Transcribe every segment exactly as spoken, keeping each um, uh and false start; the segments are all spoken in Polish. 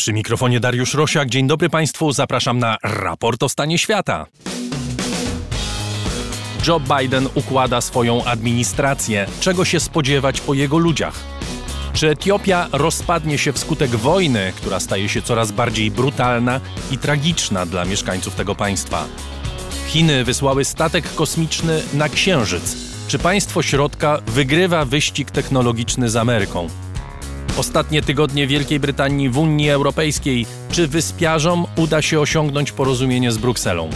Przy mikrofonie Dariusz Rosiak. Dzień dobry Państwu, zapraszam na raport o stanie świata. Joe Biden układa swoją administrację. Czego się spodziewać po jego ludziach? Czy Etiopia rozpadnie się wskutek wojny, która staje się coraz bardziej brutalna i tragiczna dla mieszkańców tego państwa? Chiny wysłały statek kosmiczny na Księżyc. Czy państwo środka wygrywa wyścig technologiczny z Ameryką? Ostatnie tygodnie Wielkiej Brytanii w Unii Europejskiej. Czy wyspiarzom uda się osiągnąć porozumienie z Brukselą?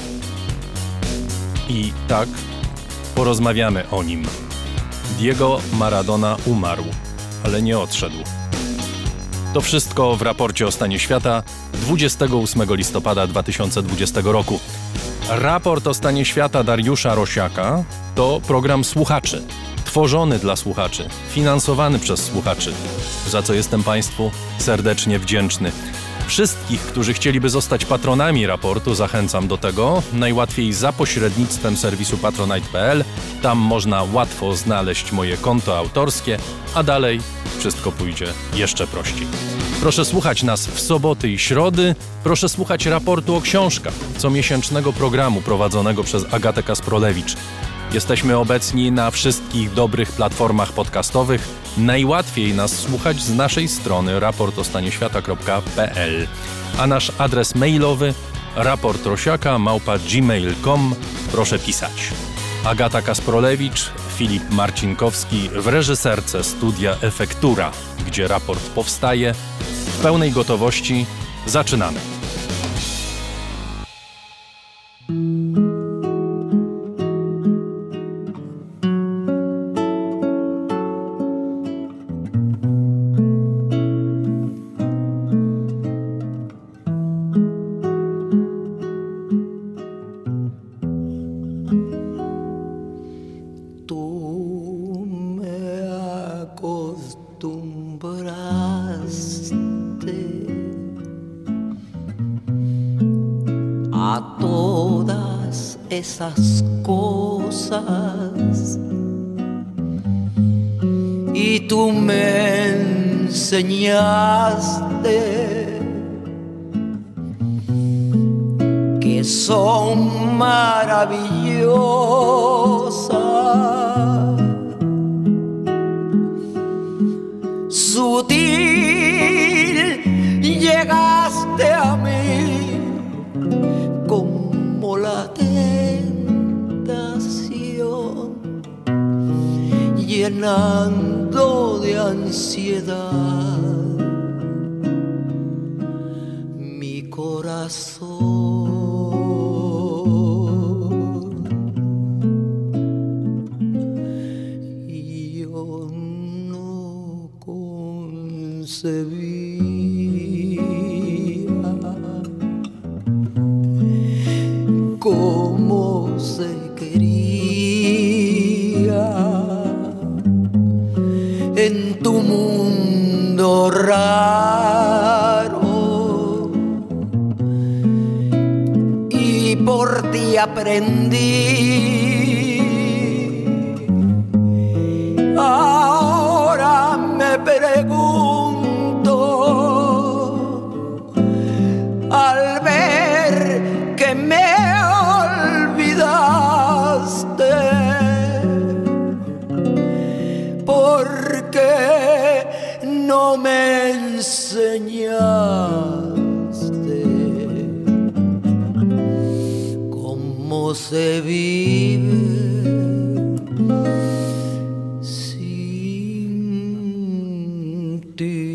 I tak porozmawiamy o nim. Diego Maradona umarł, ale nie odszedł. To wszystko w raporcie o stanie świata dwudziestego ósmego listopada dwa tysiące dwudziestego roku. Raport o stanie świata Dariusza Rosiaka to program słuchaczy, tworzony dla słuchaczy, finansowany przez słuchaczy, za co jestem Państwu serdecznie wdzięczny. Wszystkich, którzy chcieliby zostać patronami raportu, zachęcam do tego. Najłatwiej za pośrednictwem serwisu patronite kropka p l. Tam można łatwo znaleźć moje konto autorskie, a dalej wszystko pójdzie jeszcze prościej. Proszę słuchać nas w soboty i środy. Proszę słuchać raportu o książkach, comiesięcznego programu prowadzonego przez Agatę Kasprolewicz. Jesteśmy obecni na wszystkich dobrych platformach podcastowych. Najłatwiej nas słuchać z naszej strony raport o stanie świata kropka p l. A nasz adres mailowy raportrosiaka małpa gmail kropka com. Proszę pisać. Agata Kasprolewicz, Filip Marcinkowski w reżyserce Studia Efektura, gdzie raport powstaje. W pełnej gotowości zaczynamy. A todas esas cosas y tú me enseñaste que son maravillosas, sutil llegaste a mí como la tentación, llenando de ansiedad mi corazón. Y yo no concebí cómo se quería en tu mundo raro, y por ti aprendí. Ahora me pregunto al ver que me ¿por qué no me enseñaste cómo se vive sin ti?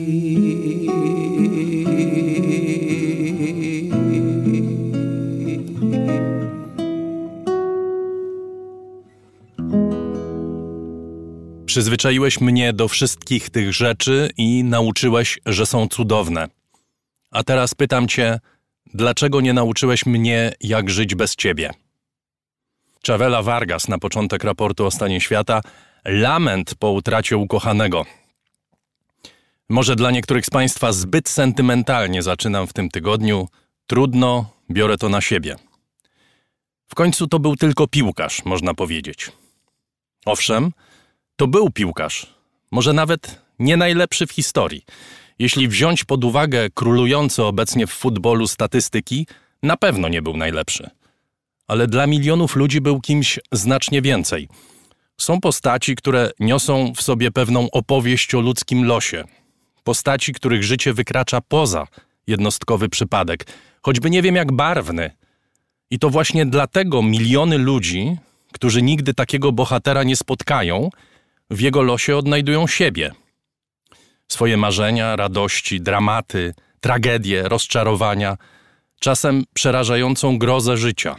Przyzwyczaiłeś mnie do wszystkich tych rzeczy i nauczyłeś, że są cudowne. A teraz pytam cię, dlaczego nie nauczyłeś mnie, jak żyć bez ciebie? Chavela Vargas na początek raportu o stanie świata. Lament po utracie ukochanego. Może dla niektórych z Państwa zbyt sentymentalnie zaczynam w tym tygodniu. Trudno, biorę to na siebie. W końcu to był tylko piłkarz, można powiedzieć. Owszem, to był piłkarz, może nawet nie najlepszy w historii. Jeśli wziąć pod uwagę królujące obecnie w futbolu statystyki, na pewno nie był najlepszy. Ale dla milionów ludzi był kimś znacznie więcej. Są postaci, które niosą w sobie pewną opowieść o ludzkim losie. Postaci, których życie wykracza poza jednostkowy przypadek, choćby nie wiem jak barwny. I to właśnie dlatego miliony ludzi, którzy nigdy takiego bohatera nie spotkają, w jego losie odnajdują siebie. Swoje marzenia, radości, dramaty, tragedie, rozczarowania, czasem przerażającą grozę życia.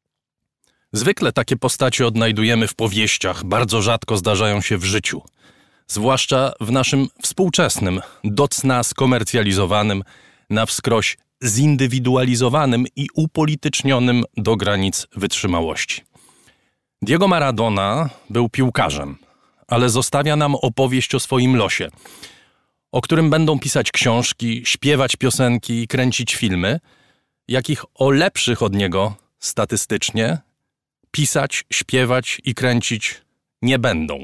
Zwykle takie postacie odnajdujemy w powieściach, bardzo rzadko zdarzają się w życiu. Zwłaszcza w naszym współczesnym, do cna skomercjalizowanym, na wskroś zindywidualizowanym i upolitycznionym do granic wytrzymałości. Diego Maradona był piłkarzem, ale zostawia nam opowieść o swoim losie, o którym będą pisać książki, śpiewać piosenki i kręcić filmy, jakich o lepszych od niego statystycznie pisać, śpiewać i kręcić nie będą.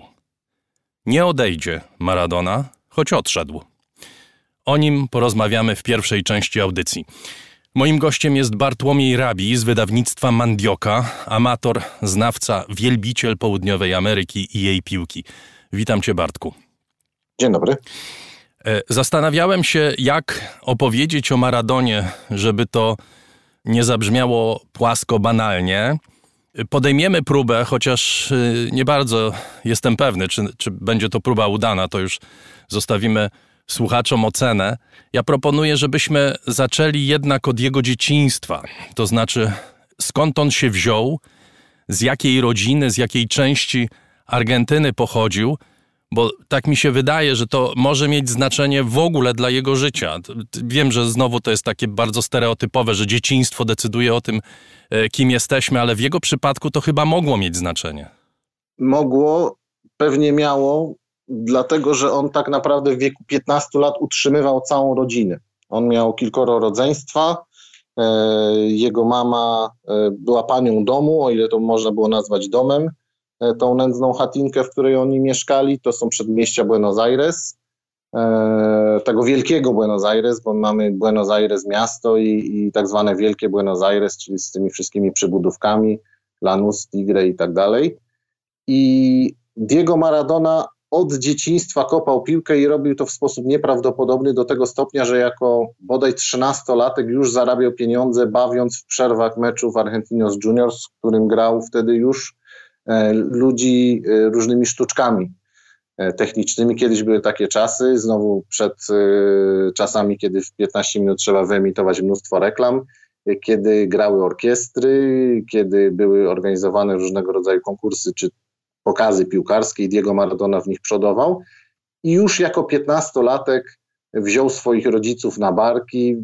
Nie odejdzie Maradona, choć odszedł. O nim porozmawiamy w pierwszej części audycji. Moim gościem jest Bartłomiej Rabi z wydawnictwa Mandioka, amator, znawca, wielbiciel Południowej Ameryki i jej piłki. Witam cię, Bartku. Dzień dobry. Zastanawiałem się, jak opowiedzieć o Maradonie, żeby to nie zabrzmiało płasko, banalnie. Podejmiemy próbę, chociaż nie bardzo jestem pewny, czy, czy będzie to próba udana, to już zostawimy słuchaczom ocenę. Ja proponuję, żebyśmy zaczęli jednak od jego dzieciństwa. To znaczy, skąd on się wziął, z jakiej rodziny, z jakiej części Argentyny pochodził, bo tak mi się wydaje, że to może mieć znaczenie w ogóle dla jego życia. Wiem, że znowu to jest takie bardzo stereotypowe, że dzieciństwo decyduje o tym, kim jesteśmy, ale w jego przypadku to chyba mogło mieć znaczenie. Mogło, pewnie miało, dlatego że on tak naprawdę w wieku piętnastu lat utrzymywał całą rodzinę. On miał kilkoro rodzeństwa, jego mama była panią domu, o ile to można było nazwać domem. Tą nędzną chatinkę, w której oni mieszkali, to są przedmieścia Buenos Aires, tego wielkiego Buenos Aires, bo mamy Buenos Aires miasto i, i tak zwane wielkie Buenos Aires, czyli z tymi wszystkimi przybudówkami, Lanús, Tigre i tak dalej. I Diego Maradona od dzieciństwa kopał piłkę i robił to w sposób nieprawdopodobny do tego stopnia, że jako bodaj trzynastolatek już zarabiał pieniądze, bawiąc w przerwach meczów Argentinos Juniors, w którym grał wtedy już e, ludzi e, różnymi sztuczkami e, technicznymi. Kiedyś były takie czasy, znowu przed e, czasami, kiedy w piętnaście minut trzeba wyemitować mnóstwo reklam, e, kiedy grały orkiestry, kiedy były organizowane różnego rodzaju konkursy czy pokazy piłkarskie i Diego Maradona w nich przodował i już jako piętnastolatek wziął swoich rodziców na barki,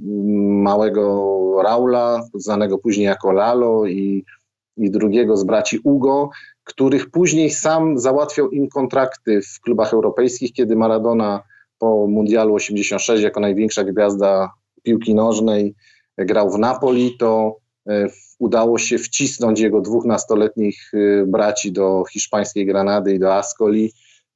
małego Raula, znanego później jako Lalo i, i drugiego z braci Hugo, których później sam załatwiał im kontrakty w klubach europejskich, kiedy Maradona po Mundialu osiemdziesiąt sześć jako największa gwiazda piłki nożnej grał w Napoli, to udało się wcisnąć jego dwóch nastoletnich braci do hiszpańskiej Granady i do Ascoli,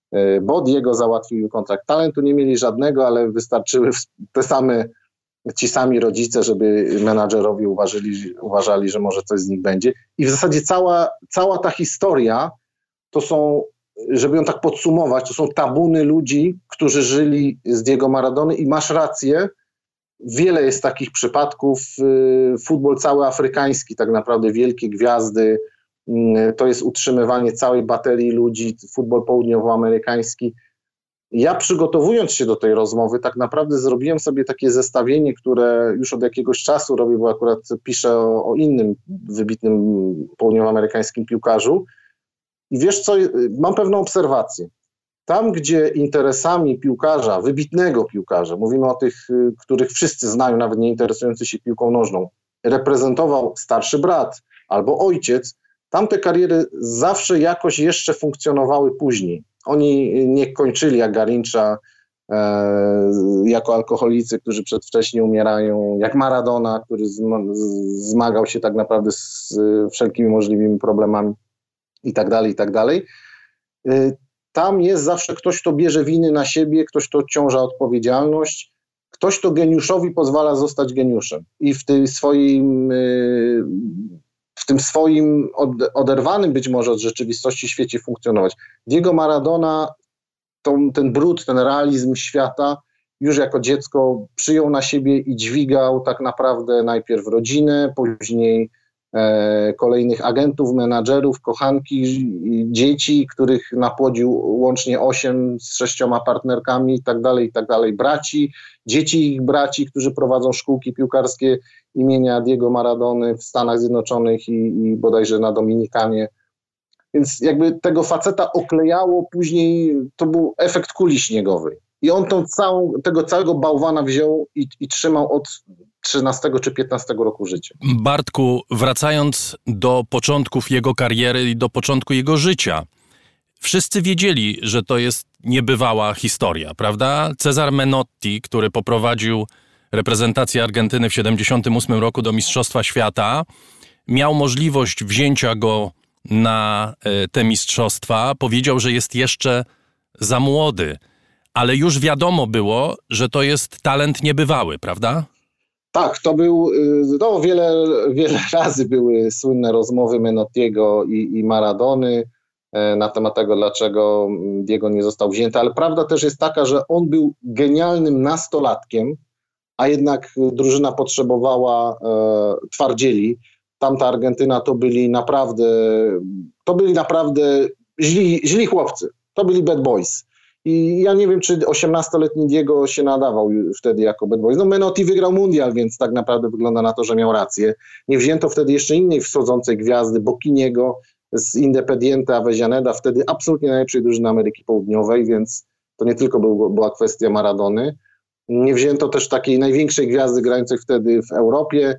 bo Diego załatwił kontrakt. Talentu nie mieli żadnego, ale wystarczyły te same, ci sami rodzice, żeby menadżerowie uważali, uważali, że może coś z nich będzie. I w zasadzie cała, cała ta historia to są, żeby ją tak podsumować, to są tabuny ludzi, którzy żyli z Diego Maradony i masz rację, wiele jest takich przypadków, futbol cały afrykański, tak naprawdę wielkie gwiazdy, to jest utrzymywanie całej baterii ludzi, futbol południowoamerykański. Ja przygotowując się do tej rozmowy tak naprawdę zrobiłem sobie takie zestawienie, które już od jakiegoś czasu robię, bo akurat piszę o, o innym wybitnym południowoamerykańskim piłkarzu i wiesz co, mam pewną obserwację. Tam, gdzie interesami piłkarza, wybitnego piłkarza, mówimy o tych, których wszyscy znają, nawet nie interesujący się piłką nożną, reprezentował starszy brat albo ojciec, tam te kariery zawsze jakoś jeszcze funkcjonowały później. Oni nie kończyli jak Garincha, e, jako alkoholicy, którzy przedwcześnie umierają, jak Maradona, który zmagał się tak naprawdę z wszelkimi możliwymi problemami i tak dalej, i tak dalej. Tam jest zawsze ktoś, kto bierze winy na siebie, ktoś, kto odciąża odpowiedzialność. ktoś, kto geniuszowi pozwala zostać geniuszem i w tym swoim, w tym swoim oderwanym być może od rzeczywistości świecie funkcjonować. Diego Maradona tą, ten brud, ten realizm świata już jako dziecko przyjął na siebie i dźwigał tak naprawdę najpierw rodzinę, później e, kolejnych agentów, menadżerów, kochanki, dzieci, których napłodził łącznie osiem z sześcioma partnerkami i tak dalej, i tak dalej, braci, dzieci ich braci, którzy prowadzą szkółki piłkarskie imienia Diego Maradony w Stanach Zjednoczonych i, i bodajże na Dominikanie. Więc jakby tego faceta oklejało później, to był efekt kuli śniegowej. I on tą całą, tego całego bałwana wziął i, i trzymał od trzynastego czy piętnastego roku życia. Bartku, wracając do początków jego kariery i do początku jego życia, wszyscy wiedzieli, że to jest niebywała historia, prawda? Cezar Menotti, który poprowadził reprezentację Argentyny w siedemdziesiątym ósmym roku do Mistrzostwa Świata, miał możliwość wzięcia go na te mistrzostwa, powiedział, że jest jeszcze za młody, ale już wiadomo było, że to jest talent niebywały, prawda? Tak, to był, no wiele, wiele razy były słynne rozmowy Menottiego i, i Maradony na temat tego, dlaczego Diego nie został wzięty, ale prawda też jest taka, że on był genialnym nastolatkiem, a jednak drużyna potrzebowała e, twardzieli. Tamta Argentyna to byli naprawdę, to byli naprawdę źli, źli chłopcy, to byli bad boys. I ja nie wiem, czy osiemnastoletni Diego się nadawał wtedy jako bad boys. No Menotti wygrał mundial, więc tak naprawdę wygląda na to, że miał rację. Nie wzięto wtedy jeszcze innej wschodzącej gwiazdy, Bocchiniego z Independiente Avellaneda, wtedy absolutnie najlepszej drużyny Ameryki Południowej, więc to nie tylko był, była kwestia Maradony. Nie wzięto też takiej największej gwiazdy grającej wtedy w Europie,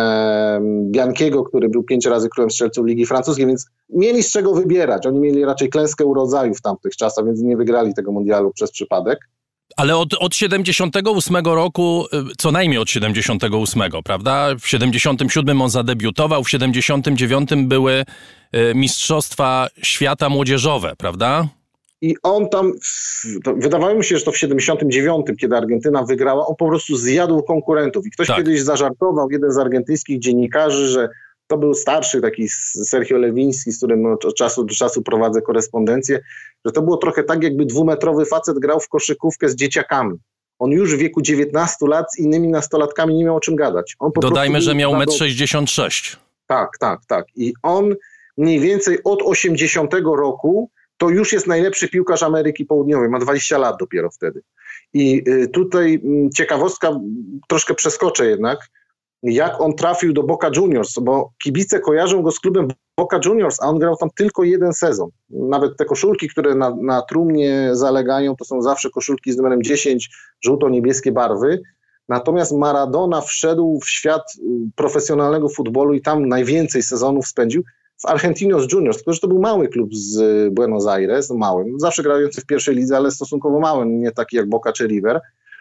e, Bianchiego, który był pięć razy królem strzelców Ligi Francuskiej, więc mieli z czego wybierać. Oni mieli raczej klęskę urodzaju w tamtych czasach, więc nie wygrali tego mundialu przez przypadek. Ale od, od siedemdziesiątego ósmego roku, co najmniej od siedemdziesiątego ósmego, prawda? W siedemdziesiątym siódmym on zadebiutował, w siedemdziesiątym dziewiątym były Mistrzostwa Świata Młodzieżowe, prawda? I on tam, wydawało mi się, że to w siedemdziesiątym dziewiątym, kiedy Argentyna wygrała, on po prostu zjadł konkurentów. I ktoś tak. kiedyś zażartował, jeden z argentyńskich dziennikarzy, że to był starszy taki Sergio Lewiński, z którym od czasu do czasu prowadzę korespondencję, że to było trochę tak, jakby dwumetrowy facet grał w koszykówkę z dzieciakami. On już w wieku dziewiętnastu lat z innymi nastolatkami nie miał o czym gadać. On po Dodajmy, że miał metr sześćdziesiąt sześć. Tak, tak, tak. I on mniej więcej od osiemdziesiątego roku to już jest najlepszy piłkarz Ameryki Południowej. Ma dwadzieścia lat dopiero wtedy. I tutaj ciekawostka, troszkę przeskoczę jednak, jak on trafił do Boca Juniors, bo kibice kojarzą go z klubem Boca Juniors, a on grał tam tylko jeden sezon. Nawet te koszulki, które na, na trumnie zalegają, to są zawsze koszulki z numerem dziesięć, żółto-niebieskie barwy. Natomiast Maradona wszedł w świat profesjonalnego futbolu i tam najwięcej sezonów spędził w Argentinos Juniors, który to był mały klub z Buenos Aires, małym, zawsze grający w pierwszej lidze, ale stosunkowo małym, nie taki jak Boca czy River.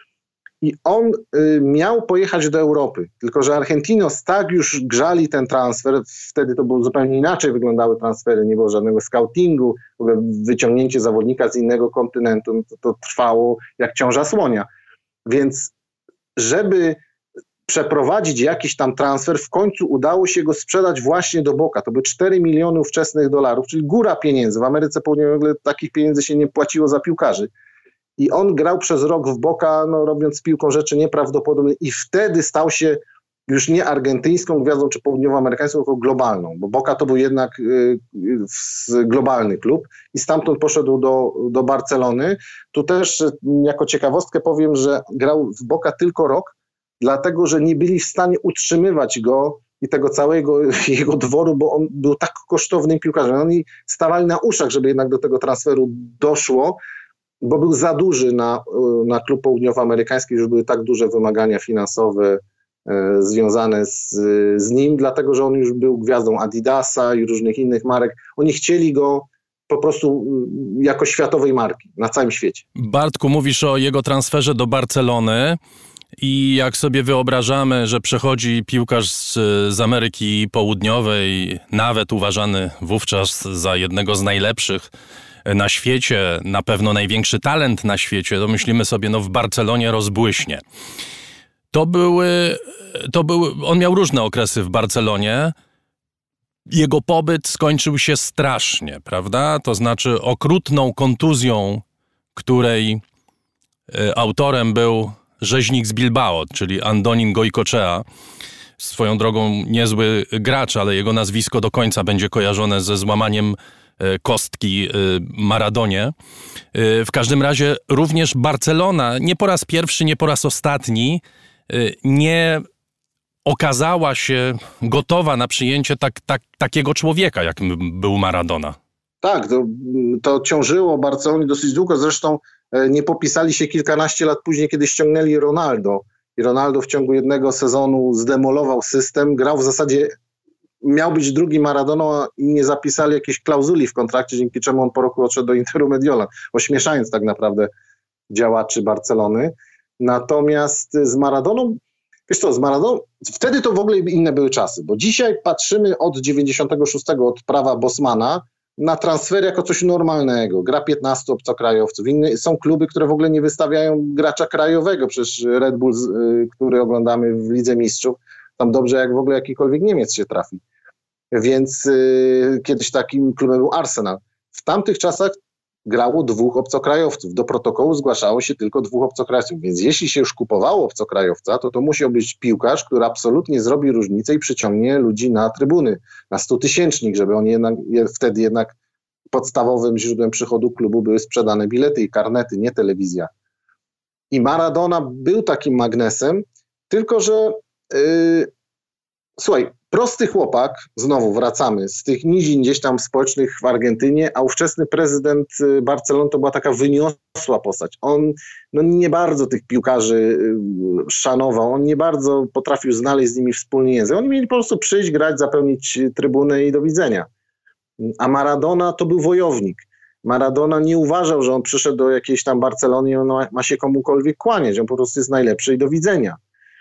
I on y, miał pojechać do Europy, tylko że Argentinos tak już grzali ten transfer, wtedy to było zupełnie inaczej wyglądały transfery, nie było żadnego scoutingu, w ogóle wyciągnięcie zawodnika z innego kontynentu, to, to trwało jak ciąża słonia. Więc żeby przeprowadzić jakiś tam transfer, w końcu udało się go sprzedać właśnie do Boca. To były cztery miliony ówczesnych dolarów, czyli góra pieniędzy. W Ameryce Południowej w ogóle takich pieniędzy się nie płaciło za piłkarzy. I on grał przez rok w Boca, no, robiąc z piłką rzeczy nieprawdopodobne i wtedy stał się już nie argentyńską gwiazdą czy południowoamerykańską, tylko globalną, bo Boca to był jednak y, y, globalny klub i stamtąd poszedł do, do Barcelony. Tu też y, jako ciekawostkę powiem, że grał w Boca tylko rok, dlatego że nie byli w stanie utrzymywać go i tego całego jego dworu, bo on był tak kosztownym piłkarzem. Oni stawali na uszach, żeby jednak do tego transferu doszło, bo był za duży na, na klub południowoamerykański, już były tak duże wymagania finansowe e, związane z, z nim, dlatego że on już był gwiazdą Adidasa i różnych innych marek. Oni chcieli go po prostu jako światowej marki na całym świecie. Bartku, mówisz o jego transferze do Barcelony i jak sobie wyobrażamy, że przechodzi piłkarz z, z Ameryki Południowej, nawet uważany wówczas za jednego z najlepszych na świecie, na pewno największy talent na świecie, to myślimy sobie, no w Barcelonie rozbłyśnie. To były, to były, on miał różne okresy w Barcelonie. Jego pobyt skończył się strasznie, prawda? To znaczy okrutną kontuzją, której autorem był rzeźnik z Bilbao, czyli Andonin Goicoechea. Swoją drogą niezły gracz, ale jego nazwisko do końca będzie kojarzone ze złamaniem kostki Maradonie. W każdym razie również Barcelona, nie po raz pierwszy, nie po raz ostatni, nie okazała się gotowa na przyjęcie tak, tak, takiego człowieka, jakim był Maradona. Tak, to, to ciążyło Barcelonie dosyć długo. Zresztą nie popisali się kilkanaście lat później, kiedy ściągnęli Ronaldo. I Ronaldo w ciągu jednego sezonu zdemolował system, grał w zasadzie, miał być drugi Maradona i nie zapisali jakiejś klauzuli w kontrakcie, dzięki czemu on po roku odszedł do Interu Mediolan, ośmieszając tak naprawdę działaczy Barcelony. Natomiast z Maradoną, wiesz co, z Maradoną, wtedy to w ogóle inne były czasy, bo dzisiaj patrzymy od dziewięćdziesiątego szóstego, od prawa Bosmana, na transfer jako coś normalnego. Gra piętnastu obcokrajowców. Inne, są kluby, które w ogóle nie wystawiają gracza krajowego. Przecież Red Bull, y, który oglądamy w Lidze Mistrzów, tam dobrze jak w ogóle jakikolwiek Niemiec się trafi. Więc y, kiedyś takim klubem był Arsenal. W tamtych czasach grało dwóch obcokrajowców. Do protokołu zgłaszało się tylko dwóch obcokrajowców. Więc jeśli się już kupowało obcokrajowca, to to musiał być piłkarz, który absolutnie zrobi różnicę i przyciągnie ludzi na trybuny, na stutysięcznik, żeby oni jednak, wtedy jednak podstawowym źródłem przychodu klubu były sprzedane bilety i karnety, nie telewizja. I Maradona był takim magnesem, tylko że yy, słuchaj, prosty chłopak, znowu wracamy, z tych nizin gdzieś tam społecznych w Argentynie, a ówczesny prezydent Barcelony to była taka wyniosła postać. On no, nie bardzo tych piłkarzy szanował, on nie bardzo potrafił znaleźć z nimi wspólny język. Oni mieli po prostu przyjść, grać, zapełnić trybunę i do widzenia. A Maradona to był wojownik. Maradona nie uważał, że on przyszedł do jakiejś tam Barcelony i on ma się komukolwiek kłaniać. On po prostu jest najlepszy i do widzenia.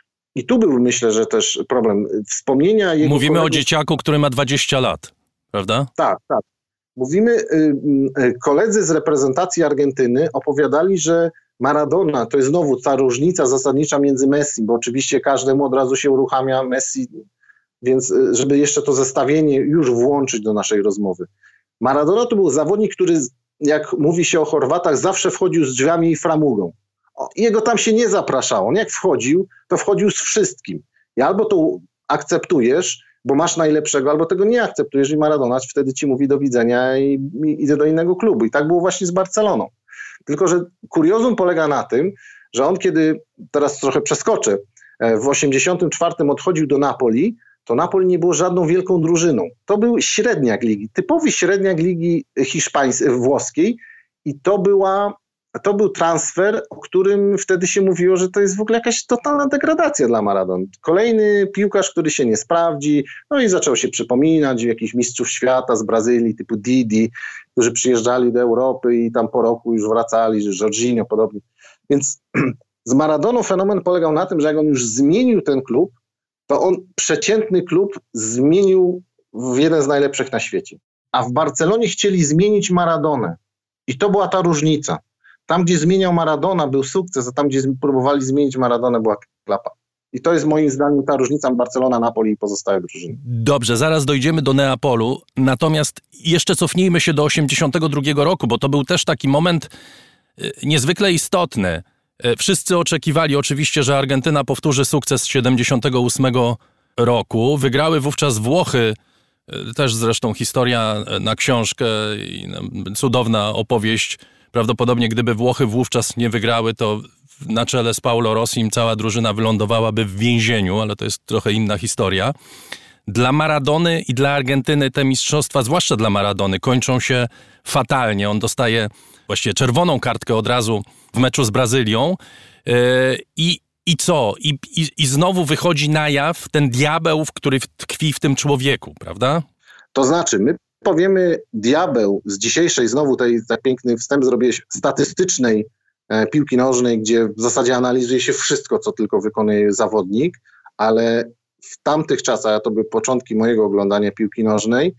I tu był, myślę, że też problem. Wspomnienia jego Mówimy kolegów... o dzieciaku, który ma dwadzieścia lat, prawda? Tak, tak. Mówimy, y, y, koledzy z reprezentacji Argentyny opowiadali, że Maradona to jest znowu ta różnica zasadnicza między Messi, bo oczywiście każdemu od razu się uruchamia Messi, więc y, żeby jeszcze to zestawienie już włączyć do naszej rozmowy. Maradona to był zawodnik, który, jak mówi się o Chorwatach, zawsze wchodził z drzwiami i framugą. Jego tam się nie zapraszało. On jak wchodził, to wchodził z wszystkim. I albo to akceptujesz, bo masz najlepszego, albo tego nie akceptujesz i Maradona wtedy ci mówi do widzenia i, i idę do innego klubu. I tak było właśnie z Barceloną. Tylko że kuriozum polega na tym, że on kiedy, teraz trochę przeskoczę, w osiemdziesiątym czwartym odchodził do Napoli, to Napoli nie było żadną wielką drużyną. To był średniak ligi, typowy średniak ligi hiszpańskiej, włoskiej i to była To był transfer, o którym wtedy się mówiło, że to jest w ogóle jakaś totalna degradacja dla Maradony. Kolejny piłkarz, który się nie sprawdzi, no i zaczął się przypominać jakichś mistrzów świata z Brazylii typu Didi, którzy przyjeżdżali do Europy i tam po roku już wracali, że Jorginho podobnie. Więc z Maradoną fenomen polegał na tym, że jak on już zmienił ten klub, to on przeciętny klub zmienił w jeden z najlepszych na świecie. A w Barcelonie chcieli zmienić Maradonę. I to była ta różnica. Tam, gdzie zmieniał Maradona, był sukces, a tam, gdzie próbowali zmienić Maradonę, była klapa. I to jest moim zdaniem ta różnica Barcelona, Napoli i pozostałe drużyny. Dobrze, zaraz dojdziemy do Neapolu, natomiast jeszcze cofnijmy się do osiemdziesiątego drugiego roku, bo to był też taki moment niezwykle istotny. Wszyscy oczekiwali oczywiście, że Argentyna powtórzy sukces z siedemdziesiątego ósmego roku. Wygrały wówczas Włochy, też zresztą historia na książkę i cudowna opowieść. Prawdopodobnie gdyby Włochy wówczas nie wygrały, to na czele z Paolo Rossim cała drużyna wylądowałaby w więzieniu, ale to jest trochę inna historia. Dla Maradony i dla Argentyny te mistrzostwa, zwłaszcza dla Maradony, kończą się fatalnie. On dostaje właściwie czerwoną kartkę od razu w meczu z Brazylią. Yy, i, I co? I, i, I znowu wychodzi na jaw ten diabeł, który tkwi w tym człowieku, prawda? To znaczy, my powiemy diabeł z dzisiejszej, znowu tej tak piękny wstęp zrobiłeś, statystycznej e, piłki nożnej, gdzie w zasadzie analizuje się wszystko, co tylko wykonuje zawodnik, ale w tamtych czasach, a to były początki mojego oglądania piłki nożnej,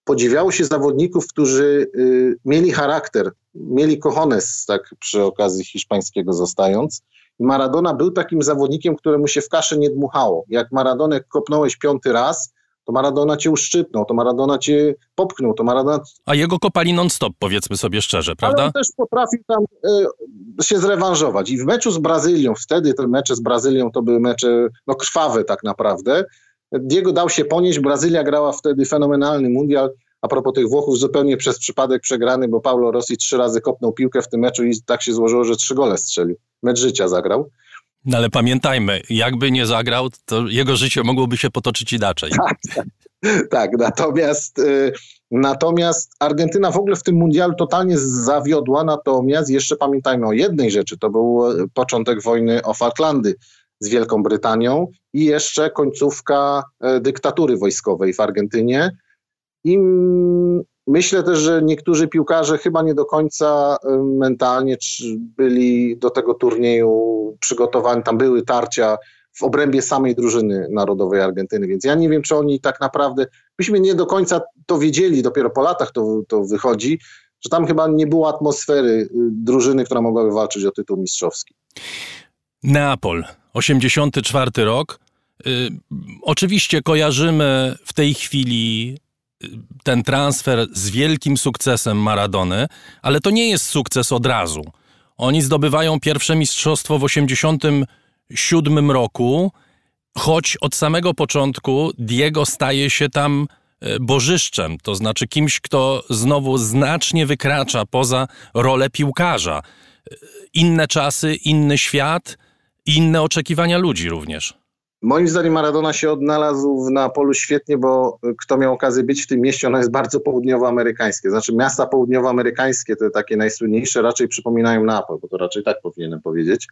podziwiało się zawodników, którzy y, mieli charakter, mieli cojones, tak przy okazji hiszpańskiego zostając. I Maradona był takim zawodnikiem, któremu się w kaszę nie dmuchało. Jak Maradonę kopnąłeś piąty raz, to Maradona cię uszczypnął, to Maradona cię popchnął, to Maradona... A jego kopali non-stop, powiedzmy sobie szczerze, prawda? Ale on też potrafił tam y, się zrewanżować. I w meczu z Brazylią, wtedy te mecze z Brazylią to były mecze no, krwawe tak naprawdę. Diego dał się ponieść, Brazylia grała wtedy fenomenalny mundial. A propos tych Włochów, zupełnie przez przypadek przegrany, bo Paulo Rossi trzy razy kopnął piłkę w tym meczu i tak się złożyło, że trzy gole strzelił. Mecz życia zagrał. No ale pamiętajmy, jakby nie zagrał, to jego życie mogłoby się potoczyć inaczej. Tak, tak, tak. Natomiast, y, natomiast Argentyna w ogóle w tym mundialu totalnie zawiodła, natomiast jeszcze pamiętajmy o jednej rzeczy, to był początek wojny o Falklandy z Wielką Brytanią i jeszcze końcówka y, dyktatury wojskowej w Argentynie. I myślę też, że niektórzy piłkarze chyba nie do końca mentalnie byli do tego turnieju przygotowani. Tam były tarcia w obrębie samej drużyny narodowej Argentyny, więc ja nie wiem, czy oni tak naprawdę, myśmy nie do końca to wiedzieli, dopiero po latach to, to wychodzi, że tam chyba nie było atmosfery drużyny, która mogłaby walczyć o tytuł mistrzowski. Neapol, osiemdziesiąty czwarty rok. Yy, oczywiście kojarzymy w tej chwili ten transfer z wielkim sukcesem Maradony, ale to nie jest sukces od razu. Oni zdobywają pierwsze mistrzostwo w osiemdziesiątym siódmym roku, choć od samego początku Diego staje się tam bożyszczem, to znaczy kimś, kto znowu znacznie wykracza poza rolę piłkarza. Inne czasy, inny świat, inne oczekiwania ludzi również. Moim zdaniem Maradona się odnalazł w Neapolu świetnie, bo kto miał okazję być w tym mieście, ono jest bardzo południowoamerykańskie. Znaczy miasta południowoamerykańskie, te takie najsłynniejsze, raczej przypominają Neapol, bo to raczej tak powinienem powiedzieć.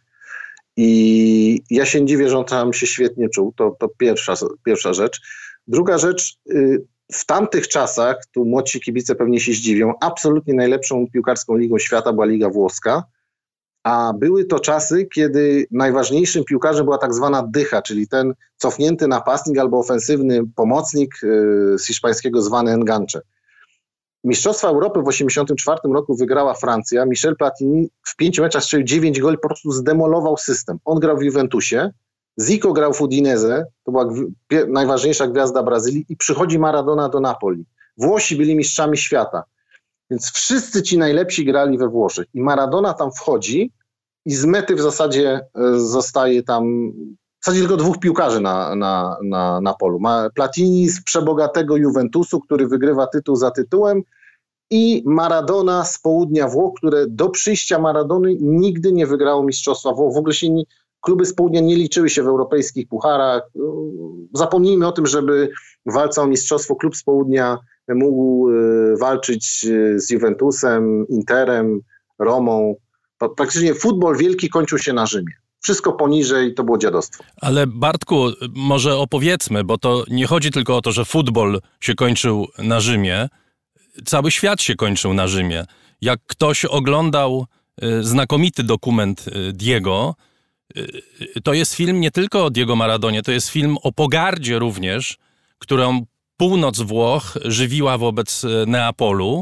I ja się nie dziwię, że on tam się świetnie czuł. To, to pierwsza, pierwsza rzecz. Druga rzecz, w tamtych czasach, tu młodsi kibice pewnie się zdziwią, absolutnie najlepszą piłkarską ligą świata była Liga Włoska. A były to czasy, kiedy najważniejszym piłkarzem była tak zwana dycha, czyli ten cofnięty napastnik albo ofensywny pomocnik yy, z hiszpańskiego zwany enganche. Mistrzostwa Europy w osiemdziesiątym czwartym roku wygrała Francja. Michel Platini w pięciu meczach strzelił dziewięć goli, po prostu zdemolował system. On grał w Juventusie, Zico grał w Udinese, to była gwi- najważniejsza gwiazda Brazylii i przychodzi Maradona do Napoli. Włosi byli mistrzami świata. Więc wszyscy ci najlepsi grali we Włoszech i Maradona tam wchodzi i z mety w zasadzie zostaje tam w zasadzie tylko dwóch piłkarzy na, na, na, na polu. Ma Platini z przebogatego Juventusu, który wygrywa tytuł za tytułem i Maradona z południa Włoch, które do przyjścia Maradony nigdy nie wygrało mistrzostwa Włoch. W ogóle się nie, kluby z południa nie liczyły się w europejskich pucharach. Zapomnijmy o tym, żeby w walce o mistrzostwo klub z południa mógł y, walczyć y, z Juventusem, Interem, Romą. Praktycznie futbol wielki kończył się na Rzymie. Wszystko poniżej to było dziadostwo. Ale Bartku, może opowiedzmy, bo to nie chodzi tylko o to, że futbol się kończył na Rzymie. Cały świat się kończył na Rzymie. Jak ktoś oglądał y, znakomity dokument y, Diego, y, to jest film nie tylko o Diego Maradonie, to jest film o pogardzie również, którą północ Włoch żywiła wobec Neapolu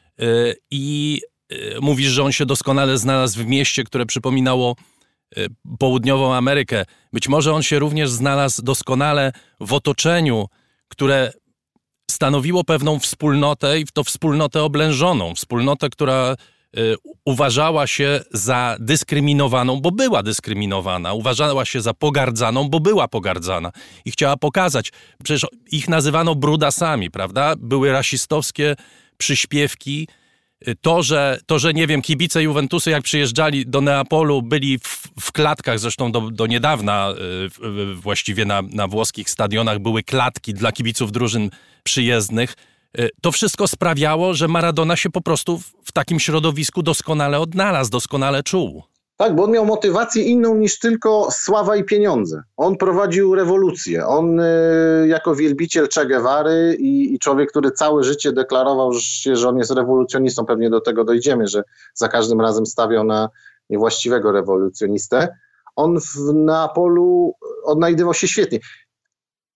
y, i y, mówisz, że on się doskonale znalazł w mieście, które przypominało y, południową Amerykę. Być może on się również znalazł doskonale w otoczeniu, które stanowiło pewną wspólnotę i to wspólnotę oblężoną, wspólnotę, która y, uważała się za dyskryminowaną, bo była dyskryminowana, uważała się za pogardzaną, bo była pogardzana i chciała pokazać, przecież ich nazywano brudasami, prawda? Były rasistowskie przyśpiewki. To, że, to, że nie wiem, kibice Juventusu jak przyjeżdżali do Neapolu, byli w, w klatkach, zresztą do, do niedawna y, właściwie na, na włoskich stadionach były klatki dla kibiców drużyn przyjezdnych. Y, to wszystko sprawiało, że Maradona się po prostu w, w takim środowisku doskonale odnalazł, doskonale czuł. Tak, bo on miał motywację inną niż tylko sława i pieniądze. On prowadził rewolucję. On y, jako wielbiciel Che Guevary i, i człowiek, który całe życie deklarował, że, że on jest rewolucjonistą, pewnie do tego dojdziemy, że za każdym razem stawiał na niewłaściwego rewolucjonistę. On w Neapolu odnajdywał się świetnie.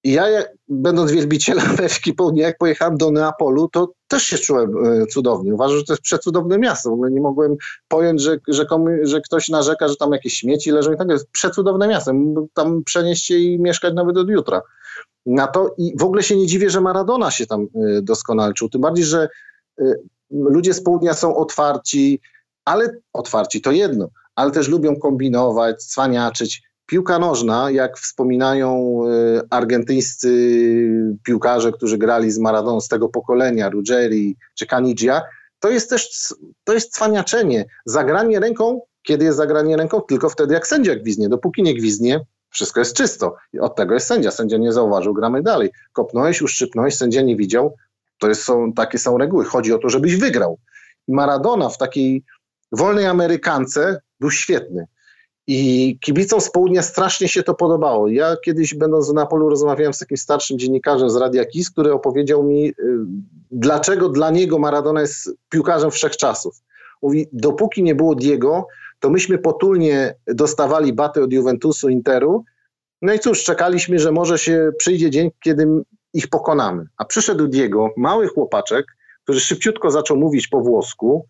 I ja, jak, będąc wielbicielem Ameryki Południowej, jak pojechałem do Neapolu, to też się czułem e, cudownie. Uważam, że to jest przecudowne miasto. W ogóle nie mogłem pojąć, że, że, komu, że ktoś narzeka, że tam jakieś śmieci leżą i tak. To jest przecudowne miasto. Mógłbym tam przenieść się i mieszkać nawet od jutra. Na to i w ogóle się nie dziwię, że Maradona się tam e, doskonale czuł. Tym bardziej, że e, ludzie z południa są otwarci, ale otwarci to jedno, ale też lubią kombinować, cwaniaczyć. Piłka nożna, jak wspominają y, argentyńscy piłkarze, którzy grali z Maradoną z tego pokolenia, Ruggeri czy Canigia, to jest też to jest cwaniaczenie. Zagranie ręką, kiedy jest zagranie ręką? Tylko wtedy, jak sędzia gwizdnie. Dopóki nie gwizdnie, wszystko jest czysto. I od tego jest sędzia. Sędzia nie zauważył, gramy dalej. Kopnąłeś, uszczypnąłeś, sędzia nie widział. To jest, są, takie są reguły. Chodzi o to, żebyś wygrał. I Maradona w takiej wolnej Amerykance był świetny. I kibicom z południa strasznie się to podobało. Ja kiedyś, będąc w Neapolu, rozmawiałem z takim starszym dziennikarzem z Radia Kiss, który opowiedział mi, y, dlaczego dla niego Maradona jest piłkarzem wszechczasów. Mówi, dopóki nie było Diego, to myśmy potulnie dostawali baty od Juventusu, Interu. No i cóż, czekaliśmy, że może się przyjdzie dzień, kiedy ich pokonamy. A przyszedł Diego, mały chłopaczek, który szybciutko zaczął mówić po włosku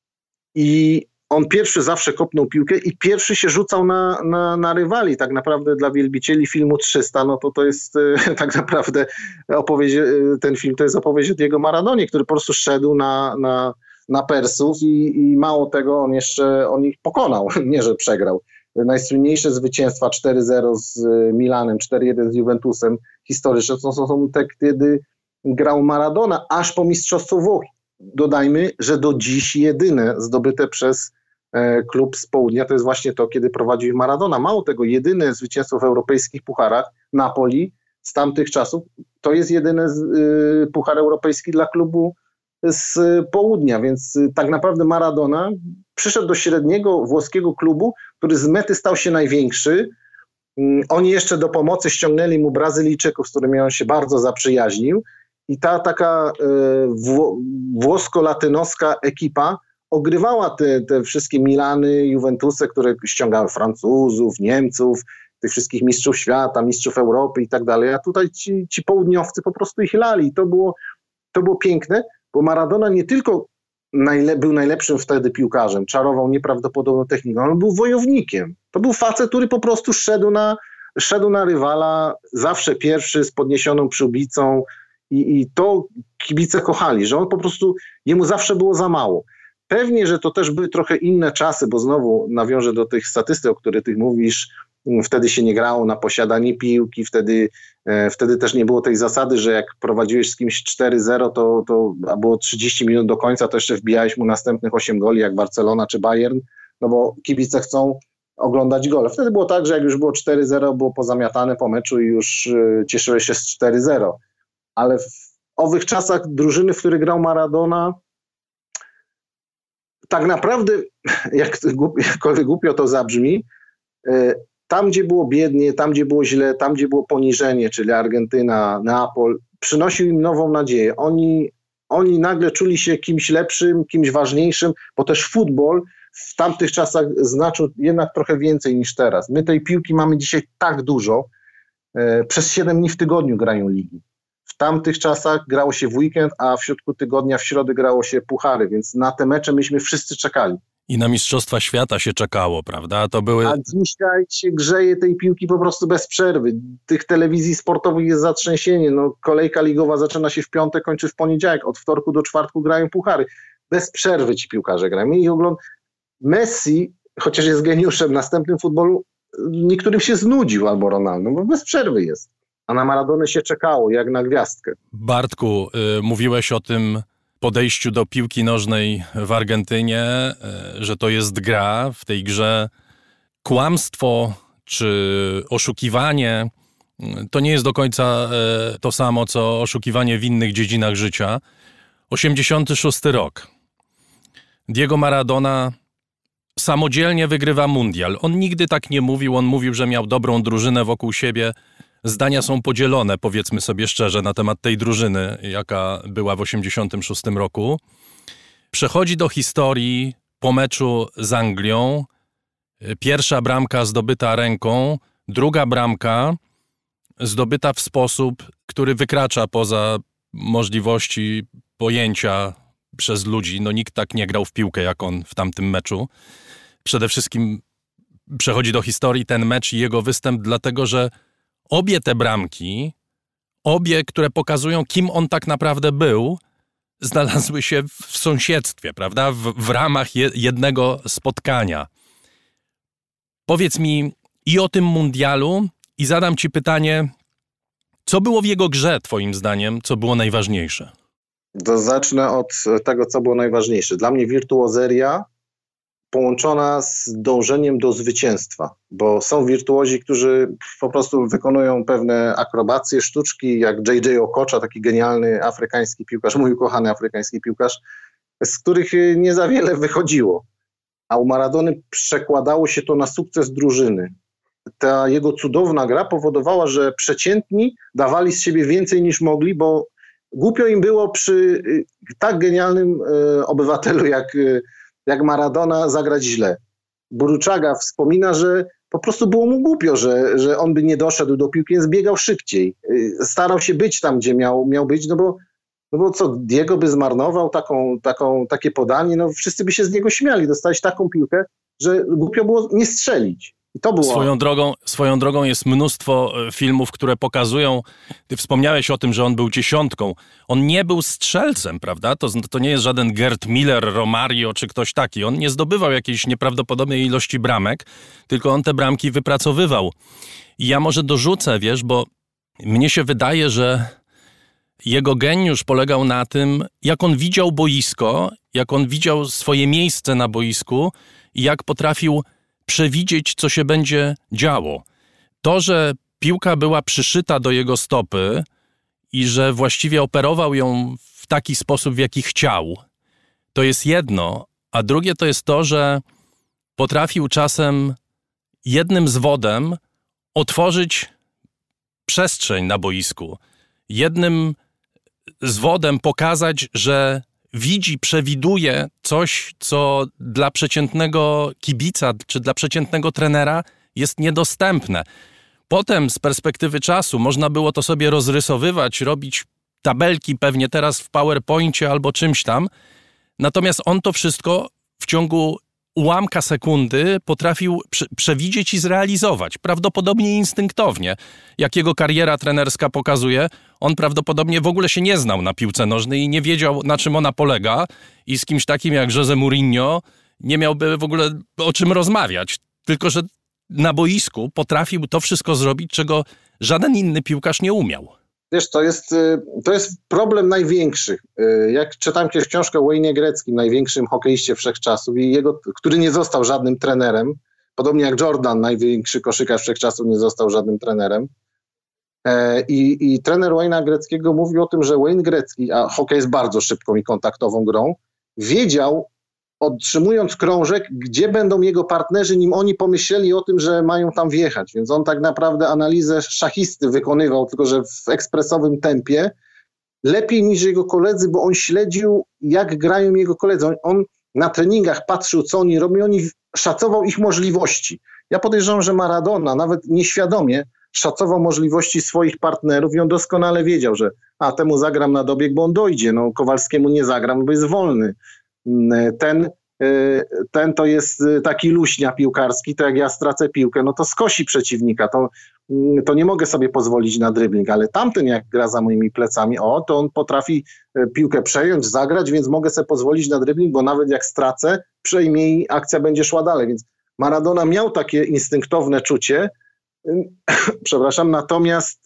i on pierwszy zawsze kopnął piłkę i pierwszy się rzucał na, na, na rywali. Tak naprawdę dla wielbicieli filmu trzysta, no to to jest e, tak naprawdę opowieść, e, ten film to jest opowieść o Diego Maradonie, który po prostu szedł na, na, na Persów i, i mało tego, on jeszcze on ich pokonał, nie że przegrał. Najsłynniejsze zwycięstwa cztery zero z Milanem, cztery jeden z Juventusem historyczne, to są, są te, kiedy grał Maradona, aż po Mistrzostwo Włoch. Dodajmy, że do dziś jedyne zdobyte przez e, klub z południa to jest właśnie to, kiedy prowadził Maradona. Mało tego, jedyne zwycięstwo w europejskich pucharach Napoli z tamtych czasów to jest jedyny z, y, puchar europejski dla klubu z y, południa, więc y, tak naprawdę Maradona przyszedł do średniego włoskiego klubu, który z mety stał się największy. Y, oni jeszcze do pomocy ściągnęli mu Brazylijczyków, z którymi on się bardzo zaprzyjaźnił. I ta taka y, wło- włosko-latynoska ekipa ogrywała te, te wszystkie Milany, Juventusy, które ściągały Francuzów, Niemców, tych wszystkich mistrzów świata, mistrzów Europy i tak dalej. A tutaj ci, ci południowcy po prostu ich lali. I to było, to było piękne, bo Maradona nie tylko najle- był najlepszym wtedy piłkarzem, czarował nieprawdopodobną techniką, ale był wojownikiem. To był facet, który po prostu szedł na, szedł na rywala, zawsze pierwszy z podniesioną przyłbicą. I, I to kibice kochali, że on po prostu, jemu zawsze było za mało. Pewnie, że to też były trochę inne czasy, bo znowu nawiążę do tych statystyk, o których ty mówisz, wtedy się nie grało na posiadanie piłki, wtedy, e, wtedy też nie było tej zasady, że jak prowadziłeś z kimś cztery zero, to, to a było trzydzieści minut do końca, to jeszcze wbijałeś mu następnych osiem goli, jak Barcelona czy Bayern, no bo kibice chcą oglądać gole. Wtedy było tak, że jak już było cztery zero, było pozamiatane po meczu i już e, cieszyłeś się z cztery zero. Ale w owych czasach drużyny, w których grał Maradona, tak naprawdę, jak, jakkolwiek głupio to zabrzmi, tam, gdzie było biednie, tam, gdzie było źle, tam, gdzie było poniżenie, czyli Argentyna, Neapol, przynosił im nową nadzieję. Oni, oni nagle czuli się kimś lepszym, kimś ważniejszym, bo też futbol w tamtych czasach znaczył jednak trochę więcej niż teraz. My tej piłki mamy dzisiaj tak dużo, przez siedem dni w tygodniu grają ligi. W tamtych czasach grało się w weekend, a w środku tygodnia, w środę grało się puchary, więc na te mecze myśmy wszyscy czekali. I na Mistrzostwa Świata się czekało, prawda? To były... A dzisiaj się grzeje tej piłki po prostu bez przerwy. Tych telewizji sportowych jest zatrzęsienie. No, kolejka ligowa zaczyna się w piątek, kończy w poniedziałek. Od wtorku do czwartku grają puchary. Bez przerwy ci piłkarze grają. I ogląd... Messi, chociaż jest geniuszem następnym futbolu, niektórym się znudził albo Ronaldo, bo bez przerwy jest. A na Maradonę się czekało, jak na gwiazdkę. Bartku, y, mówiłeś o tym podejściu do piłki nożnej w Argentynie, y, że to jest gra. W tej grze kłamstwo czy oszukiwanie y, to nie jest do końca y, to samo, co oszukiwanie w innych dziedzinach życia. osiemdziesiąty szósty rok. Diego Maradona samodzielnie wygrywa mundial. On nigdy tak nie mówił, on mówił, że miał dobrą drużynę wokół siebie. Zdania są podzielone, powiedzmy sobie szczerze, na temat tej drużyny, jaka była w osiemdziesiątym szóstym roku. Przechodzi do historii po meczu z Anglią. Pierwsza bramka zdobyta ręką, druga bramka zdobyta w sposób, który wykracza poza możliwości pojęcia przez ludzi. No nikt tak nie grał w piłkę jak on w tamtym meczu. Przede wszystkim przechodzi do historii ten mecz i jego występ, dlatego że obie te bramki, obie, które pokazują, kim on tak naprawdę był, znalazły się w sąsiedztwie, prawda? W, w ramach je, jednego spotkania. Powiedz mi i o tym mundialu i zadam ci pytanie, co było w jego grze twoim zdaniem, co było najważniejsze? To zacznę od tego, co było najważniejsze. Dla mnie wirtuozeria połączona z dążeniem do zwycięstwa, bo są wirtuozi, którzy po prostu wykonują pewne akrobacje, sztuczki, jak J J Okocha, taki genialny afrykański piłkarz, mój ukochany afrykański piłkarz, z których nie za wiele wychodziło. A u Maradony przekładało się to na sukces drużyny. Ta jego cudowna gra powodowała, że przeciętni dawali z siebie więcej niż mogli, bo głupio im było przy tak genialnym e, obywatelu jak, jak Maradona zagrać źle. Buruczaga wspomina, że po prostu było mu głupio, że, że on by nie doszedł do piłki, więc biegał szybciej. Starał się być tam, gdzie miał, miał być, no bo, no bo co, Diego by zmarnował taką, taką, takie podanie, no wszyscy by się z niego śmiali. Dostałeś taką piłkę, że głupio było nie strzelić. I to było... Swoją drogą, swoją drogą jest mnóstwo filmów, które pokazują, ty wspomniałeś o tym, że on był dziesiątką. On nie był strzelcem, prawda? To, to nie jest żaden Gerd Miller, Romario czy ktoś taki. On nie zdobywał jakiejś nieprawdopodobnej ilości bramek, tylko on te bramki wypracowywał. I ja może dorzucę, wiesz, bo mnie się wydaje, że jego geniusz polegał na tym, jak on widział boisko, jak on widział swoje miejsce na boisku i jak potrafił przewidzieć, co się będzie działo. To, że piłka była przyszyta do jego stopy i że właściwie operował ją w taki sposób, w jaki chciał, to jest jedno, a drugie to jest to, że potrafił czasem jednym zwodem otworzyć przestrzeń na boisku. Jednym zwodem pokazać, że widzi, przewiduje coś, co dla przeciętnego kibica czy dla przeciętnego trenera jest niedostępne. Potem z perspektywy czasu można było to sobie rozrysowywać, robić tabelki pewnie teraz w PowerPoincie albo czymś tam. Natomiast on to wszystko w ciągu ułamka sekundy potrafił prze- przewidzieć i zrealizować. Prawdopodobnie instynktownie. Jak jego kariera trenerska pokazuje, on prawdopodobnie w ogóle się nie znał na piłce nożnej i nie wiedział, na czym ona polega. I z kimś takim jak José Mourinho nie miałby w ogóle o czym rozmawiać. Tylko że na boisku potrafił to wszystko zrobić, czego żaden inny piłkarz nie umiał. Wiesz, to jest, to jest problem największych. Jak czytam kiedyś książkę o Wayne'ie Gretzkim, największym hokeiście wszechczasów, i jego, który nie został żadnym trenerem, podobnie jak Jordan, największy koszykarz wszechczasów, nie został żadnym trenerem. I, i trener Wayne'a Gretzkiego mówił o tym, że Wayne Gretzki, a hokej jest bardzo szybką i kontaktową grą, wiedział, otrzymując krążek, gdzie będą jego partnerzy, nim oni pomyśleli o tym, że mają tam wjechać. Więc on tak naprawdę analizę szachisty wykonywał, tylko że w ekspresowym tempie, lepiej niż jego koledzy, bo on śledził, jak grają jego koledzy. On, on na treningach patrzył, co oni robią, oni szacował ich możliwości. Ja podejrzewam, że Maradona nawet nieświadomie szacował możliwości swoich partnerów i on doskonale wiedział, że a temu zagram na dobieg, bo on dojdzie, no Kowalskiemu nie zagram, bo jest wolny. Ten, ten to jest taki luśnia piłkarski, to jak ja stracę piłkę, no to skosi przeciwnika, to, to nie mogę sobie pozwolić na dribbling, ale tamten jak gra za moimi plecami, o, to on potrafi piłkę przejąć, zagrać, więc mogę sobie pozwolić na dribbling, bo nawet jak stracę, przejmie i akcja będzie szła dalej, więc Maradona miał takie instynktowne czucie, przepraszam, natomiast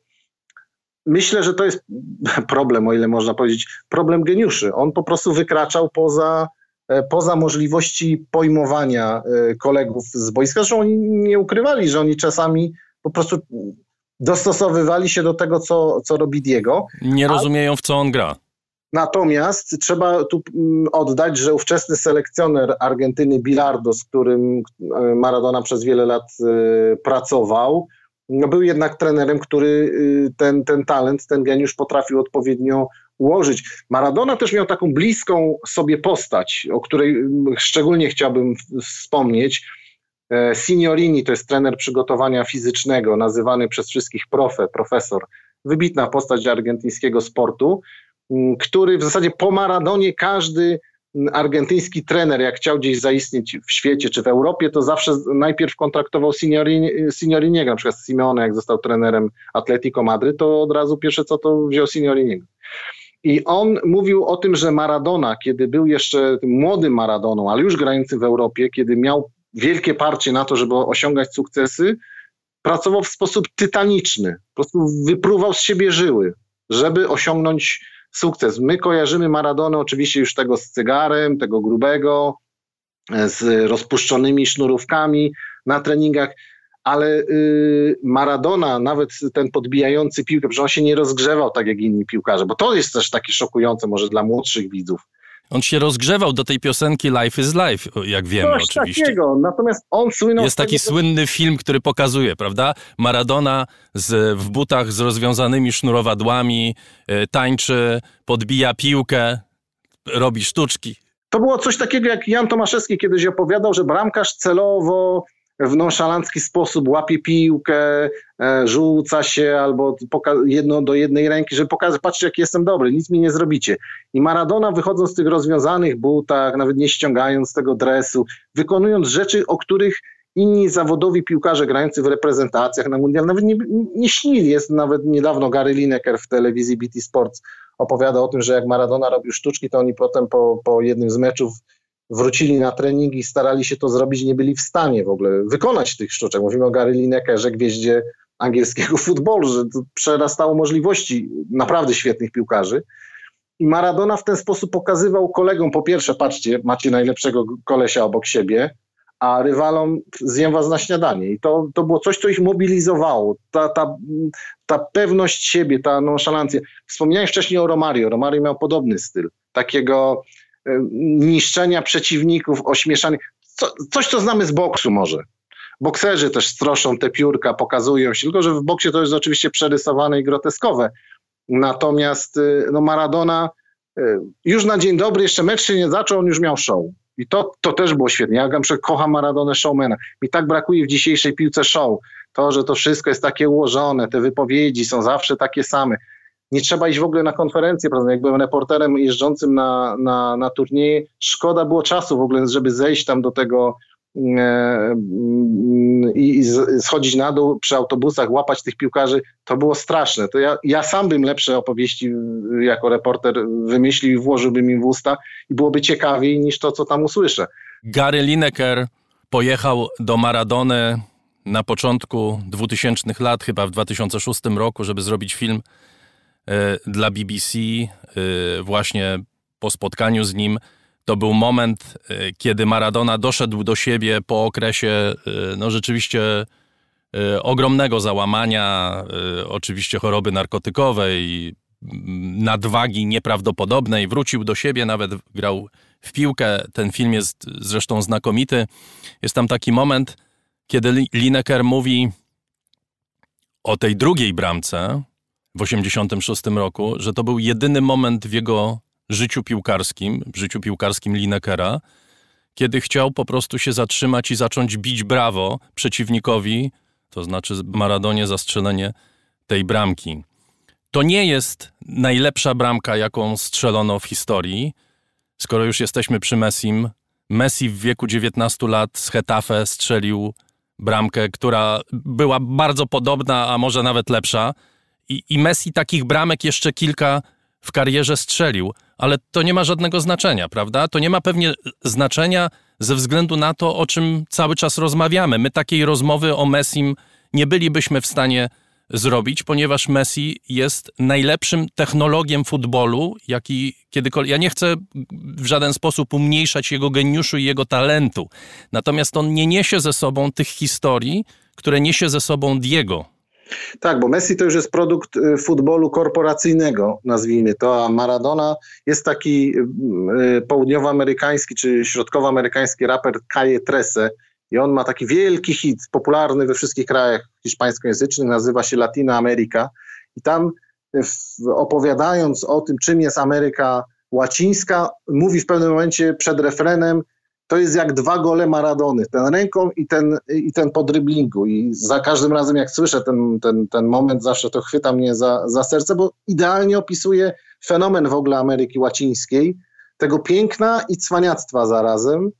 myślę, że to jest problem, o ile można powiedzieć, problem geniuszy. On po prostu wykraczał poza, poza możliwości pojmowania kolegów z boiska. Zresztą oni nie ukrywali, że oni czasami po prostu dostosowywali się do tego, co, co robi Diego. Nie rozumieją, w co on gra. Natomiast trzeba tu oddać, że ówczesny selekcjoner Argentyny Bilardo, z którym Maradona przez wiele lat pracował, no był jednak trenerem, który ten, ten talent, ten geniusz potrafił odpowiednio ułożyć. Maradona też miał taką bliską sobie postać, o której szczególnie chciałbym wspomnieć. Signorini to jest trener przygotowania fizycznego, nazywany przez wszystkich profe, profesor. Wybitna postać argentyńskiego sportu, który w zasadzie po Maradonie każdy argentyński trener, jak chciał gdzieś zaistnieć w świecie czy w Europie, to zawsze najpierw kontraktował Signorini, Signoriniego, na przykład Simeone, jak został trenerem Atletico Madryt, to od razu pierwsze co to wziął Signoriniego. I on mówił o tym, że Maradona, kiedy był jeszcze tym młodym Maradoną, ale już grającym w Europie, kiedy miał wielkie parcie na to, żeby osiągać sukcesy, pracował w sposób tytaniczny. Po prostu wypruwał z siebie żyły, żeby osiągnąć sukces. My kojarzymy Maradonę oczywiście już tego z cygarem, tego grubego, z rozpuszczonymi sznurówkami na treningach, ale yy, Maradona, nawet ten podbijający piłkę, przecież on się nie rozgrzewał tak jak inni piłkarze, bo to jest też takie szokujące może dla młodszych widzów. On się rozgrzewał do tej piosenki Life is Life, jak wiemy. Coś oczywiście. Takiego. Natomiast on słynął... Jest taki tego... słynny film, który pokazuje, prawda? Maradona z, w butach z rozwiązanymi sznurowadłami, y, tańczy, podbija piłkę, robi sztuczki. To było coś takiego, jak Jan Tomaszewski kiedyś opowiadał, że bramkarz celowo w nonszalancki sposób łapie piłkę, e, rzuca się albo poka- jedno do jednej ręki, żeby pokazać, patrzcie jak jestem dobry, nic mi nie zrobicie. I Maradona wychodząc z tych rozwiązanych butach, nawet nie ściągając tego dresu, wykonując rzeczy, o których inni zawodowi piłkarze grający w reprezentacjach na mundial nawet nie, nie śnili. Jest nawet niedawno Gary Lineker w telewizji B T Sports opowiada o tym, że jak Maradona robił sztuczki, to oni potem po, po jednym z meczów wrócili na trening i starali się to zrobić, nie byli w stanie w ogóle wykonać tych sztuczek. Mówimy o Gary Linekerze, gwieździe angielskiego futbolu, że to przerastało możliwości naprawdę świetnych piłkarzy. I Maradona w ten sposób pokazywał kolegom, po pierwsze, patrzcie, macie najlepszego kolesia obok siebie, a rywalom zjem was na śniadanie. I to, to było coś, co ich mobilizowało. Ta, ta, ta pewność siebie, ta nonszalancja. Wspomniałem wcześniej o Romario. Romario miał podobny styl. Takiego niszczenia przeciwników, ośmieszanych. Co, coś, co znamy z boksu może. Bokserzy też stroszą te piórka, pokazują się, tylko że w boksie to jest oczywiście przerysowane i groteskowe. Natomiast no Maradona już na dzień dobry, jeszcze mecz się nie zaczął, on już miał show. I to, to też było świetnie. Ja na przykład kocham Maradonę showmana. Mi tak brakuje w dzisiejszej piłce show. To, że to wszystko jest takie ułożone, te wypowiedzi są zawsze takie same. Nie trzeba iść w ogóle na konferencję, prawda? Jak byłem reporterem jeżdżącym na, na, na turnieje, szkoda było czasu w ogóle, żeby zejść tam do tego e, i, i schodzić na dół przy autobusach, łapać tych piłkarzy. To było straszne. To ja, ja sam bym lepsze opowieści jako reporter wymyślił i włożyłbym im w usta i byłoby ciekawiej niż to, co tam usłyszę. Gary Lineker pojechał do Maradony na początku dwutysięcznych lat, chyba w dwa tysiące szóstym roku, żeby zrobić film dla B B C, właśnie po spotkaniu z nim. To był moment, kiedy Maradona doszedł do siebie po okresie no rzeczywiście ogromnego załamania, oczywiście choroby narkotykowej, nadwagi nieprawdopodobnej. Wrócił do siebie, nawet grał w piłkę. Ten film jest zresztą znakomity. Jest tam taki moment, kiedy Lineker mówi o tej drugiej bramce w osiemdziesiątym szóstym roku, że to był jedyny moment w jego życiu piłkarskim, w życiu piłkarskim Linekera, kiedy chciał po prostu się zatrzymać i zacząć bić brawo przeciwnikowi, to znaczy Maradonie za strzelenie tej bramki. To nie jest najlepsza bramka, jaką strzelono w historii. Skoro już jesteśmy przy Messim, Messi w wieku dziewiętnastu lat z Getafe strzelił bramkę, która była bardzo podobna, a może nawet lepsza. I, I Messi takich bramek jeszcze kilka w karierze strzelił, ale to nie ma żadnego znaczenia, prawda? To nie ma pewnie znaczenia ze względu na to, o czym cały czas rozmawiamy. My takiej rozmowy o Messim nie bylibyśmy w stanie zrobić, ponieważ Messi jest najlepszym technologiem futbolu, jaki kiedykolwiek... Ja nie chcę w żaden sposób umniejszać jego geniuszu i jego talentu. Natomiast on nie niesie ze sobą tych historii, które niesie ze sobą Diego. Tak, bo Messi to już jest produkt futbolu korporacyjnego, nazwijmy to, a Maradona jest taki południowoamerykański czy środkowoamerykański raper Calle trece i on ma taki wielki hit, popularny we wszystkich krajach hiszpańskojęzycznych, nazywa się Latina America i tam opowiadając o tym, czym jest Ameryka Łacińska, mówi w pewnym momencie przed refrenem: to jest jak dwa gole Maradony, ten ręką i ten, i ten po driblingu. I za każdym razem jak słyszę ten, ten, ten moment, zawsze to chwyta mnie za, za serce, bo idealnie opisuje fenomen w ogóle Ameryki Łacińskiej, tego piękna i cwaniactwa zarazem.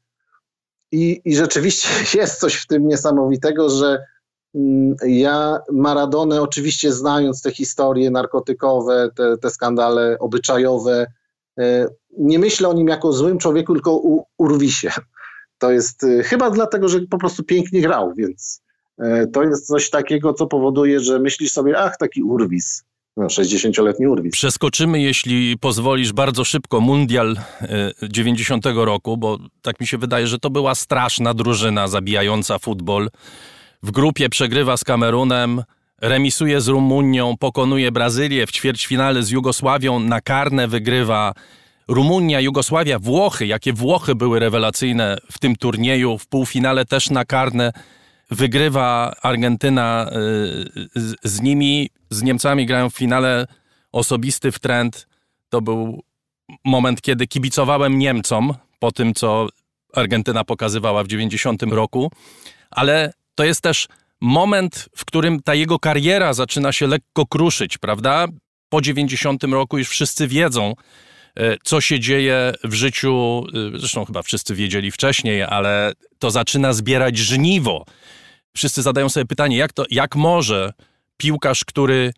I, i rzeczywiście jest coś w tym niesamowitego, że mm, ja Maradonę oczywiście znając te historie narkotykowe, te, te skandale obyczajowe, e, nie myślę o nim jako o złym człowieku, tylko o urwisie. To jest e, chyba dlatego, że po prostu pięknie grał, więc e, to jest coś takiego, co powoduje, że myślisz sobie, ach, taki urwis. No, sześćdziesięcioletni urwis. Przeskoczymy, jeśli pozwolisz, bardzo szybko mundial dziewięćdziesiątego roku, bo tak mi się wydaje, że to była straszna drużyna zabijająca futbol. W grupie przegrywa z Kamerunem, remisuje z Rumunią, pokonuje Brazylię, w ćwierćfinale z Jugosławią na karne wygrywa Rumunia, Jugosławia, Włochy. Jakie Włochy były rewelacyjne w tym turnieju, w półfinale też na karne. Wygrywa Argentyna z, z nimi, z Niemcami grają w finale, osobisty wtręt. To był moment, kiedy kibicowałem Niemcom po tym, co Argentyna pokazywała w dziewięćdziesiątym roku, ale to jest też moment, w którym ta jego kariera zaczyna się lekko kruszyć, prawda? Po dziewięćdziesiątym roku już wszyscy wiedzą, co się dzieje w życiu, zresztą chyba wszyscy wiedzieli wcześniej, ale to zaczyna zbierać żniwo. Wszyscy zadają sobie pytanie, jak to, jak może piłkarz, który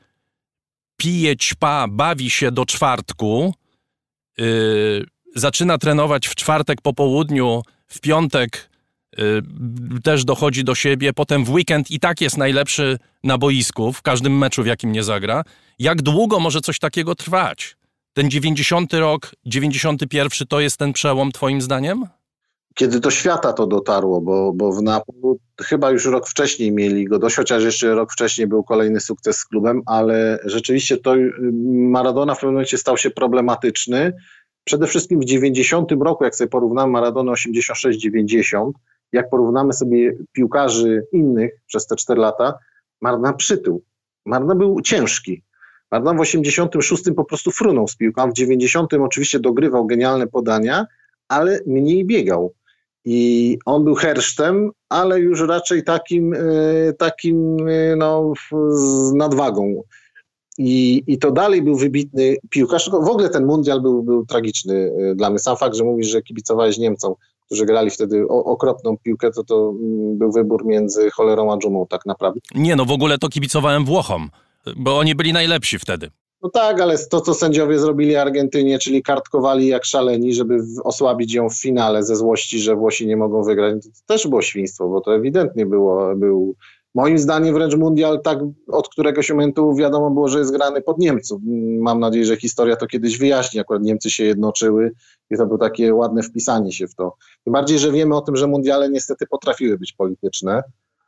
pije, ćpa, bawi się do czwartku, yy, zaczyna trenować w czwartek po południu, w piątek yy, też dochodzi do siebie, potem w weekend i tak jest najlepszy na boisku, w każdym meczu, w jakim nie zagra. Jak długo może coś takiego trwać? Ten dziewięćdziesiąty rok, dziewięćdziesiąty pierwszy to jest ten przełom twoim zdaniem? Kiedy do świata to dotarło, bo, bo w Neapolu chyba już rok wcześniej mieli go dość, chociaż jeszcze rok wcześniej był kolejny sukces z klubem, ale rzeczywiście to Maradona w pewnym momencie stał się problematyczny. Przede wszystkim w dziewięćdziesiątym roku, jak sobie porównamy Maradonę osiemdziesiąt sześć dziewięćdziesiąt, jak porównamy sobie piłkarzy innych przez te cztery lata, Maradona przytył. Maradona był ciężki. Maradona w osiemdziesiątym szóstym po prostu frunął z piłką, w dziewięćdziesiątym oczywiście dogrywał genialne podania, ale mniej biegał. I on był hersztem, ale już raczej takim, takim no, z nadwagą. I, I to dalej był wybitny piłkarz. W ogóle ten mundial był, był tragiczny dla mnie. Sam fakt, że mówisz, że kibicowałeś Niemcom, którzy grali wtedy o, okropną piłkę, to to był wybór między cholerą a dżumą tak naprawdę. Nie, no w ogóle to kibicowałem Włochom, bo oni byli najlepsi wtedy. No tak, ale to, co sędziowie zrobili Argentynie, czyli kartkowali jak szaleni, żeby osłabić ją w finale ze złości, że Włosi nie mogą wygrać, to też było świństwo, bo to ewidentnie było, był, moim zdaniem wręcz mundial tak od któregoś momentu wiadomo było, że jest grany pod Niemców. Mam nadzieję, że historia to kiedyś wyjaśni, akurat Niemcy się jednoczyły i to było takie ładne wpisanie się w to. Tym bardziej, że wiemy o tym, że mundiale niestety potrafiły być polityczne.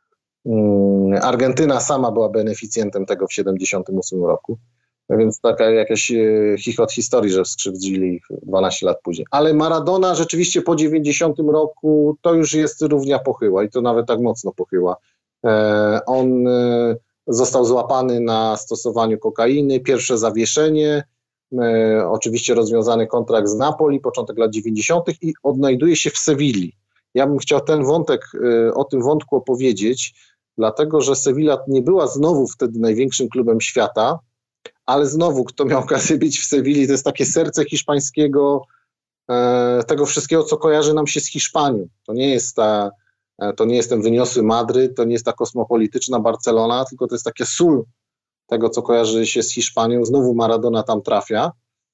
Argentyna sama była beneficjentem tego w siedemdziesiątym ósmym roku. Więc taka jakaś chichot historii, że skrzywdzili ich dwanaście lat później. Ale Maradona rzeczywiście po dziewięćdziesiątym roku to już jest równia pochyła i to nawet tak mocno pochyła. E, on e, został złapany na stosowaniu kokainy, pierwsze zawieszenie, e, oczywiście rozwiązany kontrakt z Napoli, początek lat dziewięćdziesiątych i odnajduje się w Sewilli. Ja bym chciał ten wątek, e, o tym wątku opowiedzieć, dlatego że Sewilla nie była znowu wtedy największym klubem świata, ale znowu, kto miał okazję być w Sewilli, to jest takie serce hiszpańskiego, e, tego wszystkiego, co kojarzy nam się z Hiszpanią. To nie jest ta, e, to nie jest ten wyniosły Madryt, to nie jest ta kosmopolityczna Barcelona, tylko to jest takie sól tego, co kojarzy się z Hiszpanią. Znowu Maradona tam trafia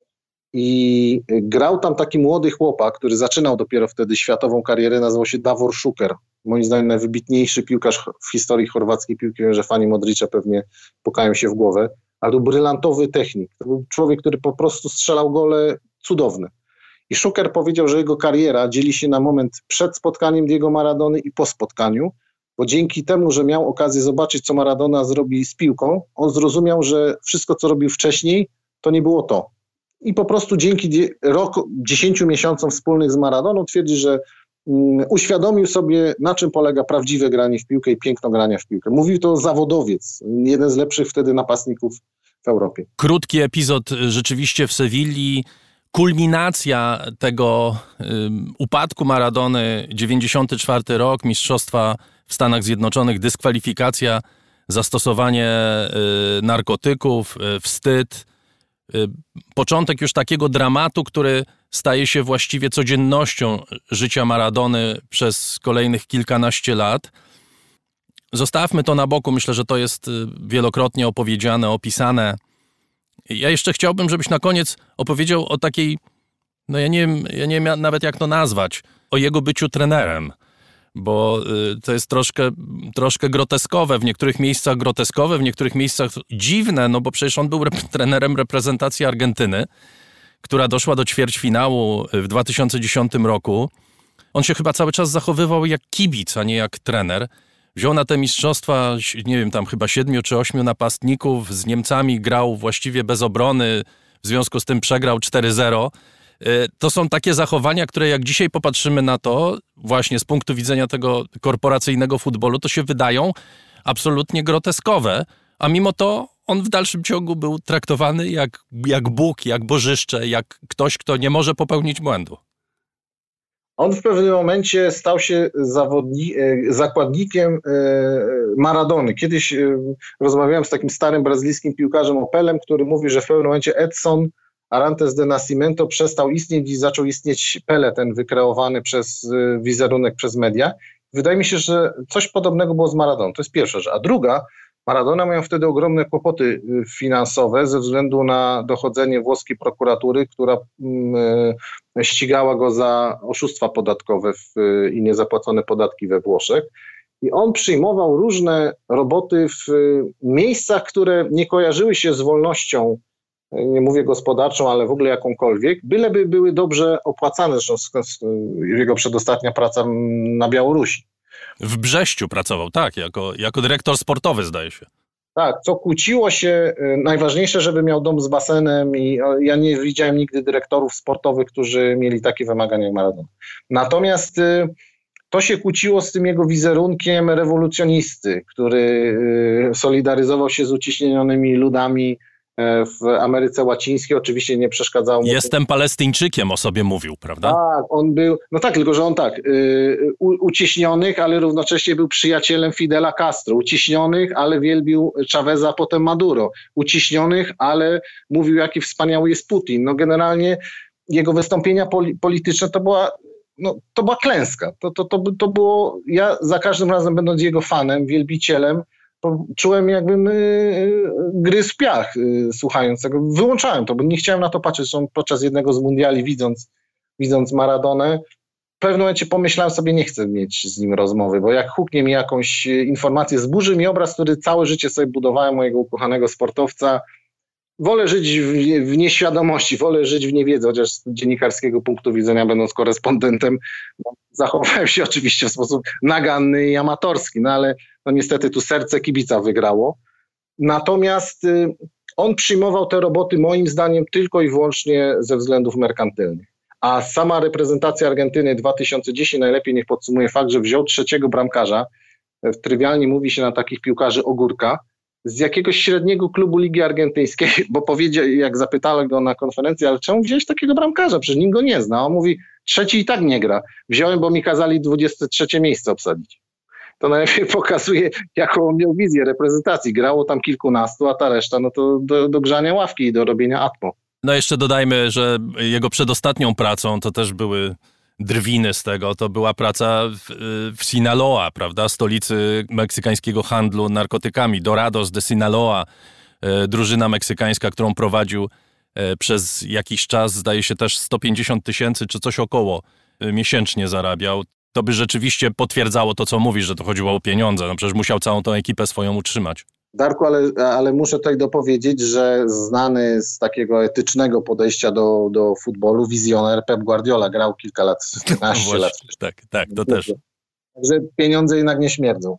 i grał tam taki młody chłopak, który zaczynał dopiero wtedy światową karierę, nazywał się Davor Šuker. Moim zdaniem najwybitniejszy piłkarz w historii chorwackiej piłki, wiem, że fani Modricza pewnie pukają się w głowę. Ale był brylantowy technik. To był człowiek, który po prostu strzelał gole cudowne. I Šuker powiedział, że jego kariera dzieli się na moment przed spotkaniem Diego Maradony i po spotkaniu, bo dzięki temu, że miał okazję zobaczyć, co Maradona zrobi z piłką, on zrozumiał, że wszystko, co robił wcześniej, to nie było to. I po prostu dzięki roku, dziesięciu miesiącom wspólnych z Maradoną twierdzi, że um, uświadomił sobie, na czym polega prawdziwe granie w piłkę i piękno grania w piłkę. Mówił to zawodowiec, jeden z lepszych wtedy napastników w Europie. Krótki epizod rzeczywiście w Sewilli, kulminacja tego y, upadku Maradony, dziewięćdziesiąty czwarty rok, mistrzostwa w Stanach Zjednoczonych, dyskwalifikacja, zastosowanie y, narkotyków, y, wstyd, y, początek już takiego dramatu, który staje się właściwie codziennością życia Maradony przez kolejnych kilkanaście lat. Zostawmy to na boku, myślę, że to jest wielokrotnie opowiedziane, opisane. Ja jeszcze chciałbym, żebyś na koniec opowiedział o takiej, no ja nie wiem, ja nie wiem nawet jak to nazwać, o jego byciu trenerem, bo y, to jest troszkę, troszkę groteskowe, w niektórych miejscach groteskowe, w niektórych miejscach dziwne, no bo przecież on był rep- trenerem reprezentacji Argentyny, która doszła do ćwierćfinału w dwa tysiące dziesiątym roku. On się chyba cały czas zachowywał jak kibic, a nie jak trener. Wziął na te mistrzostwa, nie wiem, tam chyba siedmiu czy ośmiu napastników, z Niemcami grał właściwie bez obrony, w związku z tym przegrał cztery zero. To są takie zachowania, które jak dzisiaj popatrzymy na to, właśnie z punktu widzenia tego korporacyjnego futbolu, to się wydają absolutnie groteskowe, a mimo to on w dalszym ciągu był traktowany jak, jak Bóg, jak bożyszcze, jak ktoś, kto nie może popełnić błędu. On w pewnym momencie stał się zawodni- zakładnikiem Maradony. Kiedyś rozmawiałem z takim starym brazylijskim piłkarzem Opelem, który mówi, że w pewnym momencie Edson Arantes de Nascimento przestał istnieć i zaczął istnieć Pele, ten wykreowany przez wizerunek, przez media. Wydaje mi się, że coś podobnego było z Maradoną. To jest pierwsza rzecz. A druga, Maradona miał wtedy ogromne kłopoty finansowe ze względu na dochodzenie włoskiej prokuratury, która y, ścigała go za oszustwa podatkowe w, y, i niezapłacone podatki we Włoszech. I on przyjmował różne roboty w y, miejscach, które nie kojarzyły się z wolnością, y, nie mówię gospodarczą, ale w ogóle jakąkolwiek, byleby były dobrze opłacane. Zresztą z, z, jego przedostatnia praca na Białorusi. W Brześciu pracował, tak, jako, jako dyrektor sportowy, zdaje się. Tak, co kłóciło się, najważniejsze, żeby miał dom z basenem i ja nie widziałem nigdy dyrektorów sportowych, którzy mieli takie wymagania jak Maradona. Natomiast to się kłóciło z tym jego wizerunkiem rewolucjonisty, który solidaryzował się z uciśnionymi ludami w Ameryce Łacińskiej, oczywiście nie przeszkadzało mu. Jestem Palestyńczykiem, o sobie mówił, prawda? Tak, on był, no tak, tylko że on tak, yy, u, uciśnionych, ale równocześnie był przyjacielem Fidela Castro, uciśnionych, ale wielbił Chaveza, potem Maduro, uciśnionych, ale mówił, jaki wspaniały jest Putin. No generalnie jego wystąpienia poli, polityczne to była, no, to była klęska. To, to, to, to było, ja za każdym razem będąc jego fanem, wielbicielem, czułem jakbym y, gryzł piach y, słuchając tego. Wyłączałem to, bo nie chciałem na to patrzeć. Zresztą podczas jednego z mundiali widząc, widząc Maradonę, w pewnym momencie pomyślałem sobie, nie chcę mieć z nim rozmowy, bo jak huknie mi jakąś informację, zburzy mi obraz, który całe życie sobie budowałem, mojego ukochanego sportowca. Wolę żyć w, w nieświadomości, wolę żyć w niewiedzy, chociaż z dziennikarskiego punktu widzenia, będąc korespondentem, no, zachowałem się oczywiście w sposób naganny i amatorski, no ale no, niestety tu serce kibica wygrało. Natomiast y, on przyjmował te roboty moim zdaniem tylko i wyłącznie ze względów merkantylnych. A sama reprezentacja Argentyny dwa tysiące dziesiąty najlepiej niech podsumuje fakt, że wziął trzeciego bramkarza, trywialnie mówi się na takich piłkarzy ogórka, z jakiegoś średniego klubu Ligi Argentyńskiej, bo powiedział, jak zapytałem go na konferencji, ale czemu wziąłeś takiego bramkarza? Przecież nikt go nie zna. On mówi, trzeci i tak nie gra. Wziąłem, bo mi kazali dwudzieste trzecie miejsce obsadzić. To najlepiej pokazuje, jaką on miał wizję reprezentacji. Grało tam kilkunastu, a ta reszta no to do, do grzania ławki i do robienia atmo. No jeszcze dodajmy, że jego przedostatnią pracą to też były drwiny z tego, to była praca w, w Sinaloa, prawda, stolicy meksykańskiego handlu narkotykami, Dorados de Sinaloa, e, drużyna meksykańska, którą prowadził e, przez jakiś czas, zdaje się też sto pięćdziesiąt tysięcy czy coś około e, miesięcznie zarabiał. To by rzeczywiście potwierdzało to, co mówisz, że to chodziło o pieniądze, no przecież musiał całą tą ekipę swoją utrzymać. Darku, ale, ale muszę tutaj dopowiedzieć, że znany z takiego etycznego podejścia do, do futbolu wizjoner Pep Guardiola grał kilka lat, kilkanaście lat. Tak, tak, to też. Także pieniądze jednak nie śmierdzą.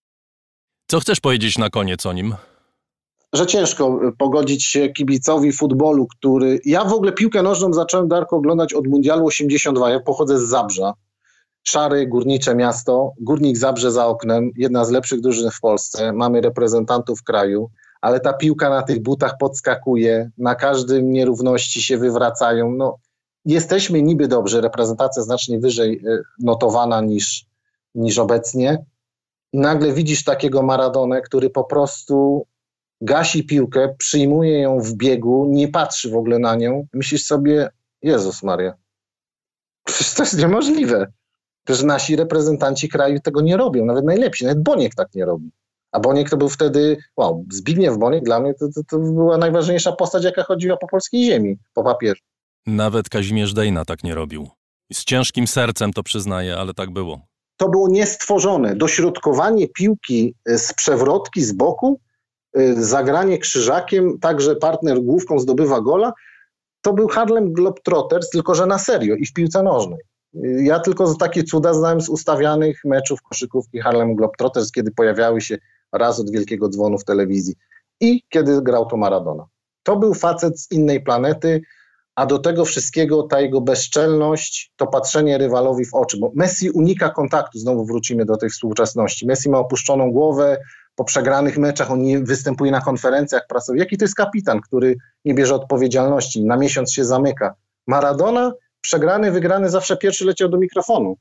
Co chcesz powiedzieć na koniec o nim? Że ciężko pogodzić się kibicowi futbolu, który... Ja w ogóle piłkę nożną zacząłem, Darku, oglądać od Mundialu osiemdziesiąt dwa. Ja pochodzę z Zabrza. Szare, górnicze miasto, Górnik Zabrze za oknem, jedna z lepszych drużyn w Polsce, mamy reprezentantów kraju, ale ta piłka na tych butach podskakuje, na każdym nierówności się wywracają. No, jesteśmy niby dobrze, reprezentacja znacznie wyżej notowana niż, niż obecnie. I nagle widzisz takiego Maradonę, który po prostu gasi piłkę, przyjmuje ją w biegu, nie patrzy w ogóle na nią. Myślisz sobie, Jezus Maria, przecież to jest niemożliwe. Przecież nasi reprezentanci kraju tego nie robią, nawet najlepsi, nawet Boniek tak nie robi. A Boniek to był wtedy, wow, Zbigniew Boniek dla mnie to, to, to była najważniejsza postać, jaka chodziła po polskiej ziemi, po papierze. Nawet Kazimierz Dejna tak nie robił. Z ciężkim sercem to przyznaję, ale tak było. To było niestworzone. Dośrodkowanie piłki z przewrotki, z boku, zagranie krzyżakiem, tak, że partner główką zdobywa gola, to był Harlem Globetrotters, tylko że na serio i w piłce nożnej. Ja tylko takie cuda znałem z ustawianych meczów koszykówki Harlem Globetrotters, kiedy pojawiały się raz od wielkiego dzwonu w telewizji i kiedy grał to Maradona. To był facet z innej planety, a do tego wszystkiego ta jego bezczelność, to patrzenie rywalowi w oczy, bo Messi unika kontaktu, znowu wrócimy do tej współczesności. Messi ma opuszczoną głowę, po przegranych meczach on nie występuje na konferencjach prasowych. Jaki to jest kapitan, który nie bierze odpowiedzialności, na miesiąc się zamyka. Maradona, przegrany, wygrany, zawsze pierwszy leciał do mikrofonu.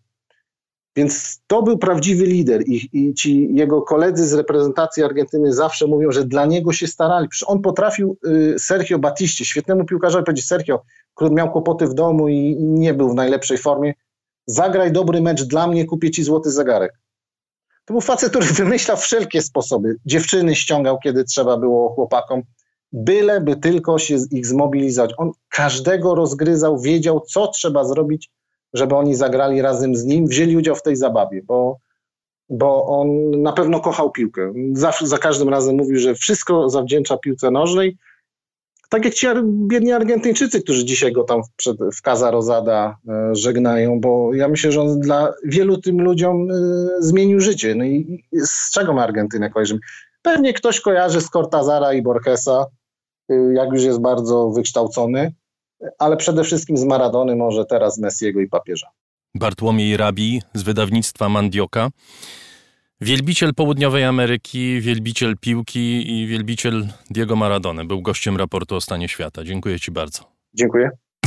Więc to był prawdziwy lider i, i ci jego koledzy z reprezentacji Argentyny zawsze mówią, że dla niego się starali. Przecież on potrafił y, Sergio Battiście, świetnemu piłkarzowi, powiedzieć: Sergio, który miał kłopoty w domu i, i nie był w najlepszej formie, zagraj dobry mecz dla mnie, kupię ci złoty zegarek. To był facet, który wymyślał wszelkie sposoby. Dziewczyny ściągał, kiedy trzeba było chłopakom, byleby tylko się ich zmobilizować. On każdego rozgryzał, wiedział, co trzeba zrobić, żeby oni zagrali razem z nim, wzięli udział w tej zabawie, bo, bo on na pewno kochał piłkę. Zawsze, za każdym razem mówił, że wszystko zawdzięcza piłce nożnej. Tak jak ci biedni Argentyńczycy, którzy dzisiaj go tam przed, w Casa Rosada e, żegnają, bo ja myślę, że on dla wielu tym ludziom e, zmienił życie. No i z czego my Argentynę kojarzymy? Pewnie ktoś kojarzy z Cortazara i Borgesa, e, jak już jest bardzo wykształcony, ale przede wszystkim z Maradony, może teraz Messiego i papieża. Bartłomiej Rabi z wydawnictwa Mandioka. Wielbiciel Południowej Ameryki, wielbiciel piłki i wielbiciel Diego Maradony. Był gościem raportu o stanie świata. Dziękuję ci bardzo. Dziękuję.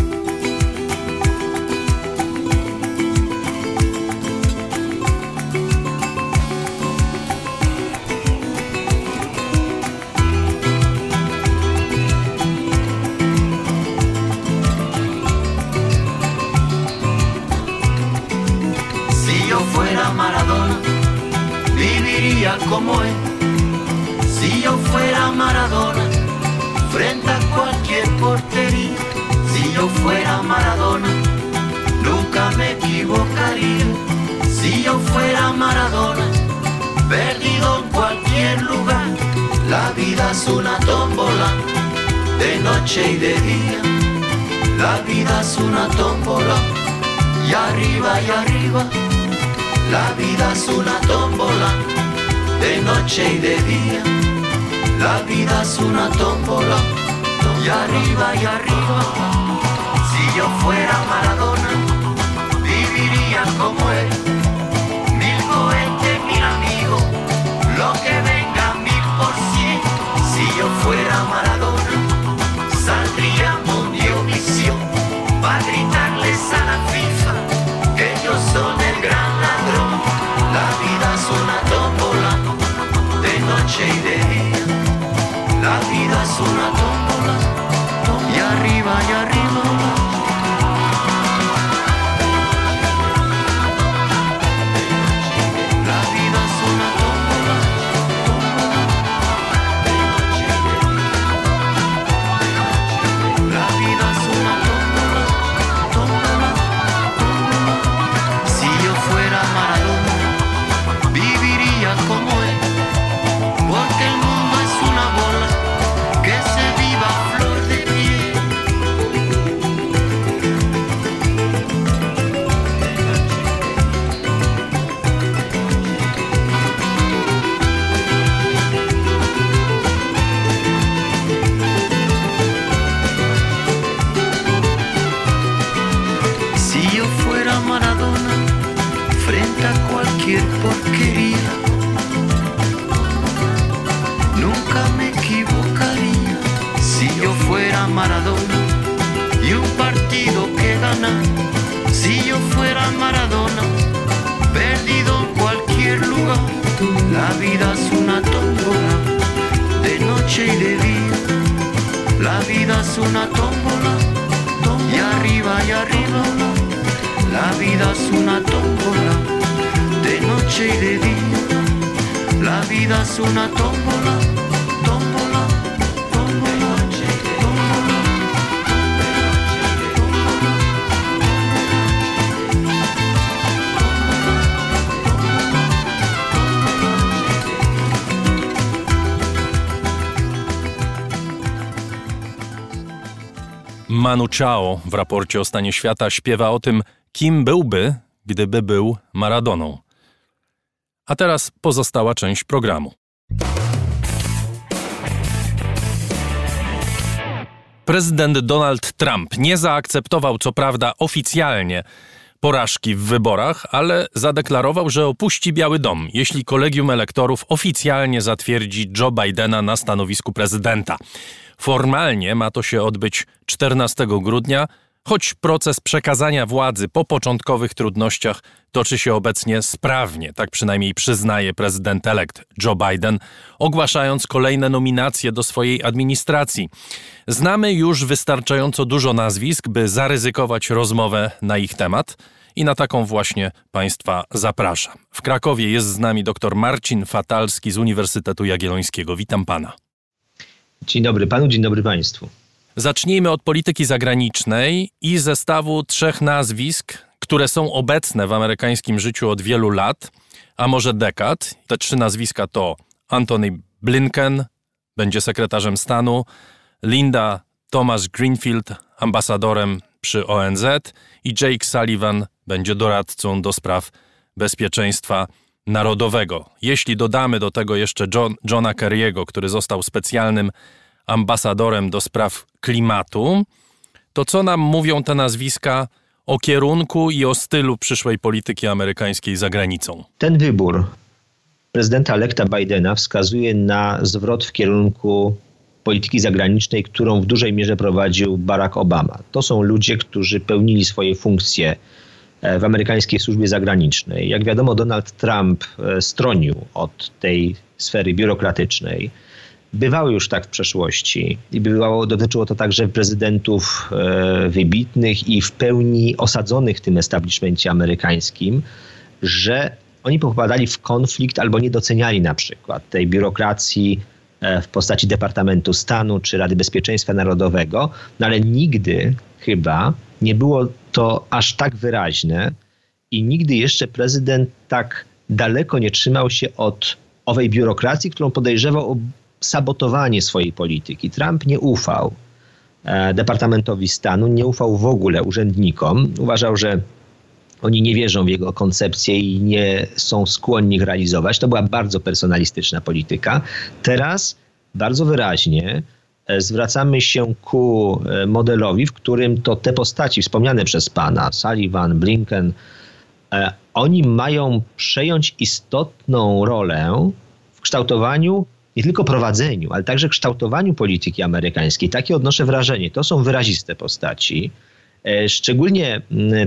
Como él, si yo fuera Maradona, frente a cualquier portería, si yo fuera Maradona, nunca me equivocaría, si yo fuera Maradona, perdido en cualquier lugar, la vida es una tómbola, de noche y de día, la vida es una tómbola, y arriba y arriba, la vida es una tómbola, de noche y de día, la vida es una tómbola, y arriba y arriba. Si yo fuera Maradona, viviría como él, mil cohetes, mil amigos, lo que venga mil por cien. Si yo fuera Maradona, saldría Mundiovisión, para gritarles a la FIFA que ellos son el gran ladrón. La vida es una tómbola, noche y de día, la vida es una tómbola, y arriba y arriba. La vida es una tómbola, la vida es una tómbola, tómbola, tómbola. Si yo fuera Maradona, viviría como él, porque el mundo es una bola que se viva a flor de piel. Si yo fuera Maradona, frente a cualquier porquería, nunca me equivoco. Maradona, perdido en cualquier lugar. La vida es una tómbola, de noche y de día. La vida es una tómbola, y arriba y arriba. La vida es una tómbola, de noche y de día. La vida es una tómbola, tómbola, tómbola, tómbola. Manu Chao w raporcie o stanie świata śpiewa o tym, kim byłby, gdyby był Maradoną. A teraz pozostała część programu. Prezydent Donald Trump nie zaakceptował co prawda oficjalnie porażki w wyborach, ale zadeklarował, że opuści Biały Dom, jeśli kolegium elektorów oficjalnie zatwierdzi Joe Bidena na stanowisku prezydenta. Formalnie ma to się odbyć czternastego grudnia, choć proces przekazania władzy po początkowych trudnościach toczy się obecnie sprawnie, tak przynajmniej przyznaje prezydent-elekt Joe Biden, ogłaszając kolejne nominacje do swojej administracji. Znamy już wystarczająco dużo nazwisk, by zaryzykować rozmowę na ich temat i na taką właśnie Państwa zapraszam. W Krakowie jest z nami dr Marcin Fatalski z Uniwersytetu Jagiellońskiego. Witam Pana. Dzień dobry Panu, dzień dobry Państwu. Zacznijmy od polityki zagranicznej i zestawu trzech nazwisk, które są obecne w amerykańskim życiu od wielu lat, a może dekad. Te trzy nazwiska to Antony Blinken, będzie sekretarzem stanu, Linda Thomas-Greenfield, ambasadorem przy O N Z i Jake Sullivan będzie doradcą do spraw bezpieczeństwa narodowego. Jeśli dodamy do tego jeszcze John, Johna Kerry'ego, który został specjalnym ambasadorem do spraw klimatu, to co nam mówią te nazwiska o kierunku i o stylu przyszłej polityki amerykańskiej za granicą? Ten wybór prezydenta elekta Bidena wskazuje na zwrot w kierunku polityki zagranicznej, którą w dużej mierze prowadził Barack Obama. To są ludzie, którzy pełnili swoje funkcje w amerykańskiej służbie zagranicznej. Jak wiadomo, Donald Trump stronił od tej sfery biurokratycznej. Bywało już tak w przeszłości i bywało, dotyczyło to także prezydentów e, wybitnych i w pełni osadzonych w tym establishmencie amerykańskim, że oni popadali w konflikt albo nie doceniali na przykład tej biurokracji e, w postaci Departamentu Stanu czy Rady Bezpieczeństwa Narodowego, no ale nigdy chyba nie było to aż tak wyraźne i nigdy jeszcze prezydent tak daleko nie trzymał się od owej biurokracji, którą podejrzewał o sabotowanie swojej polityki. Trump nie ufał e, Departamentowi Stanu, nie ufał w ogóle urzędnikom. Uważał, że oni nie wierzą w jego koncepcję i nie są skłonni ich realizować. To była bardzo personalistyczna polityka. Teraz bardzo wyraźnie e, zwracamy się ku e, modelowi, w którym to te postaci wspomniane przez pana, Sullivan, Blinken, e, oni mają przejąć istotną rolę w kształtowaniu nie tylko prowadzeniu, ale także kształtowaniu polityki amerykańskiej. Takie odnoszę wrażenie. To są wyraziste postaci. Szczególnie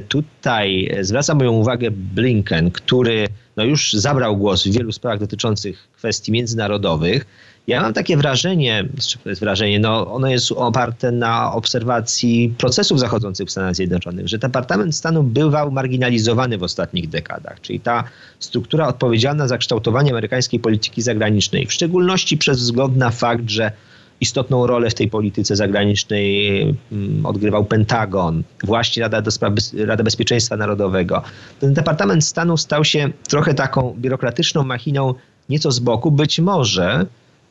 tutaj zwraca moją uwagę Blinken, który no już zabrał głos w wielu sprawach dotyczących kwestii międzynarodowych. Ja mam takie wrażenie, to jest wrażenie, no ono jest oparte na obserwacji procesów zachodzących w Stanach Zjednoczonych, że Departament Stanu bywał marginalizowany w ostatnich dekadach, czyli ta struktura odpowiedzialna za kształtowanie amerykańskiej polityki zagranicznej, w szczególności przez wzgląd na fakt, że istotną rolę w tej polityce zagranicznej odgrywał Pentagon, właśnie Rada, do Spraw Bez- Rada Bezpieczeństwa Narodowego. Ten Departament Stanu stał się trochę taką biurokratyczną machiną nieco z boku. Być może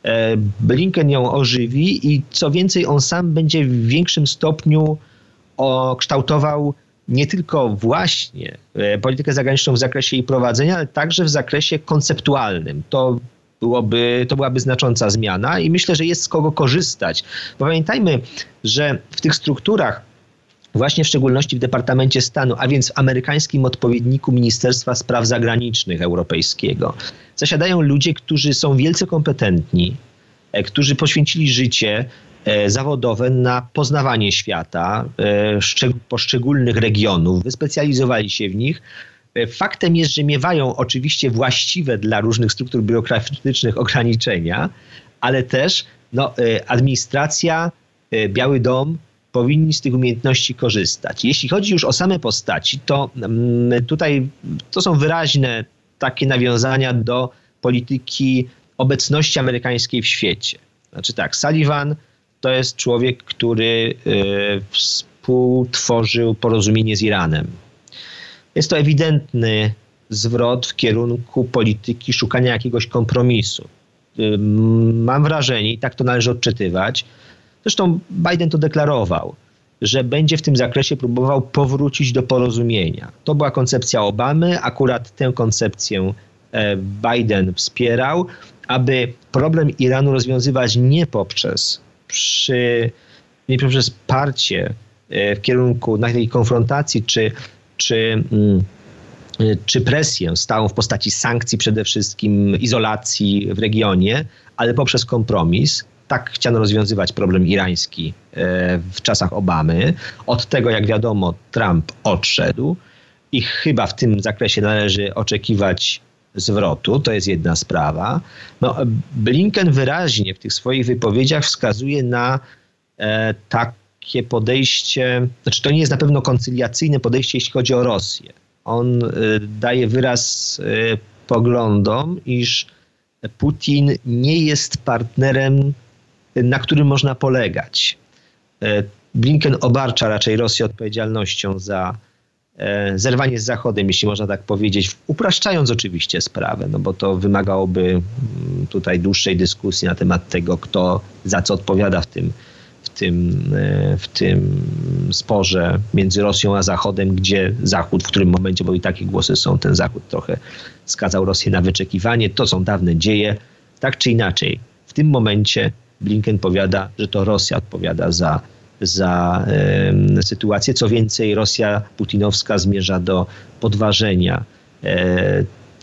Blinken ją ożywi i co więcej, on sam będzie w większym stopniu kształtował nie tylko właśnie politykę zagraniczną w zakresie jej prowadzenia, ale także w zakresie konceptualnym. To byłoby, to byłaby znacząca zmiana i myślę, że jest z kogo korzystać. Bo pamiętajmy, że w tych strukturach, właśnie w szczególności w Departamencie Stanu, a więc w amerykańskim odpowiedniku Ministerstwa Spraw Zagranicznych Europejskiego, zasiadają ludzie, którzy są wielce kompetentni, którzy poświęcili życie zawodowe na poznawanie świata, poszczególnych regionów, wyspecjalizowali się w nich. Faktem jest, że miewają oczywiście właściwe dla różnych struktur biurokratycznych ograniczenia, ale też no, administracja, Biały Dom powinni z tych umiejętności korzystać. Jeśli chodzi już o same postaci, to tutaj to są wyraźne takie nawiązania do polityki obecności amerykańskiej w świecie. Znaczy tak, Sullivan to jest człowiek, który współtworzył porozumienie z Iranem. Jest to ewidentny zwrot w kierunku polityki szukania jakiegoś kompromisu. Mam wrażenie, i tak to należy odczytywać, zresztą Biden to deklarował, że będzie w tym zakresie próbował powrócić do porozumienia. To była koncepcja Obamy, akurat tę koncepcję Biden wspierał, aby problem Iranu rozwiązywać nie poprzez, przy, nie poprzez parcie w kierunku takiej konfrontacji czy, czy, czy presję stałą w postaci sankcji przede wszystkim, izolacji w regionie, ale poprzez kompromis. Tak chciano rozwiązywać problem irański w czasach Obamy. Od tego, jak wiadomo, Trump odszedł i chyba w tym zakresie należy oczekiwać zwrotu. To jest jedna sprawa. No, Blinken wyraźnie w tych swoich wypowiedziach wskazuje na e, takie podejście, znaczy to nie jest na pewno koncyliacyjne podejście, jeśli chodzi o Rosję. On e, daje wyraz e, poglądom, iż Putin nie jest partnerem, na którym można polegać. Blinken obarcza raczej Rosję odpowiedzialnością za zerwanie z Zachodem, jeśli można tak powiedzieć, upraszczając oczywiście sprawę, no bo to wymagałoby tutaj dłuższej dyskusji na temat tego, kto za co odpowiada w tym, w tym, w tym sporze między Rosją a Zachodem, gdzie Zachód, w którym momencie, bo i takie głosy są, ten Zachód trochę skazał Rosję na wyczekiwanie. To są dawne dzieje. Tak czy inaczej, w tym momencie Blinken powiada, że to Rosja odpowiada za, za e, sytuację. Co więcej, Rosja putinowska zmierza do podważenia e,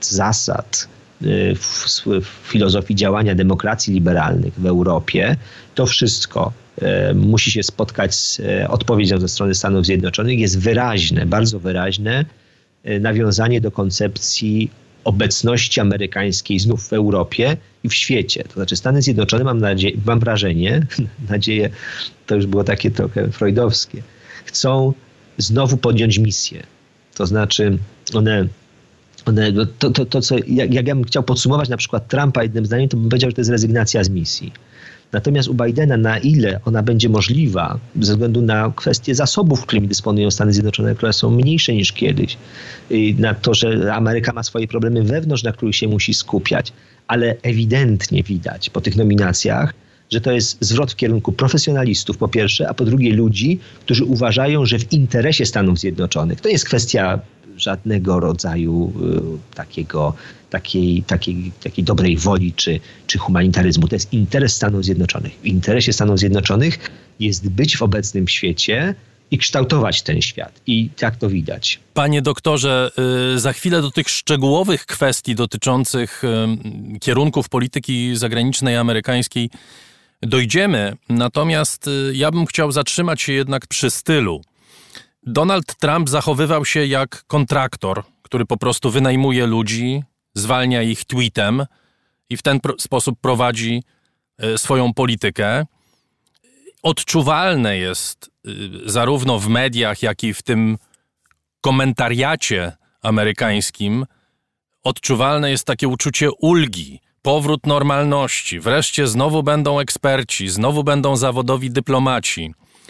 zasad e, w, w filozofii działania demokracji liberalnych w Europie. To wszystko e, musi się spotkać z e, odpowiedzią ze strony Stanów Zjednoczonych. Jest wyraźne, bardzo wyraźne e, nawiązanie do koncepcji obecności amerykańskiej znów w Europie i w świecie. To znaczy Stany Zjednoczone, mam, nadzie- mam wrażenie, nadzieję, to już było takie trochę freudowskie, chcą znowu podjąć misję. To znaczy one, one to, to, to co, jak, jak ja bym chciał podsumować na przykład Trumpa jednym zdaniem, to bym powiedział, że to jest rezygnacja z misji. Natomiast u Bidena, na ile ona będzie możliwa, ze względu na kwestie zasobów, którymi dysponują Stany Zjednoczone, które są mniejsze niż kiedyś, na to, że Ameryka ma swoje problemy wewnątrz, na których się musi skupiać, ale ewidentnie widać po tych nominacjach, że to jest zwrot w kierunku profesjonalistów po pierwsze, a po drugie ludzi, którzy uważają, że w interesie Stanów Zjednoczonych, to jest kwestia żadnego rodzaju y, takiego, takiej, takiej, takiej dobrej woli czy, czy humanitaryzmu. To jest interes Stanów Zjednoczonych. W interesie Stanów Zjednoczonych jest być w obecnym świecie i kształtować ten świat. I tak to widać. Panie doktorze, y, za chwilę do tych szczegółowych kwestii dotyczących y, kierunków polityki zagranicznej amerykańskiej dojdziemy. Natomiast y, ja bym chciał zatrzymać się jednak przy stylu. Donald Trump zachowywał się jak kontraktor, który po prostu wynajmuje ludzi, zwalnia ich tweetem i w ten pro- sposób prowadzi y, swoją politykę. Odczuwalne jest y, zarówno w mediach, jak i w tym komentariacie amerykańskim, odczuwalne jest takie uczucie ulgi, powrót normalności. Wreszcie znowu będą eksperci, znowu będą zawodowi dyplomaci.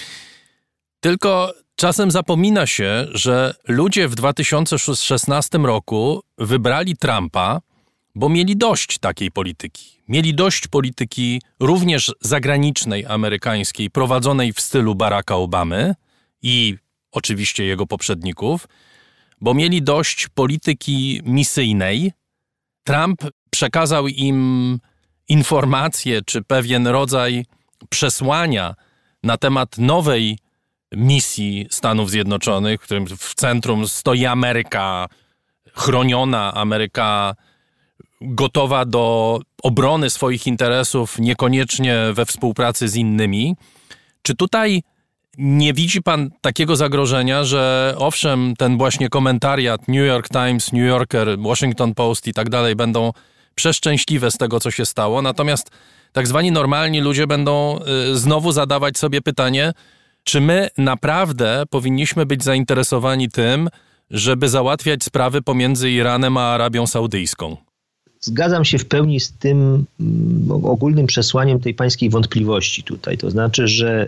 Tylko czasem zapomina się, że ludzie w dwa tysiące szesnastym roku wybrali Trumpa, bo mieli dość takiej polityki. Mieli dość polityki również zagranicznej, amerykańskiej, prowadzonej w stylu Baracka Obamy i oczywiście jego poprzedników, bo mieli dość polityki misyjnej. Trump przekazał im informacje czy pewien rodzaj przesłania na temat nowej misji Stanów Zjednoczonych, w którym w centrum stoi Ameryka chroniona, Ameryka gotowa do obrony swoich interesów, niekoniecznie we współpracy z innymi. Czy tutaj nie widzi pan takiego zagrożenia, że owszem, ten właśnie komentariat New York Times, New Yorker, Washington Post i tak dalej będą przeszczęśliwe z tego, co się stało, natomiast tak zwani normalni ludzie będą y, znowu zadawać sobie pytanie, czy my naprawdę powinniśmy być zainteresowani tym, żeby załatwiać sprawy pomiędzy Iranem a Arabią Saudyjską? Zgadzam się w pełni z tym ogólnym przesłaniem tej pańskiej wątpliwości tutaj. To znaczy, że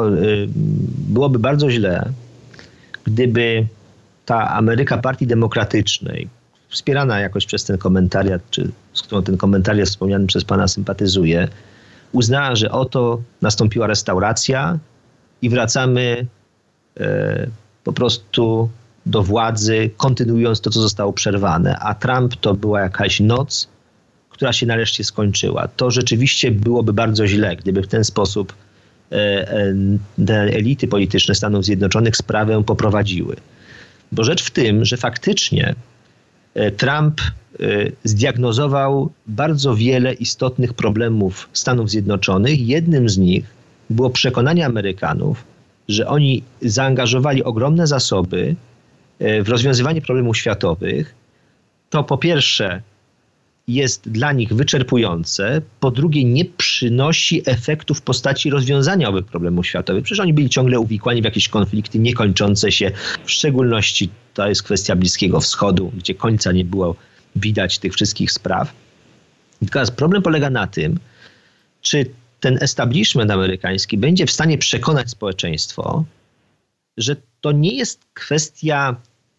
byłoby bardzo źle, gdyby ta Ameryka Partii Demokratycznej, wspierana jakoś przez ten komentariat, czy z którą ten komentariat wspomniany przez pana sympatyzuje, uznała, że oto nastąpiła restauracja i wracamy e, po prostu do władzy, kontynuując to, co zostało przerwane. A Trump to była jakaś noc, która się nareszcie skończyła. To rzeczywiście byłoby bardzo źle, gdyby w ten sposób e, e, te elity polityczne Stanów Zjednoczonych sprawę poprowadziły. Bo rzecz w tym, że faktycznie e, Trump e, zdiagnozował bardzo wiele istotnych problemów Stanów Zjednoczonych. Jednym z nich było przekonanie Amerykanów, że oni zaangażowali ogromne zasoby w rozwiązywanie problemów światowych. To po pierwsze jest dla nich wyczerpujące, po drugie nie przynosi efektu w postaci rozwiązania owych problemów światowych. Przecież oni byli ciągle uwikłani w jakieś konflikty niekończące się, w szczególności to jest kwestia Bliskiego Wschodu, gdzie końca nie było widać tych wszystkich spraw. I teraz problem polega na tym, czy ten establishment amerykański będzie w stanie przekonać społeczeństwo, że to nie jest kwestia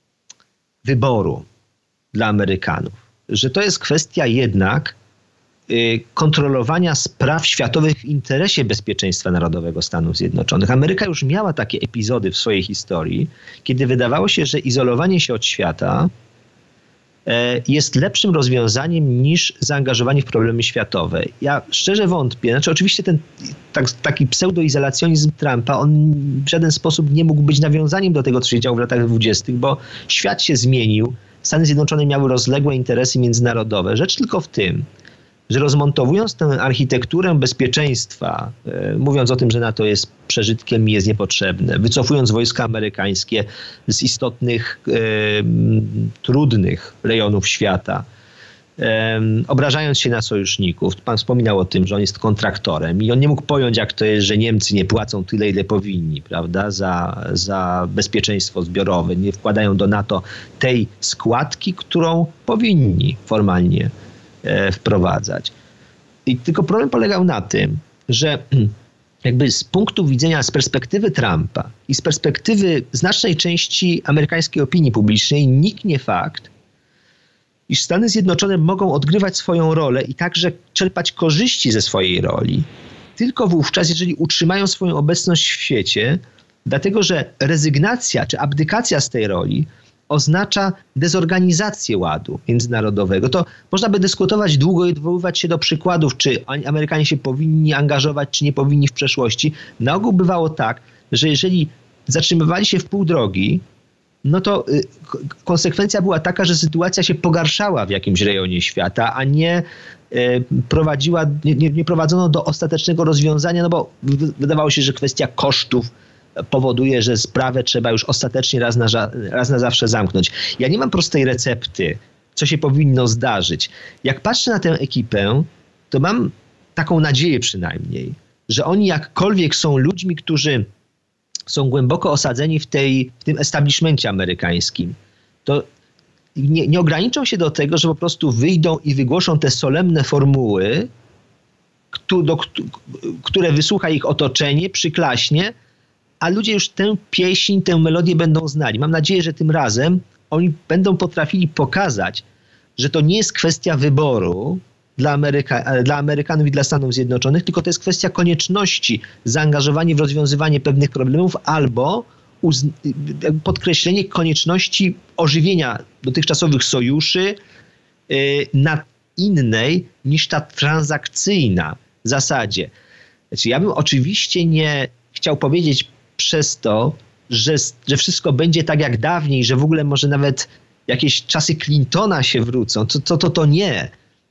wyboru dla Amerykanów, że to jest kwestia jednak y, kontrolowania spraw światowych w interesie bezpieczeństwa narodowego Stanów Zjednoczonych. Ameryka już miała takie epizody w swojej historii, kiedy wydawało się, że izolowanie się od świata jest lepszym rozwiązaniem niż zaangażowanie w problemy światowe. Ja szczerze wątpię, znaczy oczywiście ten tak, taki pseudoizolacjonizm Trumpa, on w żaden sposób nie mógł być nawiązaniem do tego, co się działo w latach dwudziestych, bo świat się zmienił, Stany Zjednoczone miały rozległe interesy międzynarodowe. Rzecz tylko w tym, że rozmontowując tę architekturę bezpieczeństwa, e, mówiąc o tym, że NATO jest przeżytkiem i jest niepotrzebne, wycofując wojska amerykańskie z istotnych, e, trudnych rejonów świata, e, obrażając się na sojuszników. Pan wspominał o tym, że on jest kontraktorem i on nie mógł pojąć, jak to jest, że Niemcy nie płacą tyle, ile powinni, prawda, za, za bezpieczeństwo zbiorowe, nie wkładają do NATO tej składki, którą powinni formalnie wprowadzać. I tylko problem polegał na tym, że jakby z punktu widzenia, z perspektywy Trumpa i z perspektywy znacznej części amerykańskiej opinii publicznej niknie fakt, iż Stany Zjednoczone mogą odgrywać swoją rolę i także czerpać korzyści ze swojej roli tylko wówczas, jeżeli utrzymają swoją obecność w świecie, dlatego że rezygnacja czy abdykacja z tej roli oznacza dezorganizację ładu międzynarodowego. To można by dyskutować długo i odwoływać się do przykładów, czy Amerykanie się powinni angażować, czy nie powinni w przeszłości. Na ogół bywało tak, że jeżeli zatrzymywali się w pół drogi, no to y, konsekwencja była taka, że sytuacja się pogarszała w jakimś rejonie świata, a nie y, prowadziła, nie, nie prowadzono do ostatecznego rozwiązania, no bo wydawało się, że kwestia kosztów powoduje, że sprawę trzeba już ostatecznie raz na, raz na zawsze zamknąć. Ja nie mam prostej recepty, co się powinno zdarzyć. Jak patrzę na tę ekipę, to mam taką nadzieję przynajmniej, że oni jakkolwiek są ludźmi, którzy są głęboko osadzeni w, tej, w tym establishmencie amerykańskim, to nie, nie ograniczą się do tego, że po prostu wyjdą i wygłoszą te solemne formuły, do, które wysłucha ich otoczenie, przyklaśnie, a ludzie już tę pieśń, tę melodię będą znali. Mam nadzieję, że tym razem oni będą potrafili pokazać, że to nie jest kwestia wyboru dla, Ameryka, dla Amerykanów i dla Stanów Zjednoczonych, tylko to jest kwestia konieczności zaangażowania w rozwiązywanie pewnych problemów albo uz- podkreślenie konieczności ożywienia dotychczasowych sojuszy yy, na innej niż ta transakcyjna zasadzie. Znaczy, ja bym oczywiście nie chciał powiedzieć przez to, że, że wszystko będzie tak jak dawniej, że w ogóle może nawet jakieś czasy Clintona się wrócą. To, to, to, to nie.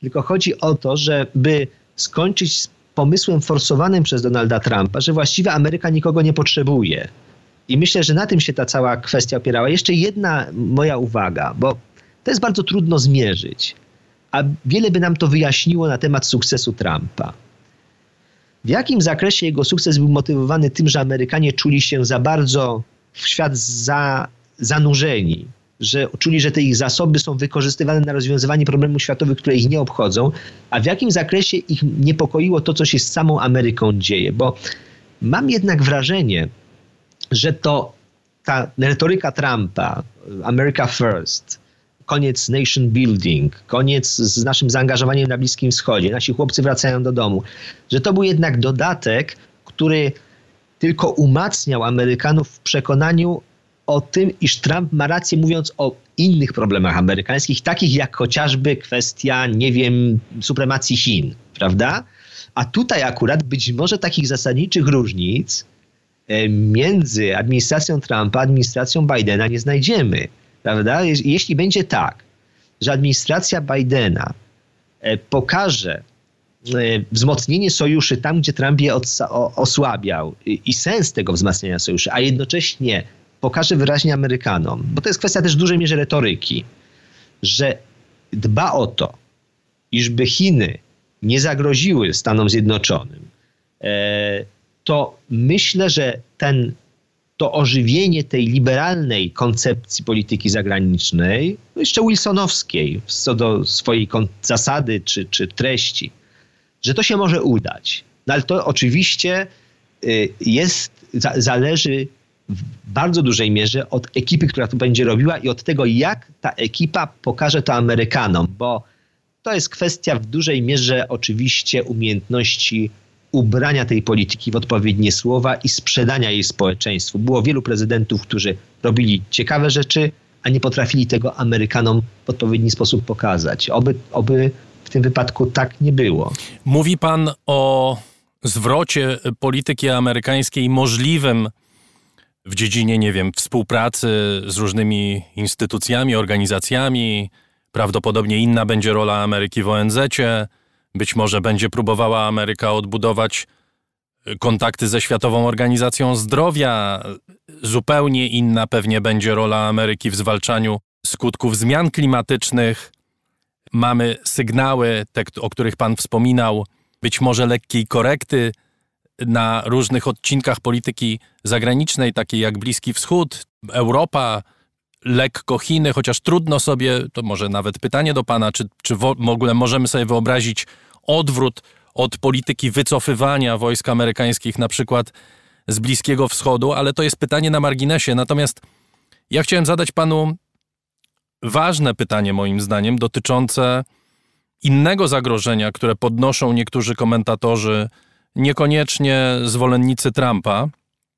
tylko chodzi o to, żeby skończyć z pomysłem forsowanym przez Donalda Trumpa, że właściwie Ameryka nikogo nie potrzebuje. I myślę, że na tym się ta cała kwestia opierała. Jeszcze jedna moja uwaga, bo to jest bardzo trudno zmierzyć, a wiele by nam to wyjaśniło na temat sukcesu Trumpa. W jakim zakresie jego sukces był motywowany tym, że Amerykanie czuli się za bardzo w świat za, zanurzeni, że czuli, że te ich zasoby są wykorzystywane na rozwiązywanie problemów światowych, które ich nie obchodzą, a w jakim zakresie ich niepokoiło to, co się z samą Ameryką dzieje. Bo mam jednak wrażenie, że to ta retoryka Trumpa, America First, koniec nation building, koniec z naszym zaangażowaniem na Bliskim Wschodzie, nasi chłopcy wracają do domu, że to był jednak dodatek, który tylko umacniał Amerykanów w przekonaniu o tym, iż Trump ma rację, mówiąc o innych problemach amerykańskich, takich jak chociażby kwestia, nie wiem, supremacji Chin, prawda? A tutaj akurat być może takich zasadniczych różnic między administracją Trumpa a administracją Bidena nie znajdziemy, prawda? Jeśli będzie tak, że administracja Bidena pokaże wzmocnienie sojuszy tam, gdzie Trump je osłabiał i sens tego wzmacniania sojuszy, a jednocześnie pokaże wyraźnie Amerykanom, bo to jest kwestia też w dużej mierze retoryki, że dba o to, iżby Chiny nie zagroziły Stanom Zjednoczonym, to myślę, że ten, to ożywienie tej liberalnej koncepcji polityki zagranicznej, jeszcze wilsonowskiej co do swojej zasady czy, czy treści, że to się może udać. No ale to oczywiście jest, zależy w bardzo dużej mierze od ekipy, która to będzie robiła i od tego, jak ta ekipa pokaże to Amerykanom, bo to jest kwestia w dużej mierze oczywiście umiejętności ubrania tej polityki w odpowiednie słowa i sprzedania jej społeczeństwu. Było wielu prezydentów, którzy robili ciekawe rzeczy, a nie potrafili tego Amerykanom w odpowiedni sposób pokazać. Oby, oby w tym wypadku tak nie było. Mówi pan o zwrocie polityki amerykańskiej możliwym w dziedzinie, nie wiem, współpracy z różnymi instytucjami, organizacjami. Prawdopodobnie inna będzie rola Ameryki w O N Z-cie. Być może będzie próbowała Ameryka odbudować kontakty ze Światową Organizacją Zdrowia. Zupełnie inna pewnie będzie rola Ameryki w zwalczaniu skutków zmian klimatycznych. Mamy sygnały, te, o których pan wspominał, być może lekkiej korekty na różnych odcinkach polityki zagranicznej, takiej jak Bliski Wschód, Europa, lekko Chiny, chociaż trudno sobie, to może nawet pytanie do pana, czy, czy w ogóle możemy sobie wyobrazić odwrót od polityki wycofywania wojsk amerykańskich na przykład z Bliskiego Wschodu, ale to jest pytanie na marginesie. Natomiast ja chciałem zadać panu ważne pytanie moim zdaniem dotyczące innego zagrożenia, które podnoszą niektórzy komentatorzy, niekoniecznie zwolennicy Trumpa,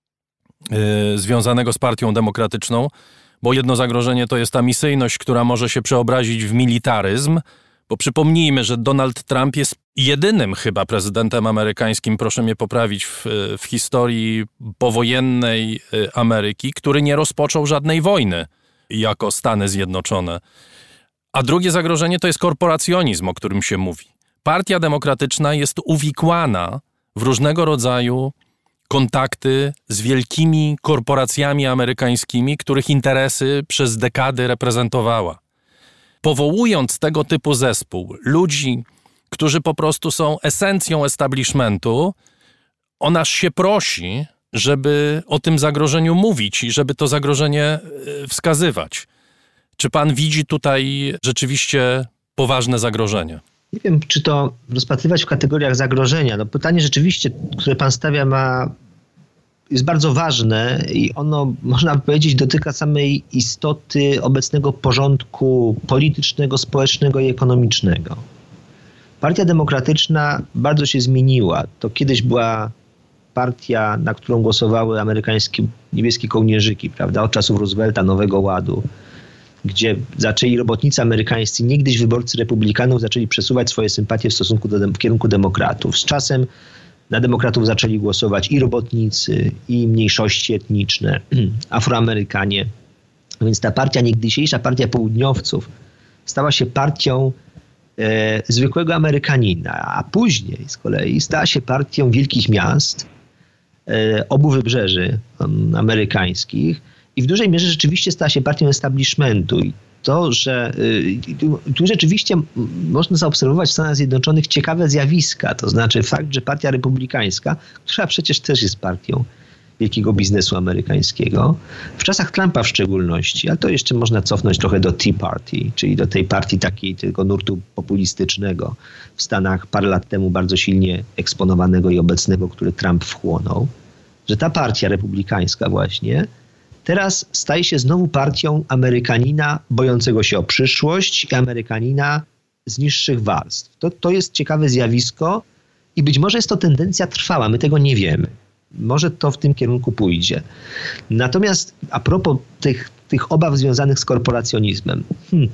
yy, związanego z Partią Demokratyczną, bo jedno zagrożenie to jest ta misyjność, która może się przeobrazić w militaryzm, bo przypomnijmy, że Donald Trump jest jedynym chyba prezydentem amerykańskim, proszę mnie poprawić, w, w historii powojennej Ameryki, który nie rozpoczął żadnej wojny jako Stany Zjednoczone. A drugie zagrożenie to jest korporacjonizm, o którym się mówi. Partia Demokratyczna jest uwikłana w różnego rodzaju kontakty z wielkimi korporacjami amerykańskimi, których interesy przez dekady reprezentowała. Powołując tego typu zespół, ludzi, którzy po prostu są esencją establishmentu, o nas się prosi, żeby o tym zagrożeniu mówić i żeby to zagrożenie wskazywać. Czy pan widzi tutaj rzeczywiście poważne zagrożenie? Nie wiem, czy to rozpatrywać w kategoriach zagrożenia. No pytanie rzeczywiście, które pan stawia, ma, jest bardzo ważne i ono, można powiedzieć, dotyka samej istoty obecnego porządku politycznego, społecznego i ekonomicznego. Partia Demokratyczna bardzo się zmieniła. To kiedyś była partia, na którą głosowały amerykańskie niebieskie kołnierzyki, prawda, od czasów Roosevelta, Nowego Ładu, gdzie zaczęli robotnicy amerykańscy, niegdyś wyborcy republikanów, zaczęli przesuwać swoje sympatie w stosunku do, w kierunku demokratów. Z czasem na demokratów zaczęli głosować i robotnicy, i mniejszości etniczne, Afroamerykanie. Więc ta partia, niegdysiejsza partia południowców, stała się partią e, zwykłego Amerykanina, a później z kolei stała się partią wielkich miast, e, obu wybrzeży um, amerykańskich i w dużej mierze rzeczywiście stała się partią establishmentu. I to, że y, tu, tu rzeczywiście można zaobserwować w Stanach Zjednoczonych ciekawe zjawiska, to znaczy fakt, że partia republikańska, która przecież też jest partią wielkiego biznesu amerykańskiego, w czasach Trumpa w szczególności, ale to jeszcze można cofnąć trochę do Tea Party, czyli do tej partii takiej tylko nurtu populistycznego w Stanach parę lat temu bardzo silnie eksponowanego i obecnego, który Trump wchłonął, że ta partia republikańska właśnie teraz staje się znowu partią Amerykanina bojącego się o przyszłość i Amerykanina z niższych warstw. To, to jest ciekawe zjawisko i być może jest to tendencja trwała, my tego nie wiemy. Może to w tym kierunku pójdzie. Natomiast a propos tych, tych obaw związanych z korporacjonizmem. Hmm,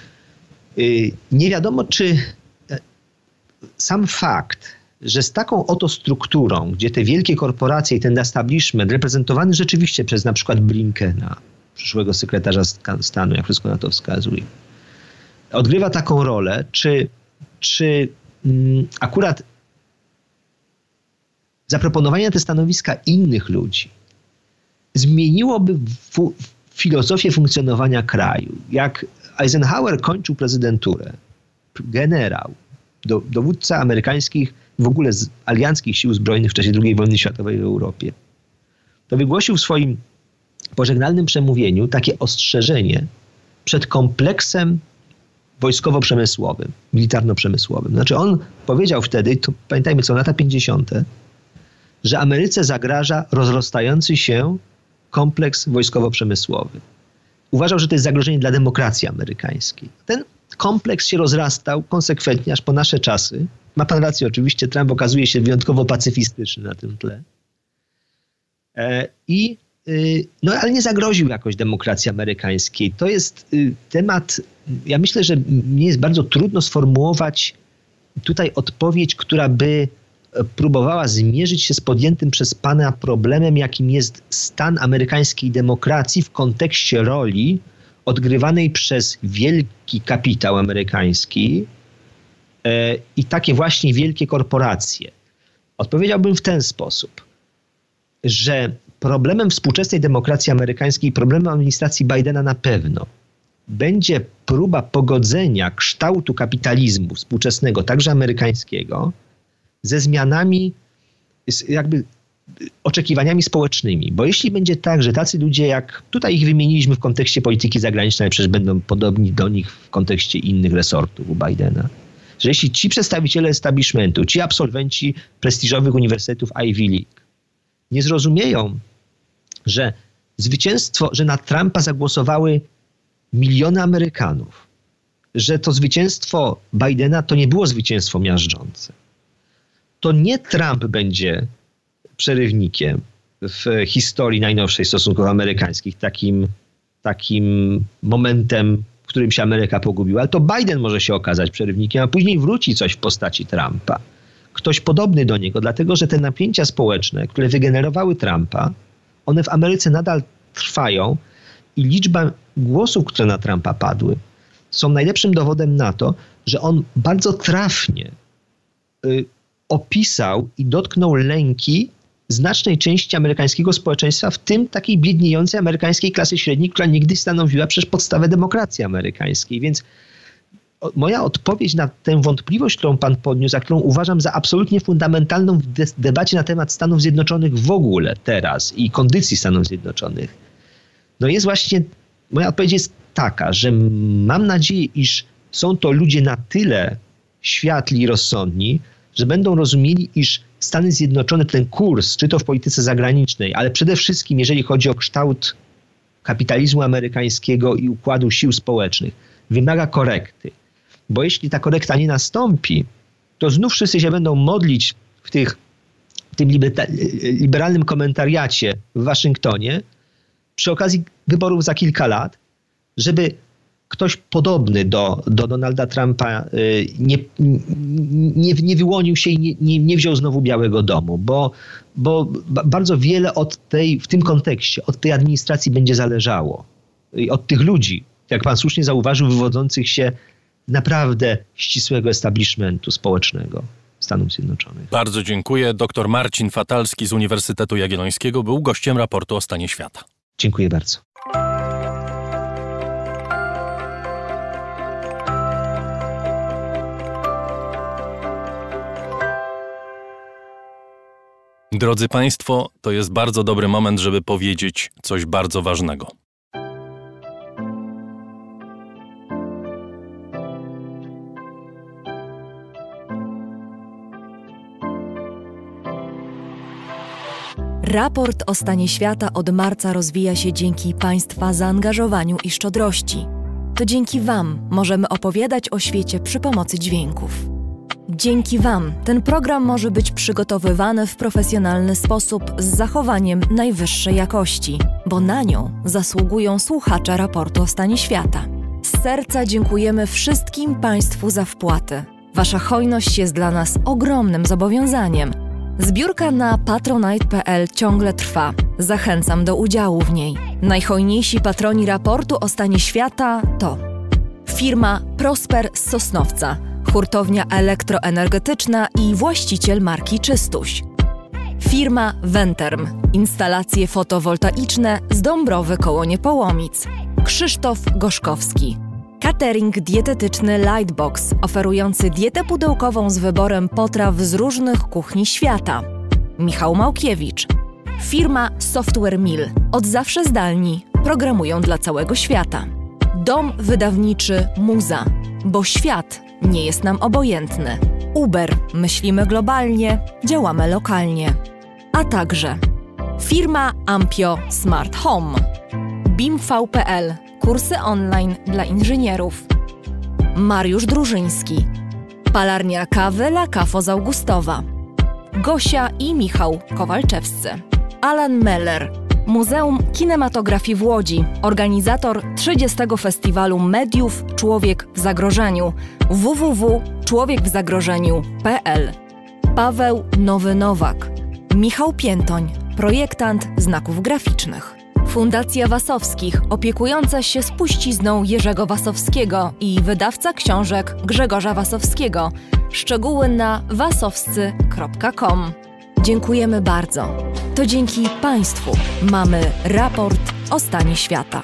yy, nie wiadomo, czy sam fakt, że z taką oto strukturą, gdzie te wielkie korporacje i ten establishment reprezentowany rzeczywiście przez na przykład Blinkena, przyszłego sekretarza stanu, jak wszystko na to wskazuje, odgrywa taką rolę, czy, czy mm, akurat zaproponowanie te stanowiska innych ludzi zmieniłoby w, w filozofię funkcjonowania kraju. Jak Eisenhower kończył prezydenturę, generał, do, dowódca amerykańskich, w ogóle z alianckich sił zbrojnych w czasie drugiej wojny światowej w Europie, to wygłosił w swoim pożegnalnym przemówieniu takie ostrzeżenie przed kompleksem wojskowo-przemysłowym, militarno-przemysłowym. Znaczy on powiedział wtedy, to pamiętajmy co, lata pięćdziesiąte, że Ameryce zagraża rozrastający się kompleks wojskowo-przemysłowy. Uważał, że to jest zagrożenie dla demokracji amerykańskiej. Ten kompleks się rozrastał konsekwentnie aż po nasze czasy. Ma pan rację, oczywiście Trump okazuje się wyjątkowo pacyfistyczny na tym tle. E, I, y, no ale nie zagroził jakoś demokracji amerykańskiej. To jest y, temat, ja myślę, że mnie jest bardzo trudno sformułować tutaj odpowiedź, która by próbowała zmierzyć się z podjętym przez pana problemem, jakim jest stan amerykańskiej demokracji w kontekście roli odgrywanej przez wielki kapitał amerykański e, i takie właśnie wielkie korporacje. Odpowiedziałbym w ten sposób, że problemem współczesnej demokracji amerykańskiej, problemem administracji Bidena na pewno będzie próba pogodzenia kształtu kapitalizmu współczesnego, także amerykańskiego, ze zmianami, jakby oczekiwaniami społecznymi. Bo jeśli będzie tak, że tacy ludzie jak, tutaj ich wymieniliśmy w kontekście polityki zagranicznej, ale przecież będą podobni do nich w kontekście innych resortów u Bidena, że jeśli ci przedstawiciele establishmentu, ci absolwenci prestiżowych uniwersytetów Ivy League nie zrozumieją, że zwycięstwo, że na Trumpa zagłosowały miliony Amerykanów, że to zwycięstwo Bidena to nie było zwycięstwo miażdżące, to nie Trump będzie przerywnikiem w historii najnowszej stosunków amerykańskich, takim, takim momentem, w którym się Ameryka pogubiła, ale to Biden może się okazać przerywnikiem, a później wróci coś w postaci Trumpa. Ktoś podobny do niego, dlatego że te napięcia społeczne, które wygenerowały Trumpa, one w Ameryce nadal trwają i liczba głosów, które na Trumpa padły, są najlepszym dowodem na to, że on bardzo trafnie y, opisał i dotknął lęki znacznej części amerykańskiego społeczeństwa, w tym takiej biedniejącej amerykańskiej klasy średniej, która niegdyś stanowiła przecież podstawę demokracji amerykańskiej. Więc moja odpowiedź na tę wątpliwość, którą pan podniósł, a którą uważam za absolutnie fundamentalną w debacie na temat Stanów Zjednoczonych w ogóle teraz i kondycji Stanów Zjednoczonych, no jest właśnie, moja odpowiedź jest taka, że mam nadzieję, iż są to ludzie na tyle światli i rozsądni, że będą rozumieli, iż Stany Zjednoczone, ten kurs, czy to w polityce zagranicznej, ale przede wszystkim jeżeli chodzi o kształt kapitalizmu amerykańskiego i układu sił społecznych, wymaga korekty. Bo jeśli ta korekta nie nastąpi, to znów wszyscy się będą modlić w, tych, w tym liberalnym komentariacie w Waszyngtonie przy okazji wyborów za kilka lat, żeby ktoś podobny do, do Donalda Trumpa nie, nie, nie wyłonił się i nie, nie, nie wziął znowu Białego Domu, bo, bo bardzo wiele od tej, w tym kontekście, od tej administracji będzie zależało. I od tych ludzi, jak pan słusznie zauważył, wywodzących się naprawdę ścisłego establishmentu społecznego Stanów Zjednoczonych. Bardzo dziękuję. Doktor Marcin Fatalski z Uniwersytetu Jagiellońskiego był gościem raportu o stanie świata. Dziękuję bardzo. Drodzy Państwo, to jest bardzo dobry moment, żeby powiedzieć coś bardzo ważnego. Raport o stanie świata od marca rozwija się dzięki Państwa zaangażowaniu i szczodrości. To dzięki Wam możemy opowiadać o świecie przy pomocy dźwięków. Dzięki Wam ten program może być przygotowywany w profesjonalny sposób z zachowaniem najwyższej jakości, bo na nią zasługują słuchacze raportu o stanie świata. Z serca dziękujemy wszystkim Państwu za wpłaty. Wasza hojność jest dla nas ogromnym zobowiązaniem. Zbiórka na patronite kropka p l ciągle trwa. Zachęcam do udziału w niej. Najhojniejsi patroni raportu o stanie świata to firma Prosper z Sosnowca, hurtownia elektroenergetyczna i właściciel marki Czystuś. Firma Venterm, instalacje fotowoltaiczne z Dąbrowy koło Niepołomic. Krzysztof Gorzkowski. Catering dietetyczny Lightbox, oferujący dietę pudełkową z wyborem potraw z różnych kuchni świata. Michał Małkiewicz. Firma Software Mill. Od zawsze zdalni. Programują dla całego świata. Dom wydawniczy Muza. Bo świat nie jest nam obojętny. Uber. Myślimy globalnie, działamy lokalnie. A także firma Ampio Smart Home. bimv kropka p l. Kursy online dla inżynierów. Mariusz Drużyński. Palarnia kawy La Cafo z Augustowa. Gosia i Michał Kowalczewscy. Alan Meller. Muzeum Kinematografii w Łodzi. Organizator trzydziestego Festiwalu Mediów Człowiek w Zagrożeniu. w w w kropka człowiek w zagrożeniu kropka p l. Paweł Nowy-Nowak. Michał Piętoń. Projektant znaków graficznych. Fundacja Wasowskich, opiekująca się spuścizną Jerzego Wasowskiego i wydawca książek Grzegorza Wasowskiego. Szczegóły na wasowscy kropka com. Dziękujemy bardzo. To dzięki Państwu mamy raport o stanie świata.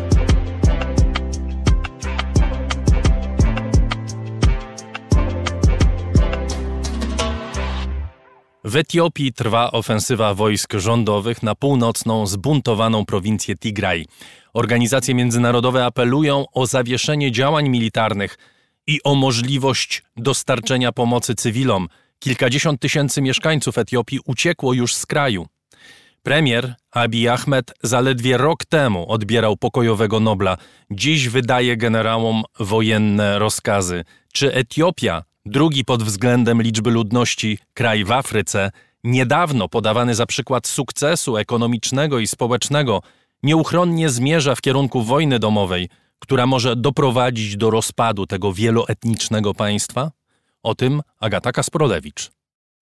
W Etiopii trwa ofensywa wojsk rządowych na północną, zbuntowaną prowincję Tigraj. Organizacje międzynarodowe apelują o zawieszenie działań militarnych i o możliwość dostarczenia pomocy cywilom. Kilkadziesiąt tysięcy mieszkańców Etiopii uciekło już z kraju. Premier Abiy Ahmed zaledwie rok temu odbierał pokojowego Nobla. Dziś wydaje generałom wojenne rozkazy. Czy Etiopia, drugi pod względem liczby ludności kraj w Afryce, niedawno podawany za przykład sukcesu ekonomicznego i społecznego, nieuchronnie zmierza w kierunku wojny domowej, która może doprowadzić do rozpadu tego wieloetnicznego państwa? O tym Agata Kasprolewicz.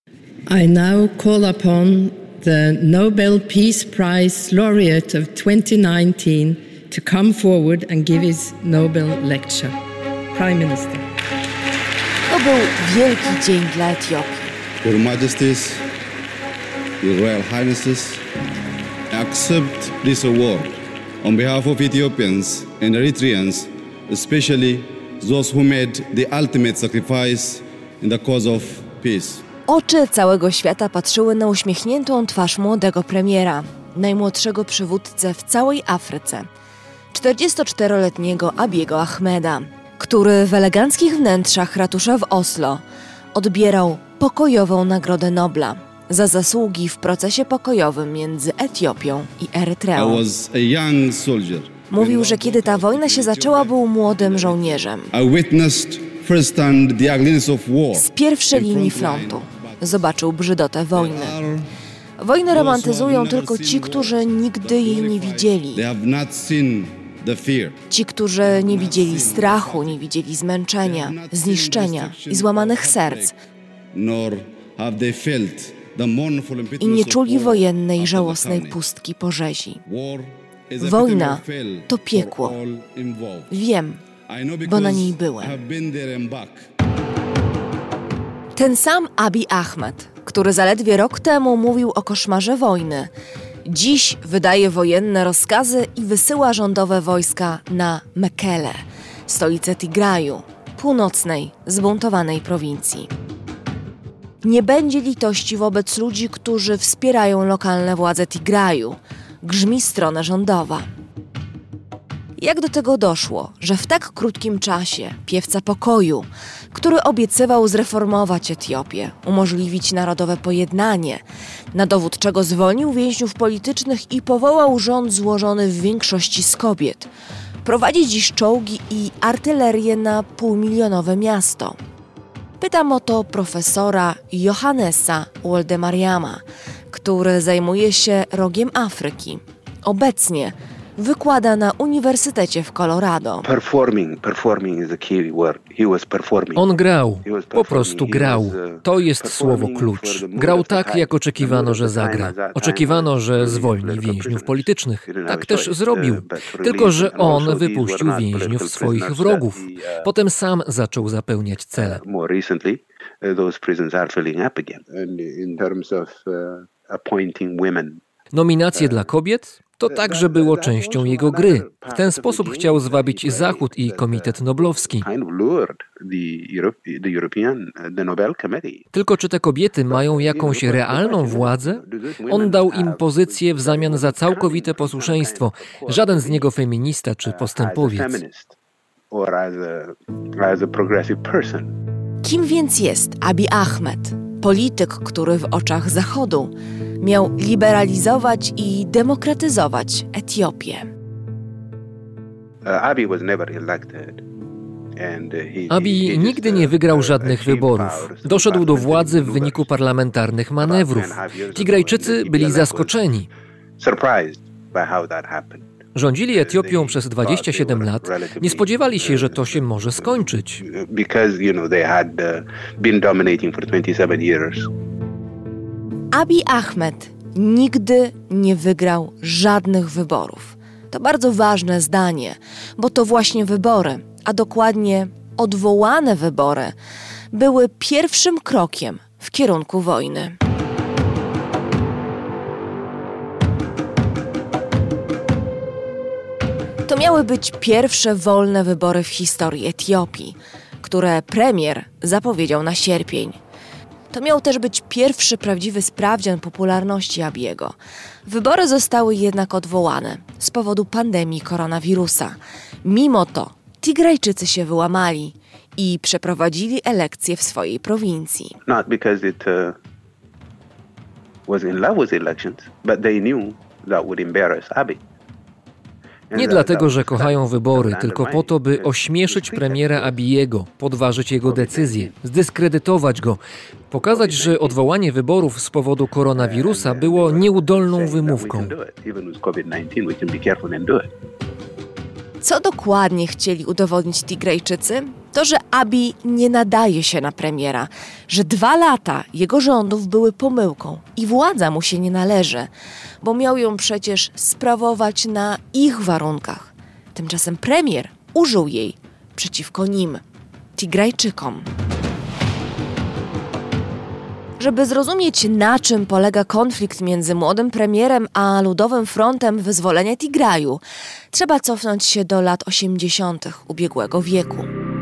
I now call upon the Nobel Peace Prize laureate of twenty nineteen to come forward and give his Nobel lecture. Prime Minister. To był wielki dzień dla Etiopii. Your Majesties, Your Royal Highnesses, I accept this award on behalf of Ethiopians and Eritreans, especially those who made the ultimate sacrifice in the cause of peace. Oczy całego świata patrzyły na uśmiechniętą twarz młodego premiera, najmłodszego przywódcę w całej Afryce, czterdziestoczteroletniego Abiego Ahmeda, który w eleganckich wnętrzach ratusza w Oslo odbierał pokojową Nagrodę Nobla za zasługi w procesie pokojowym między Etiopią i Erytreą. I was a young soldier. Mówił, że kiedy ta wojna się zaczęła, był młodym żołnierzem. I witnessed firsthand the ugliness of war. Z pierwszej linii frontu zobaczył brzydotę wojny. Wojnę romantyzują tylko ci, którzy nigdy jej nie widzieli. They have not seen the fear. Ci, którzy nie widzieli strachu, nie widzieli zmęczenia, zniszczenia i złamanych serc Nor have they felt the mournful i impotence nie of czuli war wojennej, after the żałosnej carnage. pustki po rzezi. War is a Wojna epitome of hell to for piekło. all involved. Wiem, bo na niej byłem. Ten sam Abiy Ahmed, który zaledwie rok temu mówił o koszmarze wojny, dziś wydaje wojenne rozkazy i wysyła rządowe wojska na Mekele, stolicę Tigraju, północnej, zbuntowanej prowincji. Nie będzie litości wobec ludzi, którzy wspierają lokalne władze Tigraju, grzmi strona rządowa. Jak do tego doszło, że w tak krótkim czasie piewca pokoju, który obiecywał zreformować Etiopię, umożliwić narodowe pojednanie, na dowód czego zwolnił więźniów politycznych i powołał rząd złożony w większości z kobiet, prowadzi dziś czołgi i artylerię na półmilionowe miasto? Pytam o to profesora Johannesa Woldemariama, który zajmuje się rogiem Afryki. Obecnie wykłada na Uniwersytecie w Colorado. Performing, performing is the key word. He was performing. On grał, po prostu grał. To jest słowo klucz. Grał tak, jak oczekiwano, że zagra. Oczekiwano, że zwolni więźniów politycznych. Tak też zrobił. Tylko że on wypuścił więźniów swoich wrogów. Potem sam zaczął zapełniać cele. More recently, those prisons are filling up again. In terms of appointing women. Nominacje dla kobiet? To także było częścią jego gry. W ten sposób chciał zwabić Zachód i Komitet Noblowski. Tylko czy te kobiety mają jakąś realną władzę? On dał im pozycję w zamian za całkowite posłuszeństwo. Żaden z niego feminista czy postępowiec. Kim więc jest Abiy Ahmed? Polityk, który w oczach Zachodu miał liberalizować i demokratyzować Etiopię. Abiy nigdy nie wygrał żadnych wyborów. Doszedł do władzy w wyniku parlamentarnych manewrów. Tigrajczycy byli zaskoczeni. Rządzili Etiopią przez dwadzieścia siedem lat. Nie spodziewali się, że to się może skończyć. Abiy Ahmed nigdy nie wygrał żadnych wyborów. To bardzo ważne zdanie, bo to właśnie wybory, a dokładnie odwołane wybory, były pierwszym krokiem w kierunku wojny. To miały być pierwsze wolne wybory w historii Etiopii, które premier zapowiedział na sierpień. To miał też być pierwszy prawdziwy sprawdzian popularności Abiyego. Wybory zostały jednak odwołane z powodu pandemii koronawirusa. Mimo to Tigrajczycy się wyłamali i przeprowadzili elekcje w swojej prowincji. Not because it uh, was in love with elections, but they knew that would embarrass Abiy. Nie dlatego, że kochają wybory, tylko po to, by ośmieszyć premiera Abiyego, podważyć jego decyzje, zdyskredytować go, pokazać, że odwołanie wyborów z powodu koronawirusa było nieudolną wymówką. Co dokładnie chcieli udowodnić Tigrajczycy? To, że Abiy nie nadaje się na premiera, że dwa lata jego rządów były pomyłką i władza mu się nie należy, bo miał ją przecież sprawować na ich warunkach. Tymczasem premier użył jej przeciwko nim, Tigrajczykom. Żeby zrozumieć, na czym polega konflikt między młodym premierem a Ludowym Frontem Wyzwolenia Tigraju, trzeba cofnąć się do lat osiemdziesiątych ubiegłego wieku.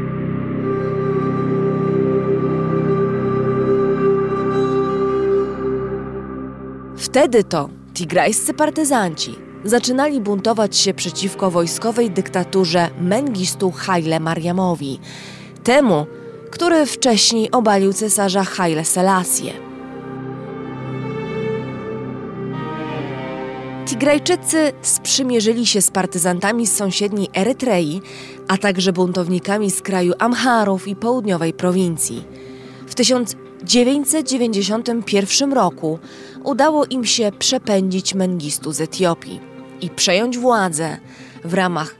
Wtedy to tigrajscy partyzanci zaczynali buntować się przeciwko wojskowej dyktaturze Mengistu Haile Mariamowi, temu, który wcześniej obalił cesarza Haile Selassię. Tigrajczycy sprzymierzyli się z partyzantami z sąsiedniej Erytrei, a także buntownikami z kraju Amharów i południowej prowincji. W tysiąc dziewięćset dziewięćdziesiątym pierwszym roku udało im się przepędzić Mengistu z Etiopii i przejąć władzę w ramach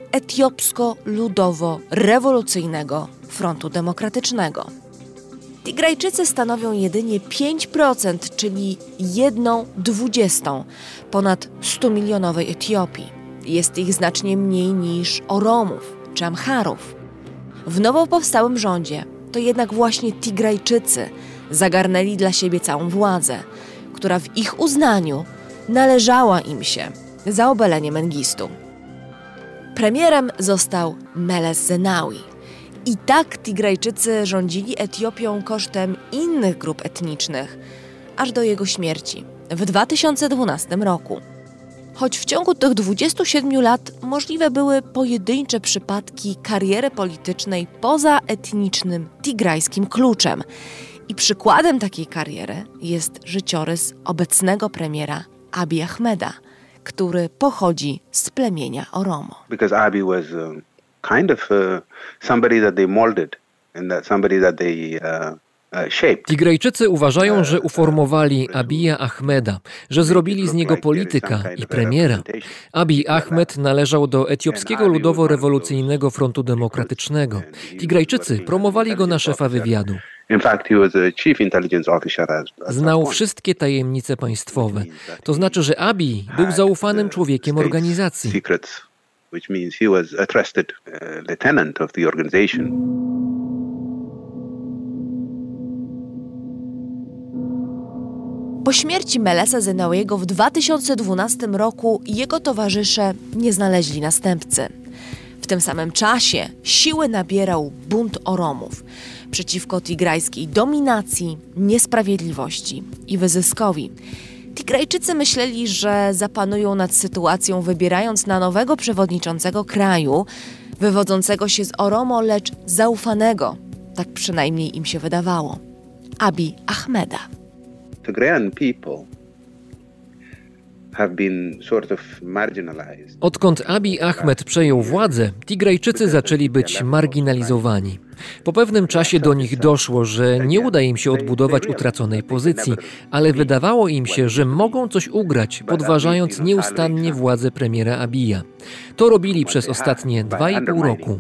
etiopsko-ludowo-rewolucyjnego Frontu Demokratycznego. Tigrajczycy stanowią jedynie pięć procent, czyli jedną dwudziestą ponad stumilionowej Etiopii. Jest ich znacznie mniej niż Oromów czy Amharów. W nowo powstałym rządzie to jednak właśnie Tigrajczycy zagarnęli dla siebie całą władzę, która w ich uznaniu należała im się za obalenie Mengistu. Premierem został Meles Zenawi. I tak Tigrajczycy rządzili Etiopią kosztem innych grup etnicznych, aż do jego śmierci w dwa tysiące dwunastym roku. Choć w ciągu tych dwudziestu siedmiu lat możliwe były pojedyncze przypadki kariery politycznej poza etnicznym tigrajskim kluczem. I przykładem takiej kariery jest życiorys obecnego premiera Abiy Ahmeda, który pochodzi z plemienia Oromo. Because Abiy was um, kind of uh, somebody that they molded and that somebody that they uh, Tigrajczycy uważają, że uformowali Abiya Ahmeda, że zrobili z niego polityka i premiera. Abiy Ahmed należał do Etiopskiego Ludowo-Rewolucyjnego Frontu Demokratycznego. Tigrajczycy promowali go na szefa wywiadu. Znał wszystkie tajemnice państwowe. To znaczy, że Abiy był zaufanym człowiekiem organizacji. Po śmierci Melesa Zenawiego w dwa tysiące dwunastym roku jego towarzysze nie znaleźli następcy. W tym samym czasie siły nabierał bunt Oromów przeciwko tigrajskiej dominacji, niesprawiedliwości i wyzyskowi. Tigrajczycy myśleli, że zapanują nad sytuacją, wybierając na nowego przewodniczącego kraju, wywodzącego się z Oromo, lecz zaufanego, tak przynajmniej im się wydawało, Abiy Ahmeda. Tigrayan people have been sort of marginalized. Odkąd Abiy Ahmed przejął władzę, Tigrajczycy zaczęli być marginalizowani. Po pewnym czasie do nich doszło, że nie uda im się odbudować utraconej pozycji, ale wydawało im się, że mogą coś ugrać, podważając nieustannie władzę premiera Abiya. To robili przez ostatnie dwa i pół roku.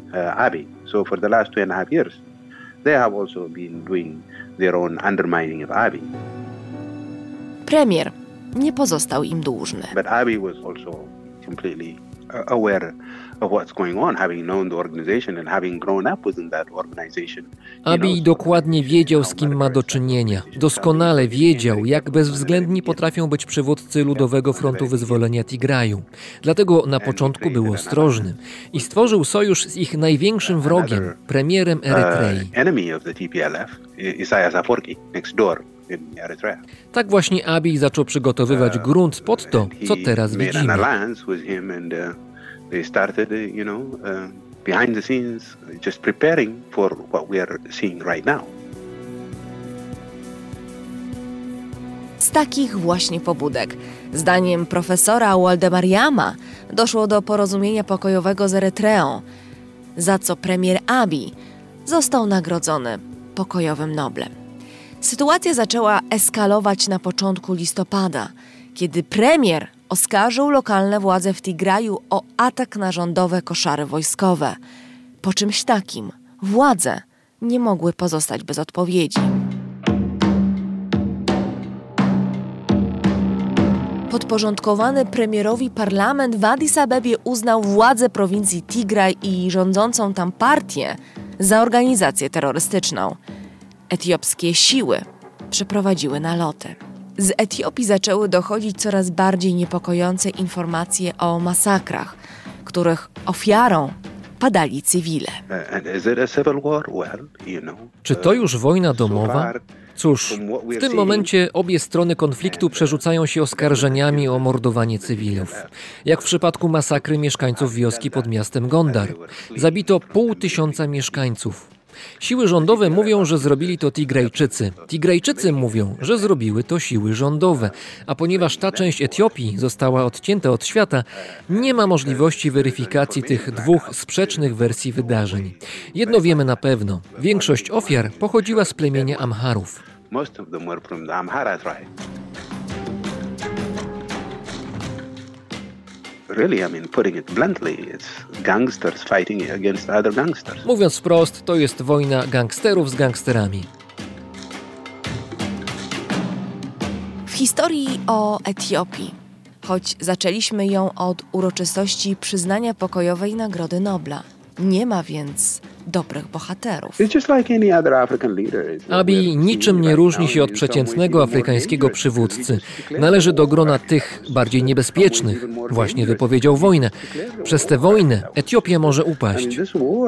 Premier nie pozostał im dłużny. But Abiy was also completely aware of what's going on, having known the organization and having grown up within that organization. Abiy dokładnie wiedział, z kim ma do czynienia. Doskonale wiedział, jak bezwzględni potrafią być przywódcy Ludowego Frontu Wyzwolenia Tigraju. Dlatego na początku był ostrożny i stworzył sojusz z ich największym wrogiem, premierem Erytrei. Enemy of the T P L F, Isaias Afwerki, next door. Tak właśnie Abiy zaczął przygotowywać grunt pod to, co teraz widzimy. Z takich właśnie pobudek, zdaniem profesora Waldemariama, doszło do porozumienia pokojowego z Erytreą, za co premier Abiy został nagrodzony pokojowym Noblem. Sytuacja zaczęła eskalować na początku listopada, kiedy premier oskarżył lokalne władze w Tigraju o atak na rządowe koszary wojskowe. Po czymś takim władze nie mogły pozostać bez odpowiedzi. Podporządkowany premierowi parlament w Addis Abebie uznał władzę prowincji Tigraj i rządzącą tam partię za organizację terrorystyczną. Etiopskie siły przeprowadziły naloty. Z Etiopii zaczęły dochodzić coraz bardziej niepokojące informacje o masakrach, których ofiarą padali cywile. Czy to już wojna domowa? Cóż, w tym momencie obie strony konfliktu przerzucają się oskarżeniami o mordowanie cywilów. Jak w przypadku masakry mieszkańców wioski pod miastem Gondar. Zabito pół tysiąca mieszkańców. Siły rządowe mówią, że zrobili to Tigrajczycy. Tigrajczycy mówią, że zrobiły to siły rządowe. A ponieważ ta część Etiopii została odcięta od świata, nie ma możliwości weryfikacji tych dwóch sprzecznych wersji wydarzeń. Jedno wiemy na pewno. Większość ofiar pochodziła z plemienia Amharów. Really, I mean, putting it bluntly, it's gangsters fighting against other gangsters. Mówiąc wprost, to jest wojna gangsterów z gangsterami. W historii o Etiopii, choć zaczęliśmy ją od uroczystości przyznania pokojowej Nagrody Nobla, nie ma więc dobrych bohaterów. Abiy niczym nie różni się od przeciętnego afrykańskiego przywódcy. Należy do grona tych bardziej niebezpiecznych. Właśnie wypowiedział wojnę. Przez tę wojnę Etiopia może upaść.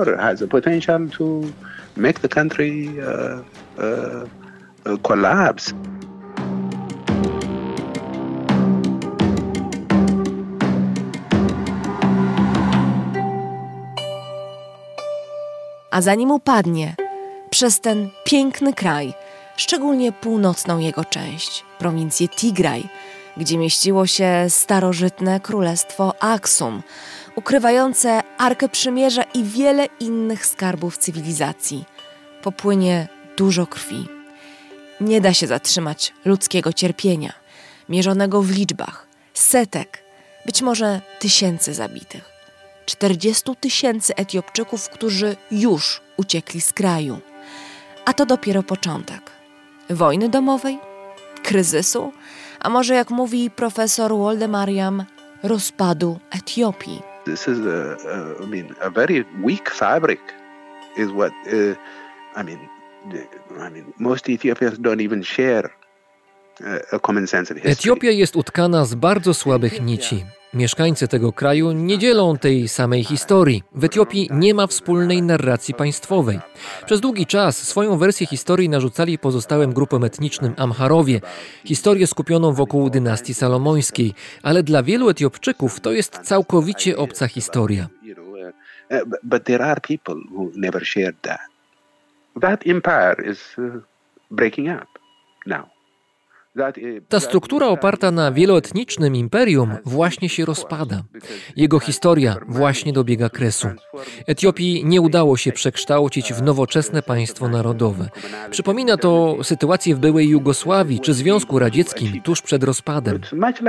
A zanim upadnie, przez ten piękny kraj, szczególnie północną jego część, prowincję Tigraj, gdzie mieściło się starożytne królestwo Aksum, ukrywające Arkę Przymierza i wiele innych skarbów cywilizacji, popłynie dużo krwi. Nie da się zatrzymać ludzkiego cierpienia, mierzonego w liczbach, setek, być może tysięcy zabitych. czterdziestu tysięcy Etiopczyków, którzy już uciekli z kraju. A to dopiero początek. Wojny domowej? Kryzysu? A może, jak mówi profesor Woldemariam, rozpadu Etiopii. This is a, a, I mean, a very weak fabric is what, uh, I mean, I mean, most Ethiopians don't even share a common sense of history. Etiopia jest utkana z bardzo słabych nici. Mieszkańcy tego kraju nie dzielą tej samej historii. W Etiopii nie ma wspólnej narracji państwowej. Przez długi czas swoją wersję historii narzucali pozostałym grupom etnicznym Amharowie, historię skupioną wokół dynastii salomońskiej, ale dla wielu Etiopczyków to jest całkowicie obca historia. But there are people who never shared that. That empire is breaking up now. Ta struktura oparta na wieloetnicznym imperium właśnie się rozpada. Jego historia właśnie dobiega kresu. Etiopii nie udało się przekształcić w nowoczesne państwo narodowe. Przypomina to sytuację w byłej Jugosławii czy Związku Radzieckim tuż przed rozpadem.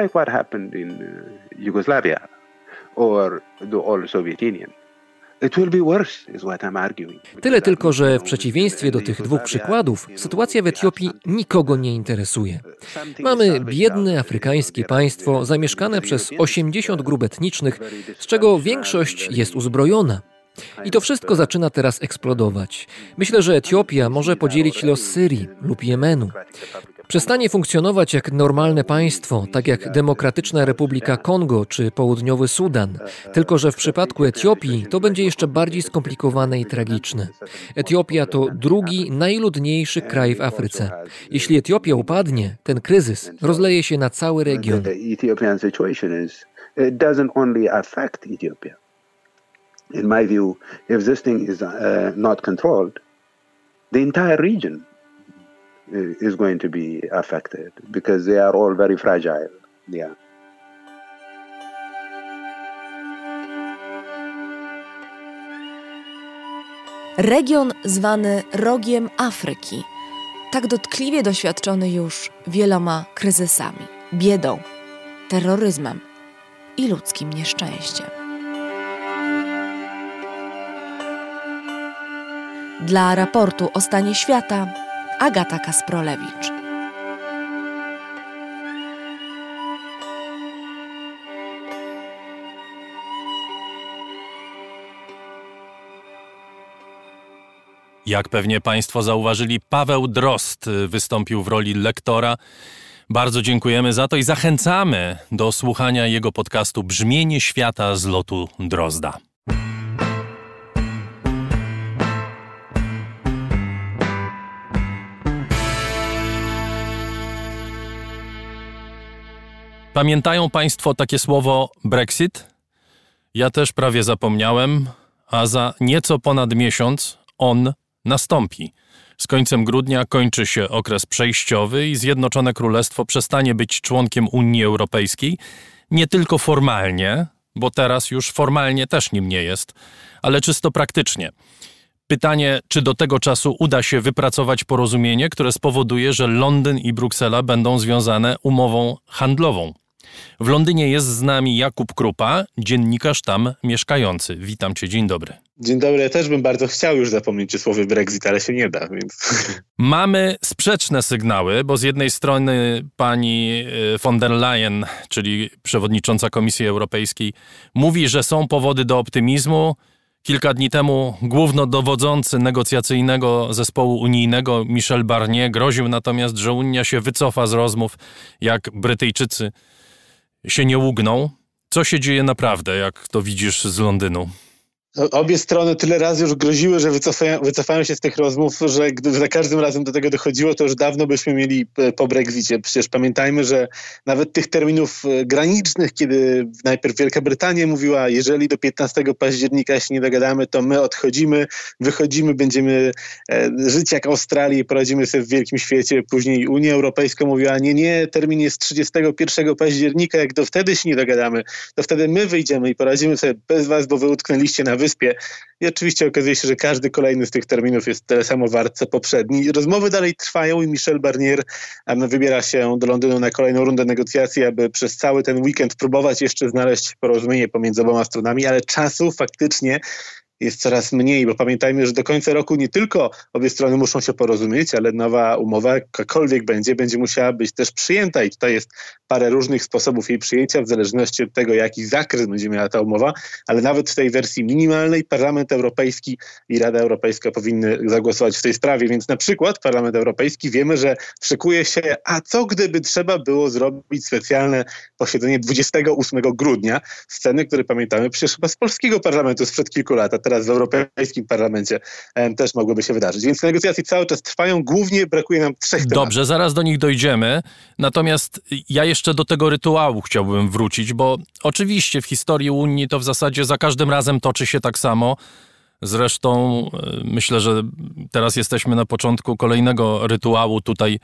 Tyle tylko, że w przeciwieństwie do tych dwóch przykładów, sytuacja w Etiopii nikogo nie interesuje. Mamy biedne afrykańskie państwo zamieszkane przez osiemdziesiąt grup etnicznych, z czego większość jest uzbrojona. I to wszystko zaczyna teraz eksplodować. Myślę, że Etiopia może podzielić los Syrii lub Jemenu. Przestanie funkcjonować jak normalne państwo, tak jak Demokratyczna Republika Kongo czy Południowy Sudan. Tylko że w przypadku Etiopii to będzie jeszcze bardziej skomplikowane i tragiczne. Etiopia to drugi najludniejszy kraj w Afryce. Jeśli Etiopia upadnie, ten kryzys rozleje się na cały region. In my view, if this thing is uh, not controlled, the entire region is going to be affected because they are all very fragile. Yeah. Region zwany Rogiem Afryki, tak dotkliwie doświadczony już wieloma kryzysami, biedą, terroryzmem i ludzkim nieszczęściem. Dla raportu o stanie świata Agata Kasprolewicz. Jak pewnie Państwo zauważyli, Paweł Drozd wystąpił w roli lektora. Bardzo dziękujemy za to i zachęcamy do słuchania jego podcastu Brzmienie świata z lotu Drozda. Pamiętają Państwo takie słowo Brexit? Ja też prawie zapomniałem, a za nieco ponad miesiąc on nastąpi. Z końcem grudnia kończy się okres przejściowy i Zjednoczone Królestwo przestanie być członkiem Unii Europejskiej, nie tylko formalnie, bo teraz już formalnie też nim nie jest, ale czysto praktycznie. Pytanie, czy do tego czasu uda się wypracować porozumienie, które spowoduje, że Londyn i Bruksela będą związane umową handlową. W Londynie jest z nami Jakub Krupa, dziennikarz tam mieszkający. Witam Cię, dzień dobry. Dzień dobry, ja też bym bardzo chciał już zapomnieć o słowie Brexit, ale się nie da, więc... Mamy sprzeczne sygnały, bo z jednej strony pani von der Leyen, czyli przewodnicząca Komisji Europejskiej, mówi, że są powody do optymizmu. Kilka dni temu głównodowodzący negocjacyjnego zespołu unijnego Michel Barnier groził natomiast, że Unia się wycofa z rozmów, jak Brytyjczycy się nie ugną. Co się dzieje naprawdę, jak to widzisz z Londynu? Obie strony tyle razy już groziły, że wycofają, wycofają się z tych rozmów, że gdyby za każdym razem do tego dochodziło, to już dawno byśmy mieli po Brexicie. Przecież pamiętajmy, że nawet tych terminów granicznych, kiedy najpierw Wielka Brytania mówiła, jeżeli do piętnastego października się nie dogadamy, to my odchodzimy, wychodzimy, będziemy żyć jak Australii, poradzimy sobie w wielkim świecie. Później Unia Europejska mówiła, nie, nie, termin jest trzydziestego pierwszego października, jak do wtedy się nie dogadamy, to wtedy my wyjdziemy i poradzimy sobie bez was, bo wy utknęliście na wyspie. I oczywiście okazuje się, że każdy kolejny z tych terminów jest tyle samo wart co poprzedni. Rozmowy dalej trwają i Michel Barnier wybiera się do Londynu na kolejną rundę negocjacji, aby przez cały ten weekend próbować jeszcze znaleźć porozumienie pomiędzy oboma stronami, ale czasu faktycznie jest coraz mniej, bo pamiętajmy, że do końca roku nie tylko obie strony muszą się porozumieć, ale nowa umowa, jakakolwiek będzie, będzie musiała być też przyjęta i tutaj jest parę różnych sposobów jej przyjęcia w zależności od tego, jaki zakres będzie miała ta umowa, ale nawet w tej wersji minimalnej Parlament Europejski i Rada Europejska powinny zagłosować w tej sprawie, więc na przykład Parlament Europejski wiemy, że szykuje się, a co gdyby trzeba było zrobić specjalne posiedzenie dwudziestego ósmego grudnia, sceny, które pamiętamy przecież chyba z polskiego parlamentu sprzed kilku lat, a teraz w Europejskim Parlamencie em, też mogłyby się wydarzyć. Więc negocjacje cały czas trwają, głównie brakuje nam trzech tematów. Dobrze, zaraz do nich dojdziemy, natomiast ja jeszcze do tego rytuału chciałbym wrócić, bo oczywiście w historii Unii to w zasadzie za każdym razem toczy się tak samo. Zresztą myślę, że teraz jesteśmy na początku kolejnego rytuału tutaj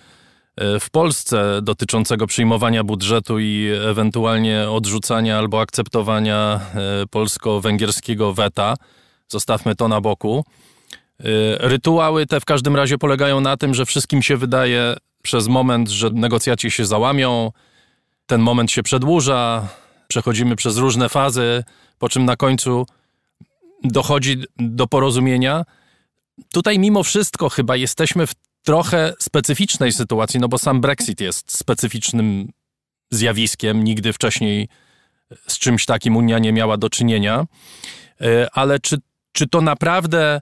w Polsce dotyczącego przyjmowania budżetu i ewentualnie odrzucania albo akceptowania polsko-węgierskiego weta. Zostawmy to na boku. Rytuały te w każdym razie polegają na tym, że wszystkim się wydaje przez moment, że negocjacje się załamią, ten moment się przedłuża, przechodzimy przez różne fazy, po czym na końcu dochodzi do porozumienia. Tutaj mimo wszystko chyba jesteśmy w trochę specyficznej sytuacji, no bo sam Brexit jest specyficznym zjawiskiem. Nigdy wcześniej z czymś takim Unia nie miała do czynienia. Ale czy, czy to naprawdę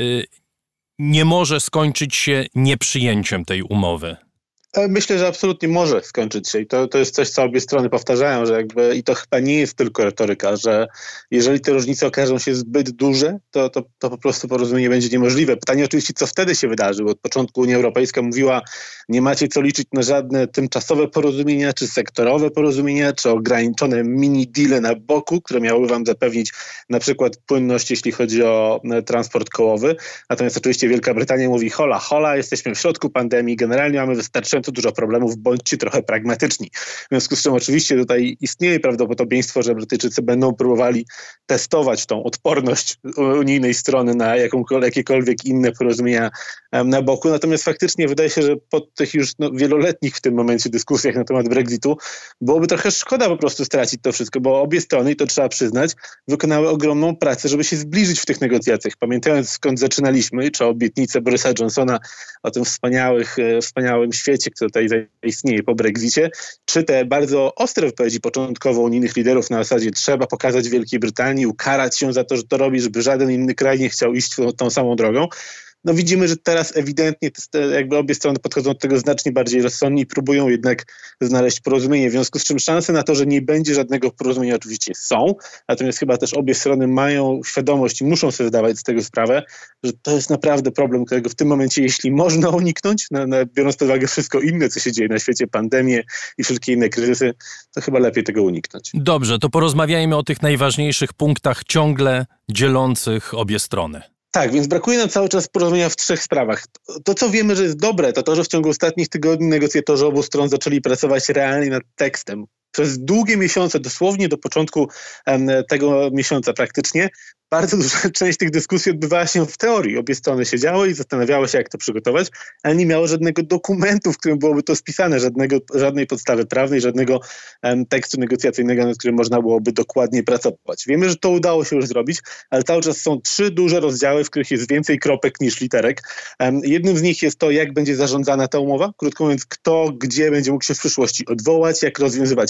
nie może skończyć się nieprzyjęciem tej umowy? Myślę, że absolutnie może skończyć się i to, to jest coś, co obie strony powtarzają, że jakby i to chyba nie jest tylko retoryka, że jeżeli te różnice okażą się zbyt duże, to, to, to po prostu porozumienie będzie niemożliwe. Pytanie oczywiście, co wtedy się wydarzy, bo od początku Unia Europejska mówiła, nie macie co liczyć na żadne tymczasowe porozumienia, czy sektorowe porozumienia, czy ograniczone mini-deale na boku, które miały wam zapewnić na przykład płynność, jeśli chodzi o transport kołowy. Natomiast oczywiście Wielka Brytania mówi, hola, hola, jesteśmy w środku pandemii, generalnie mamy wystarczająco dużo problemów, bądźcie trochę pragmatyczni. W związku z czym oczywiście tutaj istnieje prawdopodobieństwo, że Brytyjczycy będą próbowali testować tą odporność unijnej strony na jakiekolwiek inne porozumienia na boku. Natomiast faktycznie wydaje się, że po tych już no, wieloletnich w tym momencie dyskusjach na temat Brexitu byłoby trochę szkoda po prostu stracić to wszystko, bo obie strony, i to trzeba przyznać, wykonały ogromną pracę, żeby się zbliżyć w tych negocjacjach. Pamiętając, skąd zaczynaliśmy, czy obietnice Borysa Johnsona o tym wspaniałych, wspaniałym świecie, który tutaj istnieje po Brexicie, czy te bardzo ostre wypowiedzi początkowo unijnych liderów na zasadzie trzeba pokazać Wielkiej Brytanii, ukarać ją za to, że to robi, żeby żaden inny kraj nie chciał iść tą, tą samą drogą. No widzimy, że teraz ewidentnie te, jakby obie strony podchodzą do tego znacznie bardziej rozsądnie i próbują jednak znaleźć porozumienie, w związku z czym szanse na to, że nie będzie żadnego porozumienia oczywiście są, natomiast chyba też obie strony mają świadomość i muszą sobie zdawać z tego sprawę, że to jest naprawdę problem, którego w tym momencie, jeśli można uniknąć, na, na, biorąc pod uwagę wszystko inne, co się dzieje na świecie, pandemię i wszelkie inne kryzysy, to chyba lepiej tego uniknąć. Dobrze, to porozmawiajmy o tych najważniejszych punktach ciągle dzielących obie strony. Tak, więc brakuje nam cały czas porozumienia w trzech sprawach. To, co wiemy, że jest dobre, to to, że w ciągu ostatnich tygodni negocjatorzy obu stron zaczęli pracować realnie nad tekstem. Przez długie miesiące, dosłownie do początku um, tego miesiąca praktycznie, bardzo duża część tych dyskusji odbywała się w teorii. Obie strony siedziały i zastanawiały się, jak to przygotować, ale nie miało żadnego dokumentu, w którym byłoby to spisane, żadnego, żadnej podstawy prawnej, żadnego um, tekstu negocjacyjnego, nad którym można byłoby dokładnie pracować. Wiemy, że to udało się już zrobić, ale cały czas są trzy duże rozdziały, w których jest więcej kropek niż literek. Um, jednym z nich jest to, jak będzie zarządzana ta umowa. Krótko mówiąc, kto, gdzie będzie mógł się w przyszłości odwołać, jak rozwiązywać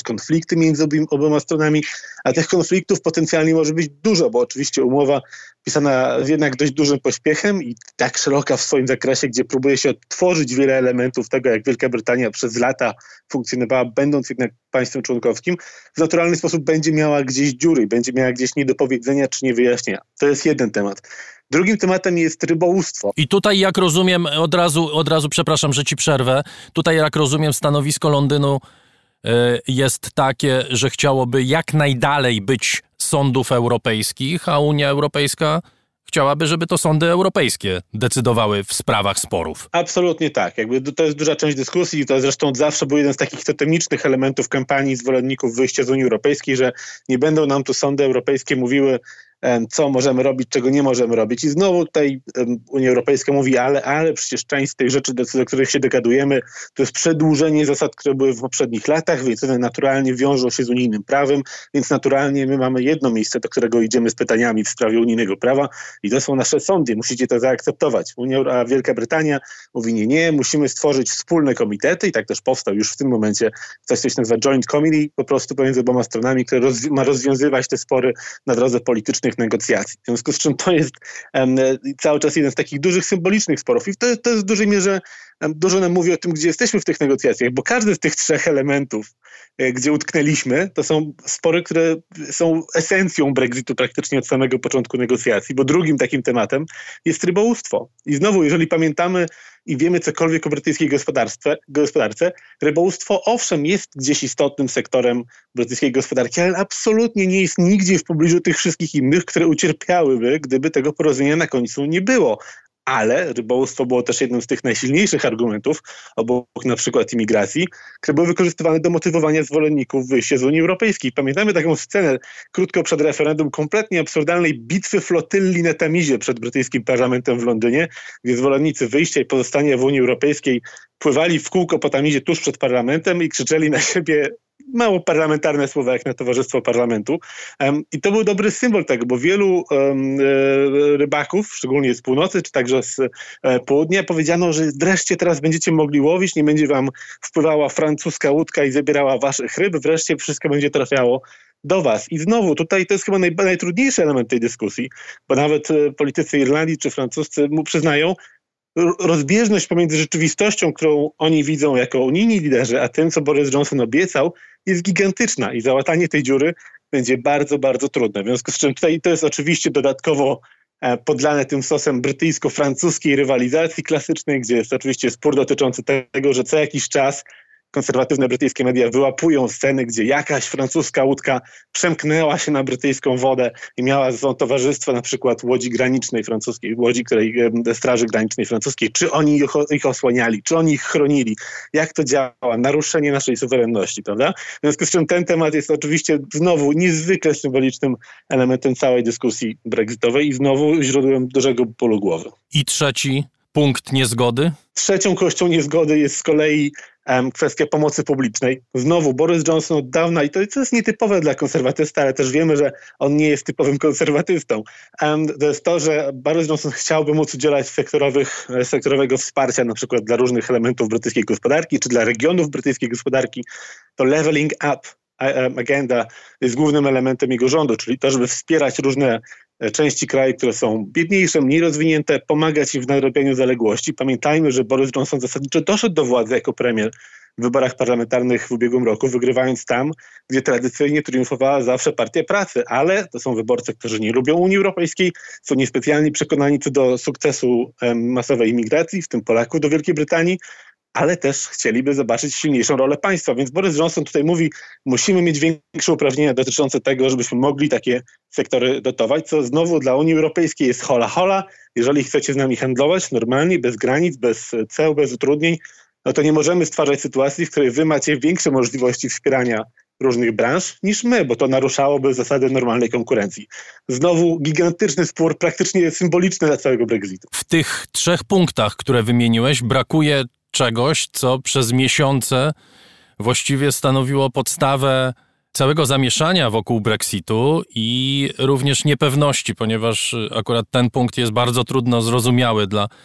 konflikty między obi, oboma stronami, a tych konfliktów potencjalnie może być dużo, bo oczywiście umowa pisana jednak dość dużym pośpiechem i tak szeroka w swoim zakresie, gdzie próbuje się odtworzyć wiele elementów tego, jak Wielka Brytania przez lata funkcjonowała, będąc jednak państwem członkowskim, w naturalny sposób będzie miała gdzieś dziury, będzie miała gdzieś niedopowiedzenia czy niewyjaśnienia. To jest jeden temat. Drugim tematem jest rybołówstwo. I tutaj, jak rozumiem, od razu, od razu przepraszam, że ci przerwę, tutaj jak rozumiem stanowisko Londynu y, jest takie, że chciałoby jak najdalej być sądów europejskich, a Unia Europejska chciałaby, żeby to sądy europejskie decydowały w sprawach sporów. Absolutnie tak. Jakby to jest duża część dyskusji. To zresztą zawsze był jeden z takich totemicznych elementów kampanii zwolenników wyjścia z Unii Europejskiej, że nie będą nam tu sądy europejskie mówiły, co możemy robić, czego nie możemy robić. I znowu tutaj Unia Europejska mówi, ale, ale przecież część z tych rzeczy, do, do których się dogadujemy, to jest przedłużenie zasad, które były w poprzednich latach, więc one naturalnie wiążą się z unijnym prawem, więc naturalnie my mamy jedno miejsce, do którego idziemy z pytaniami w sprawie unijnego prawa i to są nasze sądy. Musicie to zaakceptować. Unia, a Wielka Brytania mówi nie, nie, musimy stworzyć wspólne komitety i tak też powstał już w tym momencie coś, co się nazywa Joint Committee, po prostu pomiędzy oboma stronami, które rozwi- ma rozwiązywać te spory na drodze politycznej negocjacji. W związku z czym to jest um, cały czas jeden z takich dużych symbolicznych sporów i to, to jest w dużej mierze um, dużo nam mówi o tym, gdzie jesteśmy w tych negocjacjach, bo każdy z tych trzech elementów, e, gdzie utknęliśmy, to są spory, które są esencją Brexitu praktycznie od samego początku negocjacji, bo drugim takim tematem jest rybołówstwo. I znowu, jeżeli pamiętamy i wiemy cokolwiek o brytyjskiej gospodarce, gospodarce, rybołówstwo owszem jest gdzieś istotnym sektorem brytyjskiej gospodarki, ale absolutnie nie jest nigdzie w pobliżu tych wszystkich innych, które ucierpiałyby, gdyby tego porozumienia na końcu nie było. Ale rybołówstwo było też jednym z tych najsilniejszych argumentów, obok na przykład imigracji, które były wykorzystywane do motywowania zwolenników wyjścia z Unii Europejskiej. Pamiętamy taką scenę krótko przed referendum kompletnie absurdalnej bitwy flotylli na Tamizie przed brytyjskim parlamentem w Londynie, gdzie zwolennicy wyjścia i pozostania w Unii Europejskiej pływali w kółko po Tamizie tuż przed parlamentem i krzyczeli na siebie mało parlamentarne słowa jak na Towarzystwo Parlamentu. Um, I to był dobry symbol tego, bo wielu um, rybaków, szczególnie z północy, czy także z e, południa, powiedziano, że wreszcie teraz będziecie mogli łowić, nie będzie wam wpływała francuska łódka i zabierała waszych ryb, wreszcie wszystko będzie trafiało do was. I znowu, tutaj to jest chyba naj, najtrudniejszy element tej dyskusji, bo nawet e, politycy Irlandii czy francuscy mu przyznają, rozbieżność pomiędzy rzeczywistością, którą oni widzą jako unijni liderzy, a tym, co Boris Johnson obiecał, jest gigantyczna i załatanie tej dziury będzie bardzo, bardzo trudne. W związku z czym tutaj to jest oczywiście dodatkowo podlane tym sosem brytyjsko-francuskiej rywalizacji klasycznej, gdzie jest oczywiście spór dotyczący tego, że co jakiś czas konserwatywne brytyjskie media wyłapują sceny, gdzie jakaś francuska łódka przemknęła się na brytyjską wodę i miała ze sobą towarzystwo na przykład łodzi granicznej francuskiej, łodzi której, Straży Granicznej francuskiej. Czy oni ich, ich osłaniali, czy oni ich chronili, jak to działa, naruszenie naszej suwerenności, prawda? W związku z czym ten temat jest oczywiście znowu niezwykle symbolicznym elementem całej dyskusji brexitowej i znowu źródłem dużego bólu głowy. I trzeci punkt niezgody? Trzecią kością niezgody jest z kolei um, kwestia pomocy publicznej. Znowu Boris Johnson od dawna, i to, to jest nietypowe dla konserwatysta, ale też wiemy, że on nie jest typowym konserwatystą. Um, to jest to, że Boris Johnson chciałby móc udzielać sektorowych, sektorowego wsparcia na przykład dla różnych elementów brytyjskiej gospodarki, czy dla regionów brytyjskiej gospodarki. To leveling up agenda jest głównym elementem jego rządu, czyli to, żeby wspierać różne części kraju, które są biedniejsze, mniej rozwinięte, pomagać im w nadrabianiu zaległości. Pamiętajmy, że Boris Johnson zasadniczo doszedł do władzy jako premier w wyborach parlamentarnych w ubiegłym roku, wygrywając tam, gdzie tradycyjnie triumfowała zawsze Partia Pracy, ale to są wyborcy, którzy nie lubią Unii Europejskiej, są niespecjalnie przekonani co do sukcesu em, masowej imigracji, w tym Polaków do Wielkiej Brytanii, ale też chcieliby zobaczyć silniejszą rolę państwa. Więc Boris Johnson tutaj mówi, musimy mieć większe uprawnienia dotyczące tego, żebyśmy mogli takie sektory dotować, co znowu dla Unii Europejskiej jest hola hola. Jeżeli chcecie z nami handlować normalnie, bez granic, bez ceł, bez utrudnień, no to nie możemy stwarzać sytuacji, w której wy macie większe możliwości wspierania różnych branż niż my, bo to naruszałoby zasady normalnej konkurencji. Znowu gigantyczny spór, praktycznie symboliczny dla całego Brexitu. W tych trzech punktach, które wymieniłeś, brakuje czegoś, co przez miesiące właściwie stanowiło podstawę całego zamieszania wokół Brexitu i również niepewności, ponieważ akurat ten punkt jest bardzo trudno zrozumiały dla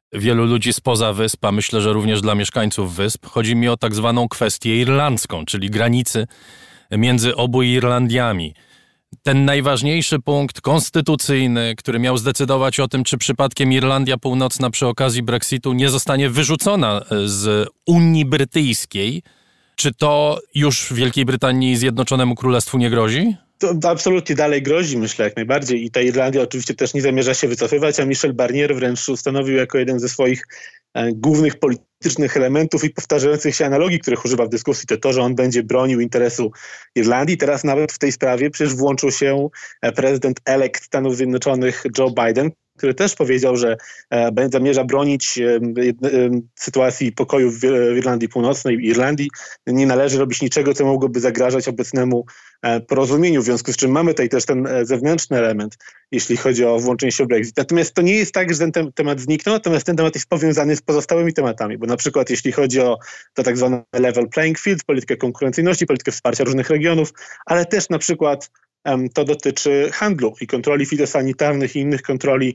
wielu ludzi spoza wysp, a myślę, że również dla mieszkańców wysp. Chodzi mi o tak zwaną kwestię irlandzką, czyli granicy między obu Irlandiami. Ten najważniejszy punkt konstytucyjny, który miał zdecydować o tym, czy przypadkiem Irlandia Północna przy okazji Brexitu nie zostanie wyrzucona z Unii Brytyjskiej. Czy to już Wielkiej Brytanii i Zjednoczonemu Królestwu nie grozi? To absolutnie dalej grozi, myślę, jak najbardziej. I ta Irlandia oczywiście też nie zamierza się wycofywać, a Michel Barnier wręcz ustanowił jako jeden ze swoich e, głównych politycznych elementów i powtarzających się analogii, których używa w dyskusji, to to, że on będzie bronił interesu Irlandii. Teraz nawet w tej sprawie przecież włączył się prezydent-elekt Stanów Zjednoczonych Joe Biden, który też powiedział, że e, zamierza bronić e, e, sytuacji pokoju w, w Irlandii Północnej, Irlandii. Nie należy robić niczego, co mogłoby zagrażać obecnemu e, porozumieniu, w związku z czym mamy tutaj też ten e, zewnętrzny element, jeśli chodzi o włączenie się w Brexit. Natomiast to nie jest tak, że ten te- temat zniknął, natomiast ten temat jest powiązany z pozostałymi tematami, bo na przykład jeśli chodzi o to tak zwane level playing field, politykę konkurencyjności, politykę wsparcia różnych regionów, ale też na przykład to dotyczy handlu i kontroli fitosanitarnych i innych kontroli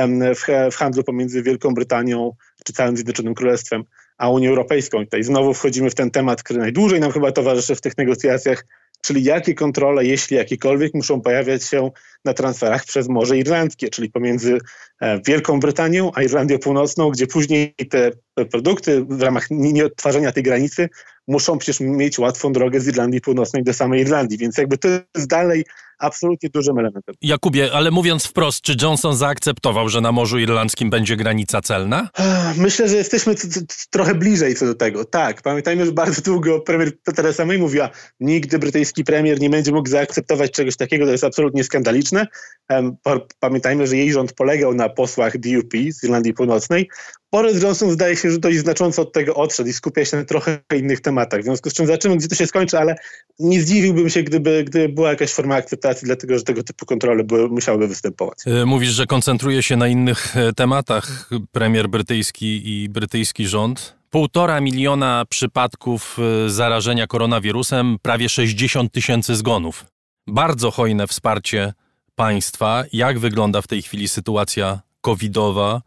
w, w handlu pomiędzy Wielką Brytanią czy całym Zjednoczonym Królestwem a Unią Europejską. I tutaj znowu wchodzimy w ten temat, który najdłużej nam chyba towarzyszy w tych negocjacjach, czyli jakie kontrole, jeśli jakiekolwiek, muszą pojawiać się na transferach przez Morze Irlandzkie, czyli pomiędzy Wielką Brytanią a Irlandią Północną, gdzie później te produkty w ramach nieodtwarzania tej granicy muszą przecież mieć łatwą drogę z Irlandii Północnej do samej Irlandii, więc jakby to jest dalej absolutnie dużym elementem. Jakubie, ale mówiąc wprost, czy Johnson zaakceptował, że na Morzu Irlandzkim będzie granica celna? Myślę, że jesteśmy t- t- trochę bliżej co do tego. Tak, pamiętajmy, że bardzo długo premier Theresa May mówiła, nigdy brytyjski premier nie będzie mógł zaakceptować czegoś takiego, to jest absolutnie skandaliczne. Pamiętajmy, że jej rząd polegał na posłach D U P z Irlandii Północnej. Boris Johnson zdaje się, że dość znacząco od tego odszedł i skupia się na trochę innych tematach. W związku z czym zobaczymy, gdzie to się skończy, ale nie zdziwiłbym się, gdyby, gdyby była jakaś forma akceptacji, dlatego że tego typu kontrole były, musiałyby występować. Mówisz, że koncentruje się na innych tematach premier brytyjski i brytyjski rząd. Półtora miliona przypadków zarażenia koronawirusem, prawie sześćdziesiąt tysięcy zgonów. Bardzo hojne wsparcie państwa. Jak wygląda w tej chwili sytuacja covidowa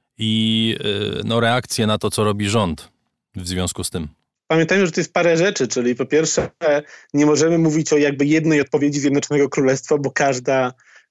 i no, reakcje na to, co robi rząd w związku z tym? Pamiętajmy, że to jest parę rzeczy, czyli po pierwsze nie możemy mówić o jakby jednej odpowiedzi Zjednoczonego Królestwa, bo każda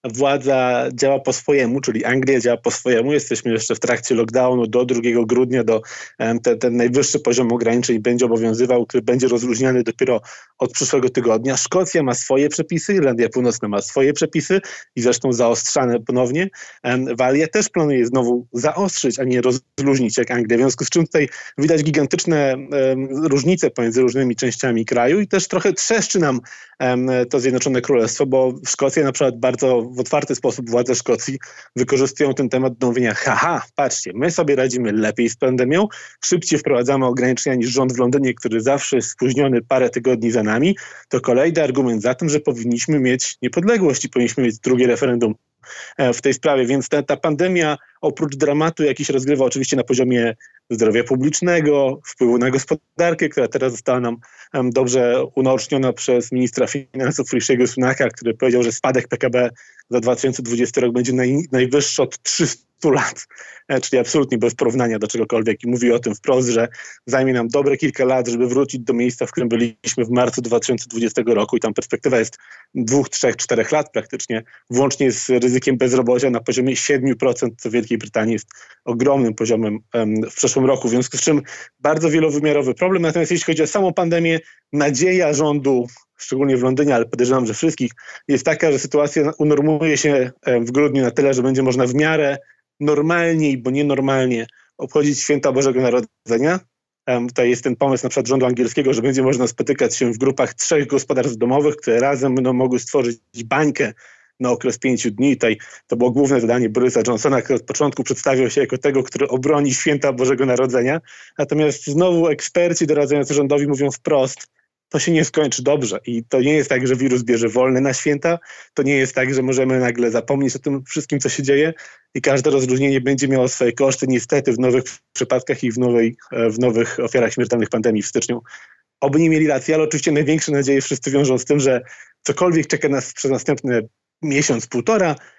władza działa po swojemu, czyli Anglia działa po swojemu. Jesteśmy jeszcze w trakcie lockdownu do drugiego grudnia, do, te, ten najwyższy poziom ograniczeń będzie obowiązywał, który będzie rozluźniany dopiero od przyszłego tygodnia. Szkocja ma swoje przepisy, Irlandia Północna ma swoje przepisy i zresztą zaostrzane ponownie. Walia też planuje znowu zaostrzyć, a nie rozluźnić jak Anglia. W związku z czym tutaj widać gigantyczne um, różnice pomiędzy różnymi częściami kraju i też trochę trzeszczy nam um, to Zjednoczone Królestwo, bo w Szkocji na przykład bardzo w otwarty sposób władze Szkocji wykorzystują ten temat do mówienia, haha, patrzcie, my sobie radzimy lepiej z pandemią, szybciej wprowadzamy ograniczenia niż rząd w Londynie, który zawsze jest spóźniony parę tygodni za nami, to kolejny argument za tym, że powinniśmy mieć niepodległość i powinniśmy mieć drugie referendum w tej sprawie, więc ta, ta pandemia oprócz dramatu jakiś rozgrywa oczywiście na poziomie zdrowia publicznego, wpływu na gospodarkę, która teraz została nam um, dobrze unaoczniona przez ministra finansów Rishiego Sunaka, który powiedział, że spadek P K B za dwa tysiące dwudziesty rok będzie naj, najwyższy od trzystu lat, e, czyli absolutnie bez porównania do czegokolwiek i mówi o tym wprost, że zajmie nam dobre kilka lat, żeby wrócić do miejsca, w którym byliśmy w marcu dwa tysiące dwudziestego roku i tam perspektywa jest dwóch, trzech, czterech lat praktycznie, włącznie z ryzykiem bezrobocia na poziomie siedem procent, co w Wielkiej Brytanii jest ogromnym poziomem um, w przyszłym roku, w związku z czym bardzo wielowymiarowy problem. Natomiast jeśli chodzi o samą pandemię, nadzieja rządu, szczególnie w Londynie, ale podejrzewam, że wszystkich, jest taka, że sytuacja unormuje się w grudniu na tyle, że będzie można w miarę normalniej, bo nienormalnie obchodzić święta Bożego Narodzenia. Um, tutaj jest ten pomysł na przykład rządu angielskiego, że będzie można spotykać się w grupach trzech gospodarstw domowych, które razem będą mogły stworzyć bańkę na okres pięciu dni. Tutaj to było główne zadanie Borisa Johnsona, który od początku przedstawiał się jako tego, który obroni święta Bożego Narodzenia. Natomiast znowu eksperci doradzający rządowi mówią wprost, to się nie skończy dobrze. I to nie jest tak, że wirus bierze wolne na święta. To nie jest tak, że możemy nagle zapomnieć o tym wszystkim, co się dzieje i każde rozluźnienie będzie miało swoje koszty niestety w nowych przypadkach i w, nowej, w nowych ofiarach śmiertelnych pandemii w styczniu. Oby nie mieli racji, ale oczywiście największe nadzieje wszyscy wiążą z tym, że cokolwiek czeka nas przez następne miesiąc, półtora,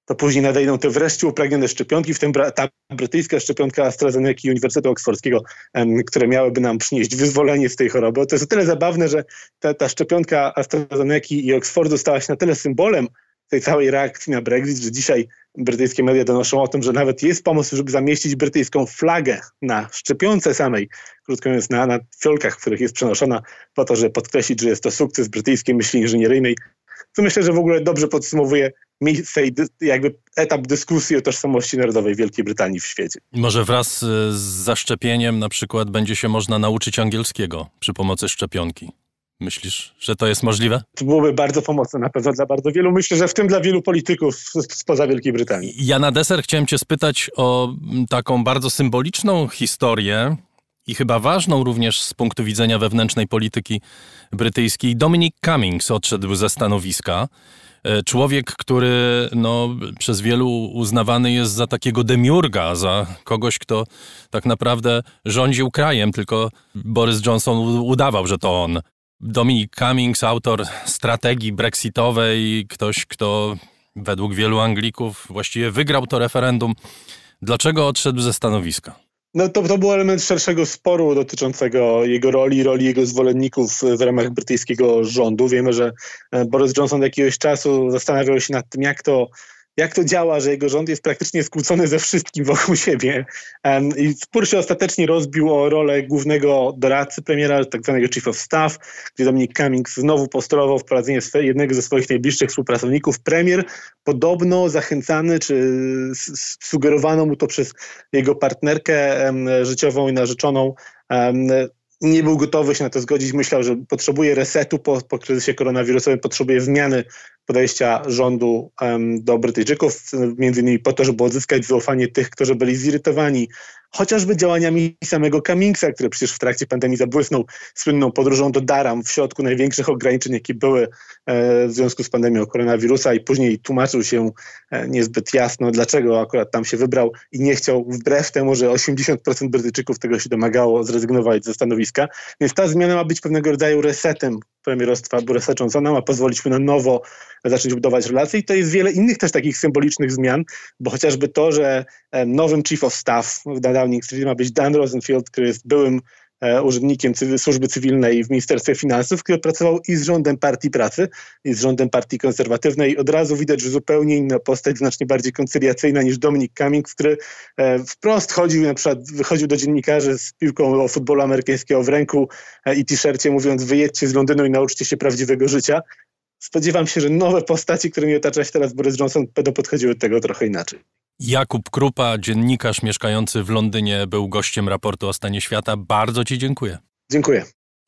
to później nadejdą te wreszcie upragnione szczepionki, w tym ta brytyjska szczepionka AstraZeneca i Uniwersytetu Oksfordzkiego, um, które miałyby nam przynieść wyzwolenie z tej choroby. To jest o tyle zabawne, że ta, ta szczepionka AstraZeneca i Oksfordu stała się na tyle symbolem tej całej reakcji na Brexit, że dzisiaj brytyjskie media donoszą o tym, że nawet jest pomysł, żeby zamieścić brytyjską flagę na szczepionce samej, krótko mówiąc na, na fiolkach, w których jest przenoszona, po to, żeby podkreślić, że jest to sukces brytyjskiej myśli inżynieryjnej, co myślę, że w ogóle dobrze podsumowuje miejsce i dy, jakby etap dyskusji o tożsamości narodowej Wielkiej Brytanii w świecie. Może wraz z zaszczepieniem na przykład będzie się można nauczyć angielskiego przy pomocy szczepionki. Myślisz, że to jest możliwe? To byłoby bardzo pomocne na pewno dla bardzo wielu. Myślę, że w tym dla wielu polityków spoza Wielkiej Brytanii. Ja na deser chciałem cię spytać o taką bardzo symboliczną historię i chyba ważną również z punktu widzenia wewnętrznej polityki brytyjskiej. Dominic Cummings odszedł ze stanowiska. Człowiek, który no, przez wielu uznawany jest za takiego demiurga, za kogoś, kto tak naprawdę rządził krajem, tylko Boris Johnson udawał, że to on. Dominic Cummings, autor strategii brexitowej, ktoś, kto według wielu Anglików właściwie wygrał to referendum. Dlaczego odszedł ze stanowiska? No to, to był element szerszego sporu dotyczącego jego roli, roli jego zwolenników w ramach brytyjskiego rządu. Wiemy, że Boris Johnson od jakiegoś czasu zastanawiał się nad tym, jak to jak to działa, że jego rząd jest praktycznie skłócony ze wszystkim wokół siebie. Um, I spór się ostatecznie rozbił o rolę głównego doradcy premiera, tak zwanego Chief of Staff, gdzie Dominic Cummings znowu postulował wprowadzenie jednego ze swoich najbliższych współpracowników. Premier, podobno zachęcany, czy sugerowano mu to przez jego partnerkę um, życiową i narzeczoną, um, nie był gotowy się na to zgodzić. Myślał, że potrzebuje resetu po, po kryzysie koronawirusowym, potrzebuje zmiany podejścia rządu um, do Brytyjczyków, między innymi po to, żeby odzyskać zaufanie tych, którzy byli zirytowani chociażby działaniami samego Cummingsa, który przecież w trakcie pandemii zabłysnął słynną podróżą do Durham w środku największych ograniczeń, jakie były e, w związku z pandemią koronawirusa, i później tłumaczył się e, niezbyt jasno, dlaczego akurat tam się wybrał i nie chciał, wbrew temu, że osiemdziesiąt procent Brytyjczyków tego się domagało, zrezygnować ze stanowiska. Więc ta zmiana ma być pewnego rodzaju resetem premierostwa Borisa Johnsona, ma pozwolić mu na nowo zacząć budować relacje, i to jest wiele innych też takich symbolicznych zmian, bo chociażby to, że nowym Chief of Staff w Downing Street ma być Dan Rosenfield, który jest byłym e, urzędnikiem cywy, służby cywilnej w Ministerstwie Finansów, który pracował i z rządem Partii Pracy, i z rządem Partii Konserwatywnej. Od razu widać, że zupełnie inna postać, znacznie bardziej koncyliacyjna niż Dominic Cummings, który e, wprost chodził, na przykład wychodził do dziennikarzy z piłką o futbolu amerykańskiego w ręku e, i t-shircie, mówiąc: wyjedźcie z Londynu i nauczcie się prawdziwego życia. Spodziewam się, że nowe postaci, którymi otacza się teraz Boris Johnson, będą podchodziły do tego trochę inaczej. Jakub Krupa, dziennikarz mieszkający w Londynie, był gościem raportu o stanie świata. Bardzo ci dziękuję. Dziękuję.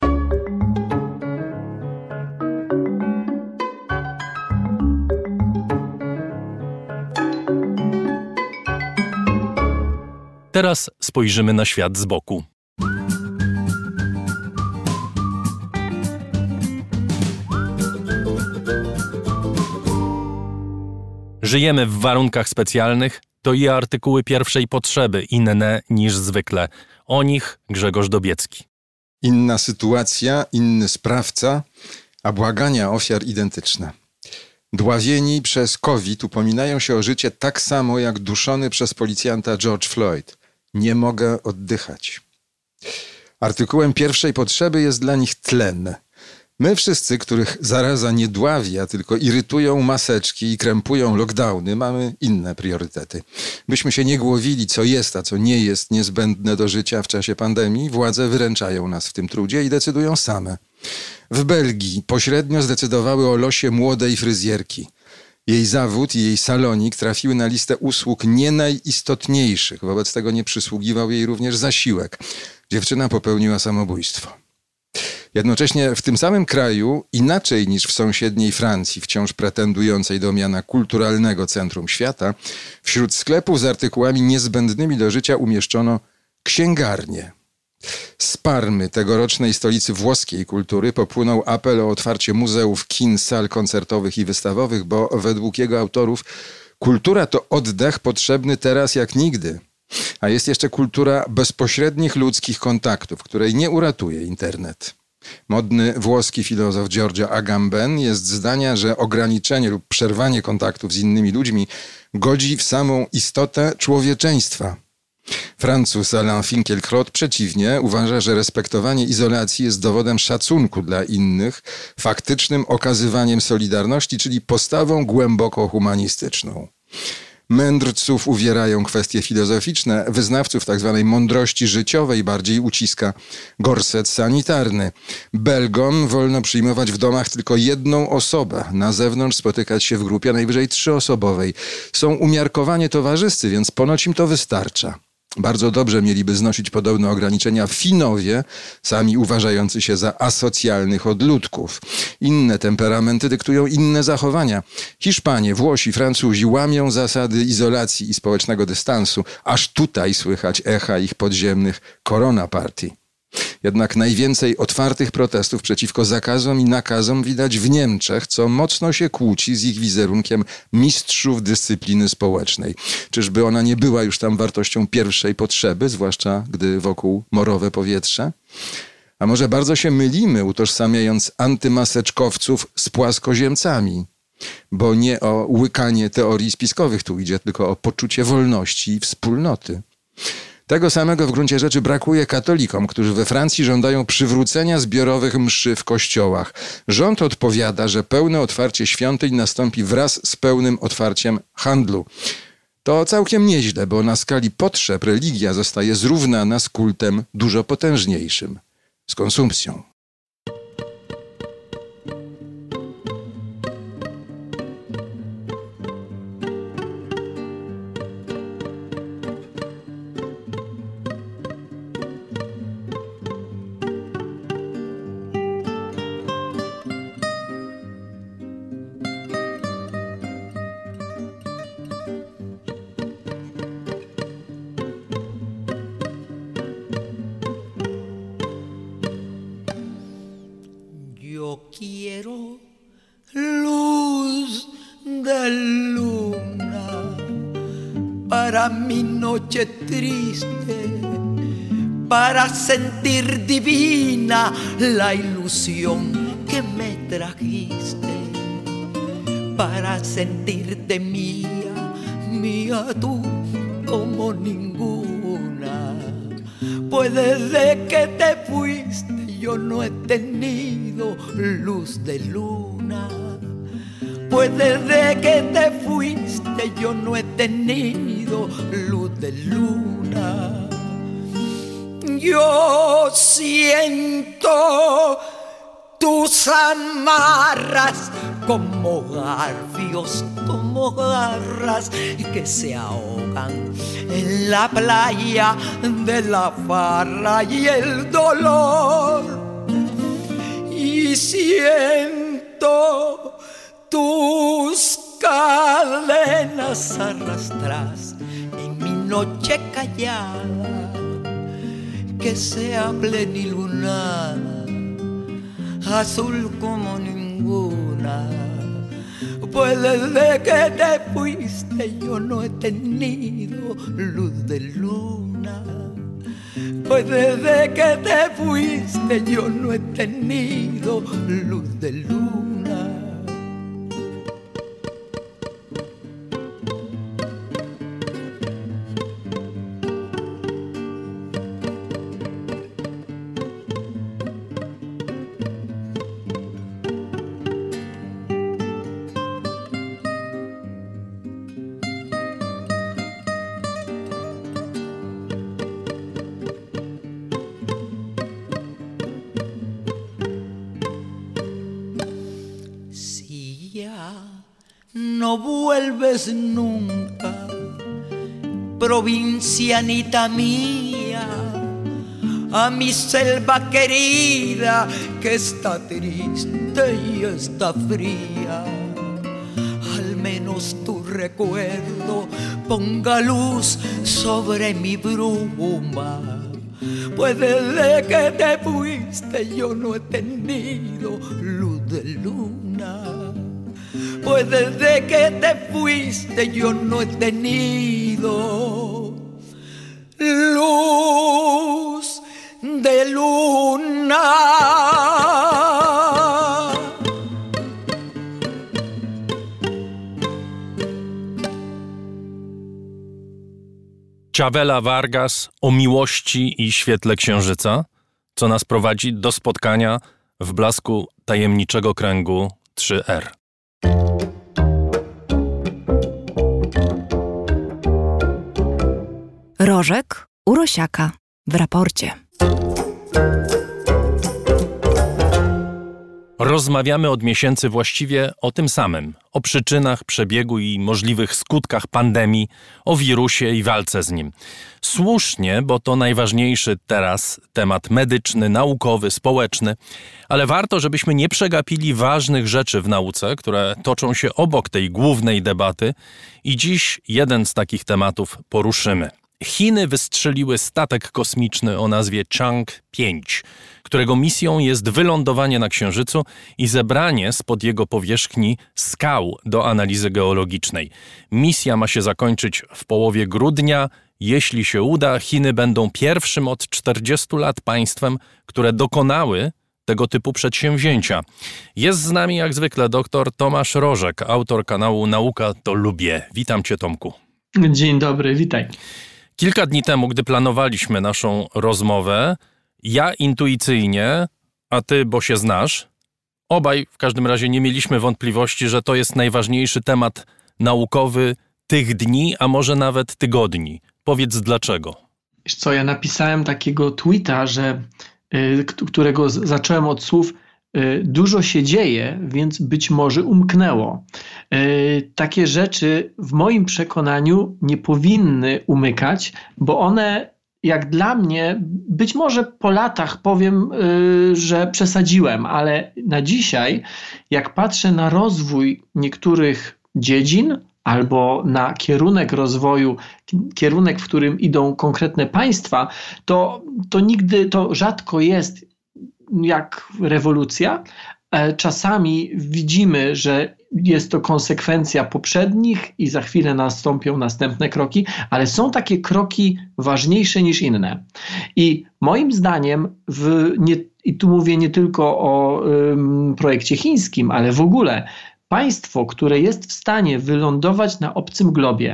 Teraz spojrzymy na świat z boku. Żyjemy w warunkach specjalnych, to i artykuły pierwszej potrzeby inne niż zwykle. O nich Grzegorz Dobiecki. Inna sytuacja, inny sprawca, a błagania ofiar identyczne. Dławieni przez COVID upominają się o życie tak samo jak duszony przez policjanta George Floyd. Nie mogę oddychać. Artykułem pierwszej potrzeby jest dla nich tlen. My wszyscy, których zaraza nie dławia, tylko irytują maseczki i krępują lockdowny, mamy inne priorytety. Byśmy się nie głowili, co jest, a co nie jest niezbędne do życia w czasie pandemii, władze wyręczają nas w tym trudzie i decydują same. W Belgii pośrednio zdecydowały o losie młodej fryzjerki. Jej zawód i jej salonik trafiły na listę usług nie najistotniejszych, wobec tego nie przysługiwał jej również zasiłek. Dziewczyna popełniła samobójstwo. Jednocześnie w tym samym kraju, inaczej niż w sąsiedniej Francji, wciąż pretendującej do miana kulturalnego centrum świata, wśród sklepów z artykułami niezbędnymi do życia umieszczono księgarnię. Z Parmy, tegorocznej stolicy włoskiej kultury, popłynął apel o otwarcie muzeów, kin, sal koncertowych i wystawowych, bo według jego autorów kultura to oddech potrzebny teraz jak nigdy. A jest jeszcze kultura bezpośrednich ludzkich kontaktów, której nie uratuje internet. Modny włoski filozof Giorgio Agamben jest zdania, że ograniczenie lub przerwanie kontaktów z innymi ludźmi godzi w samą istotę człowieczeństwa. Francuz Alain Finkielkraut przeciwnie uważa, że respektowanie izolacji jest dowodem szacunku dla innych, faktycznym okazywaniem solidarności, czyli postawą głęboko humanistyczną. Mędrców uwierają kwestie filozoficzne, wyznawców tzw. mądrości życiowej bardziej uciska gorset sanitarny. Belgom wolno przyjmować w domach tylko jedną osobę, na zewnątrz spotykać się w grupie najwyżej trzyosobowej. Są umiarkowanie towarzyscy, więc ponoć im to wystarcza. Bardzo dobrze mieliby znosić podobne ograniczenia Finowie, sami uważający się za asocjalnych odludków. Inne temperamenty dyktują inne zachowania. Hiszpanie, Włosi, Francuzi łamią zasady izolacji i społecznego dystansu. Aż tutaj słychać echa ich podziemnych Corona Party. Jednak najwięcej otwartych protestów przeciwko zakazom i nakazom widać w Niemczech, co mocno się kłóci z ich wizerunkiem mistrzów dyscypliny społecznej. Czyżby ona nie była już tam wartością pierwszej potrzeby, zwłaszcza gdy wokół morowe powietrze? A może bardzo się mylimy, utożsamiając antymaseczkowców z płaskoziemcami? Bo nie o łykanie teorii spiskowych tu idzie, tylko o poczucie wolności i wspólnoty. Tego samego w gruncie rzeczy brakuje katolikom, którzy we Francji żądają przywrócenia zbiorowych mszy w kościołach. Rząd odpowiada, że pełne otwarcie świątyń nastąpi wraz z pełnym otwarciem handlu. To całkiem nieźle, bo na skali potrzeb religia zostaje zrównana z kultem dużo potężniejszym, z konsumpcją. Quiero luz de luna para mi noche triste, para sentir divina la ilusión que me trajiste, para sentirte mía, mía tú como ninguna. Pues desde que te fuiste yo no he tenido luz de luna. Pues desde que te fuiste yo no he tenido luz de luna. Yo siento tus amarras como garfios, como garras que se ahogan en la playa de la farra y el dolor. Y siento tus cadenas arrastras en mi noche callada, que sea plenilunada, azul como ninguna. Pues desde que te fuiste yo no he tenido luz de luna. Pues desde que te fuiste yo no he tenido luz de luna. No vuelves nunca, provincianita mía, a mi selva querida que está triste y está fría. Al menos tu recuerdo ponga luz sobre mi bruma. Pues desde que te fuiste yo no he tenido luz de luna. Pues desde que te fuiste yo no he tenido luz de luna. Chavela Vargas o miłości i świetle księżyca, co nas prowadzi do spotkania w blasku tajemniczego kręgu trzy R. Rożek u Rosiaka w raporcie. Rozmawiamy od miesięcy właściwie o tym samym, o przyczynach, przebiegu i możliwych skutkach pandemii, o wirusie i walce z nim. Słusznie, bo to najważniejszy teraz temat medyczny, naukowy, społeczny, ale warto, żebyśmy nie przegapili ważnych rzeczy w nauce, które toczą się obok tej głównej debaty i dziś jeden z takich tematów poruszymy. Chiny wystrzeliły statek kosmiczny o nazwie Chang pięć, którego misją jest wylądowanie na Księżycu i zebranie spod jego powierzchni skał do analizy geologicznej. Misja ma się zakończyć w połowie grudnia. Jeśli się uda, Chiny będą pierwszym od czterdziestu lat państwem, które dokonały tego typu przedsięwzięcia. Jest z nami jak zwykle dr Tomasz Rożek, autor kanału Nauka to Lubię. Witam cię, Tomku. Dzień dobry, witaj. Kilka dni temu, gdy planowaliśmy naszą rozmowę, ja intuicyjnie, a ty, bo się znasz, obaj w każdym razie nie mieliśmy wątpliwości, że to jest najważniejszy temat naukowy tych dni, a może nawet tygodni. Powiedz dlaczego. Wiesz co, ja napisałem takiego tweeta, że, y, którego z, zacząłem od słów y, dużo się dzieje, więc być może umknęło. Y, takie rzeczy w moim przekonaniu nie powinny umykać, bo one jak dla mnie, być może po latach powiem, yy, że przesadziłem, ale na dzisiaj, jak patrzę na rozwój niektórych dziedzin albo na kierunek rozwoju, kierunek, w którym idą konkretne państwa, to, to nigdy, to rzadko jest jak rewolucja. Czasami widzimy, że jest to konsekwencja poprzednich i za chwilę nastąpią następne kroki, ale są takie kroki ważniejsze niż inne. I moim zdaniem, w, nie, i tu mówię nie tylko o ym, projekcie chińskim, ale w ogóle państwo, które jest w stanie wylądować na obcym globie,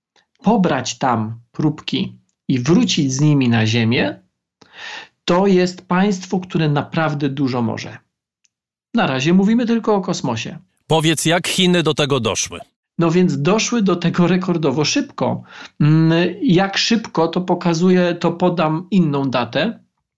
pobrać tam próbki i wrócić z nimi na Ziemię, to jest państwo, które naprawdę dużo może. Na razie mówimy tylko o kosmosie. Powiedz, jak Chiny do tego doszły? No więc doszły do tego rekordowo szybko. Jak szybko, to pokazuje, to podam inną datę.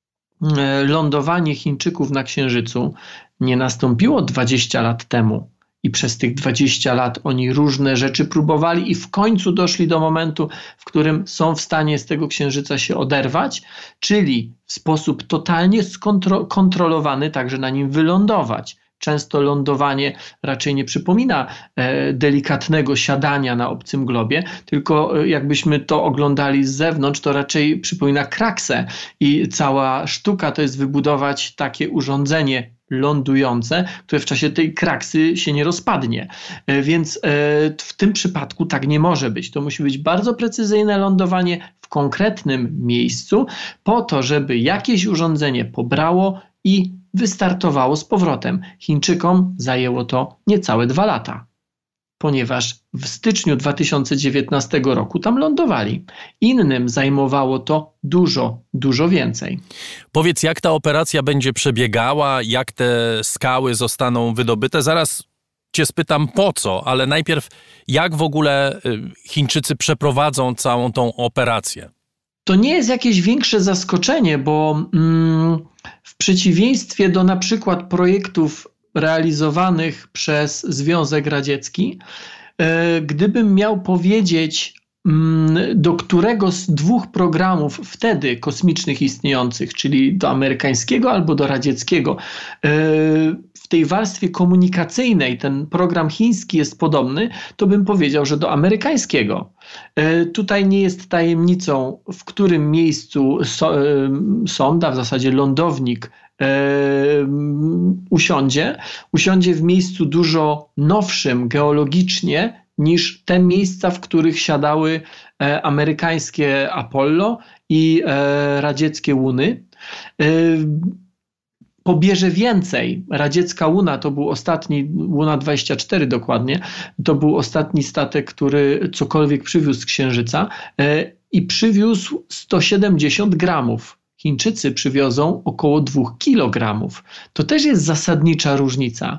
Lądowanie Chińczyków na Księżycu nie nastąpiło dwadzieścia lat temu. I przez tych dwadzieścia lat oni różne rzeczy próbowali i w końcu doszli do momentu, w którym są w stanie z tego Księżyca się oderwać, czyli w sposób totalnie skontro- kontrolowany także na nim wylądować. Często lądowanie raczej nie przypomina e, delikatnego siadania na obcym globie, tylko e, jakbyśmy to oglądali z zewnątrz, to raczej przypomina kraksę i cała sztuka to jest wybudować takie urządzenie lądujące, które w czasie tej kraksy się nie rozpadnie. E, więc e, w tym przypadku tak nie może być. To musi być bardzo precyzyjne lądowanie w konkretnym miejscu po to, żeby jakieś urządzenie pobrało i wystartowało z powrotem. Chińczykom zajęło to niecałe dwa lata, ponieważ w styczniu dwa tysiące dziewiętnastego roku tam lądowali. Innym zajmowało to dużo, dużo więcej. Powiedz, jak ta operacja będzie przebiegała, jak te skały zostaną wydobyte? Zaraz cię spytam po co, ale najpierw jak w ogóle Chińczycy przeprowadzą całą tą operację? To nie jest jakieś większe zaskoczenie, bo mm, w przeciwieństwie do na przykład projektów realizowanych przez Związek Radziecki, e, gdybym miał powiedzieć, mm, do którego z dwóch programów wtedy kosmicznych istniejących, czyli do amerykańskiego albo do radzieckiego, e, w tej warstwie komunikacyjnej ten program chiński jest podobny, to bym powiedział, że do amerykańskiego. E, tutaj nie jest tajemnicą, w którym miejscu so, e, sonda, w zasadzie lądownik, e, usiądzie. Usiądzie w miejscu dużo nowszym geologicznie niż te miejsca, w których siadały e, amerykańskie Apollo i e, radzieckie Łuny. E, pobierze więcej. Radziecka Łuna to był ostatni, Łuna dwadzieścia cztery dokładnie, to był ostatni statek, który cokolwiek przywiózł z Księżyca i przywiózł sto siedemdziesiąt gramów. Chińczycy przywiozą około dwóch kilogramów. To też jest zasadnicza różnica.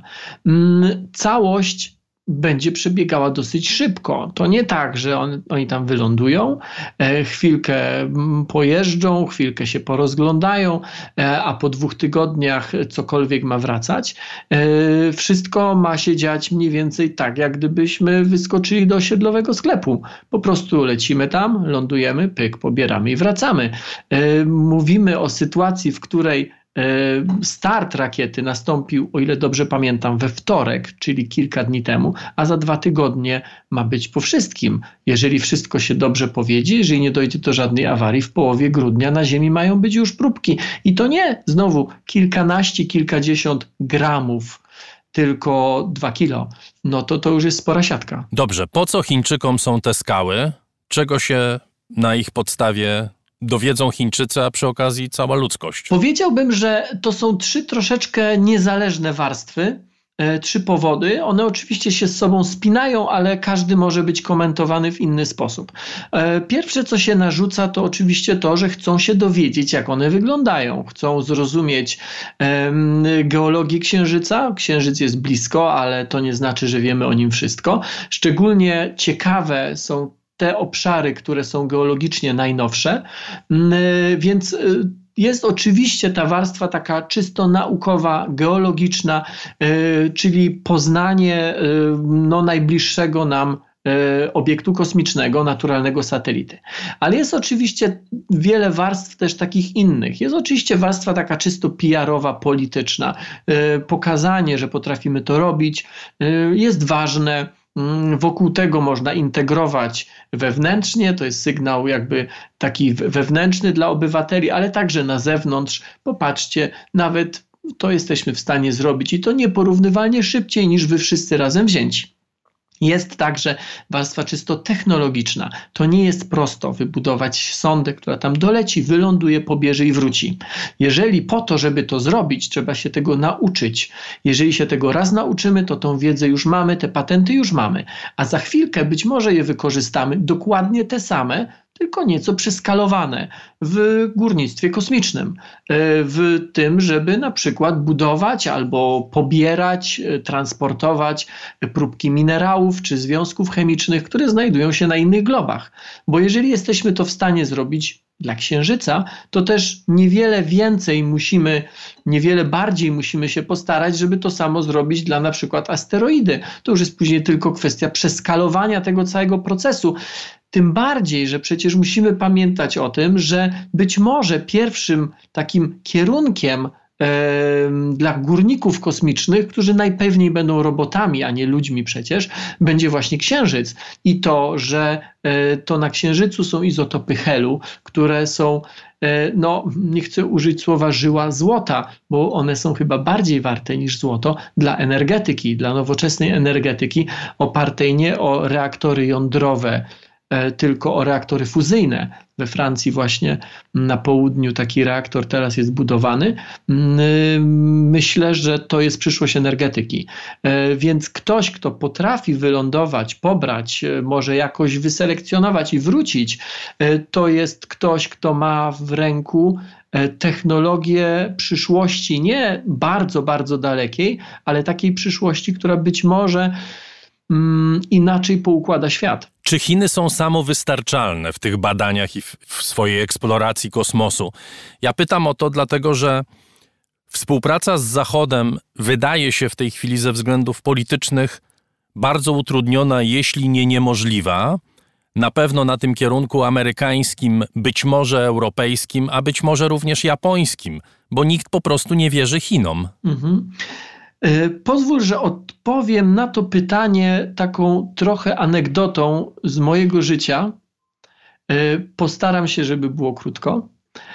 Całość będzie przebiegała dosyć szybko. To nie tak, że on, oni tam wylądują, e, chwilkę pojeżdżą, chwilkę się porozglądają, e, a po dwóch tygodniach cokolwiek ma wracać. E, wszystko ma się dziać mniej więcej tak, jak gdybyśmy wyskoczyli do osiedlowego sklepu. Po prostu lecimy tam, lądujemy, pyk, pobieramy i wracamy. E, mówimy o sytuacji, w której start rakiety nastąpił, o ile dobrze pamiętam, we wtorek, czyli kilka dni temu, a za dwa tygodnie ma być po wszystkim. Jeżeli wszystko się dobrze powiedzie, jeżeli nie dojdzie do żadnej awarii, w połowie grudnia na Ziemi mają być już próbki. I to nie znowu kilkanaście, kilkadziesiąt gramów, tylko dwa kilo. No to to już jest spora siatka. Dobrze, po co Chińczykom są te skały? Czego się na ich podstawie dowiedzą Chińczycy, a przy okazji cała ludzkość? Powiedziałbym, że to są trzy troszeczkę niezależne warstwy, e, trzy powody. One oczywiście się z sobą spinają, ale każdy może być komentowany w inny sposób. E, pierwsze, co się narzuca, to oczywiście to, że chcą się dowiedzieć, jak one wyglądają. Chcą zrozumieć e, geologię Księżyca. Księżyc jest blisko, ale to nie znaczy, że wiemy o nim wszystko. Szczególnie ciekawe są te obszary, które są geologicznie najnowsze, więc jest oczywiście ta warstwa taka czysto naukowa, geologiczna, czyli poznanie no, najbliższego nam obiektu kosmicznego, naturalnego satelity. Ale jest oczywiście wiele warstw też takich innych. Jest oczywiście warstwa taka czysto P R-owa, polityczna. Pokazanie, że potrafimy to robić, jest ważne. Wokół tego można integrować wewnętrznie, to jest sygnał jakby taki wewnętrzny dla obywateli, ale także na zewnątrz. Popatrzcie, nawet to jesteśmy w stanie zrobić i to nieporównywalnie szybciej niż wy wszyscy razem wzięci. Jest także warstwa czysto technologiczna. To nie jest prosto wybudować sondę, która tam doleci, wyląduje, pobierze i wróci. Jeżeli po to, żeby to zrobić, trzeba się tego nauczyć. Jeżeli się tego raz nauczymy, to tą wiedzę już mamy, te patenty już mamy. A za chwilkę być może je wykorzystamy, dokładnie te same, tylko nieco przeskalowane w górnictwie kosmicznym. W tym, żeby na przykład budować albo pobierać, transportować próbki minerałów czy związków chemicznych, które znajdują się na innych globach. Bo jeżeli jesteśmy to w stanie zrobić dla Księżyca, to też niewiele więcej musimy, niewiele bardziej musimy się postarać, żeby to samo zrobić dla na przykład asteroidy. To już jest później tylko kwestia przeskalowania tego całego procesu. Tym bardziej, że przecież musimy pamiętać o tym, że być może pierwszym takim kierunkiem e, dla górników kosmicznych, którzy najpewniej będą robotami, a nie ludźmi przecież, będzie właśnie Księżyc. I to, że e, to na Księżycu są izotopy helu, które są, e, no nie chcę użyć słowa żyła złota, bo one są chyba bardziej warte niż złoto dla energetyki, dla nowoczesnej energetyki opartej nie o reaktory jądrowe, tylko o reaktory fuzyjne. We Francji właśnie na południu taki reaktor teraz jest budowany. Myślę, że to jest przyszłość energetyki. Więc ktoś, kto potrafi wylądować, pobrać, może jakoś wyselekcjonować i wrócić, to jest ktoś, kto ma w ręku technologię przyszłości, nie bardzo, bardzo dalekiej, ale takiej przyszłości, która być może inaczej poukłada świat. Czy Chiny są samowystarczalne w tych badaniach i w, w swojej eksploracji kosmosu? Ja pytam o to dlatego, że współpraca z Zachodem wydaje się w tej chwili ze względów politycznych bardzo utrudniona, jeśli nie niemożliwa. Na pewno na tym kierunku amerykańskim, być może europejskim, a być może również japońskim, bo nikt po prostu nie wierzy Chinom. Mhm. Pozwól, że odpowiem na to pytanie taką trochę anegdotą z mojego życia. Postaram się, żeby było krótko.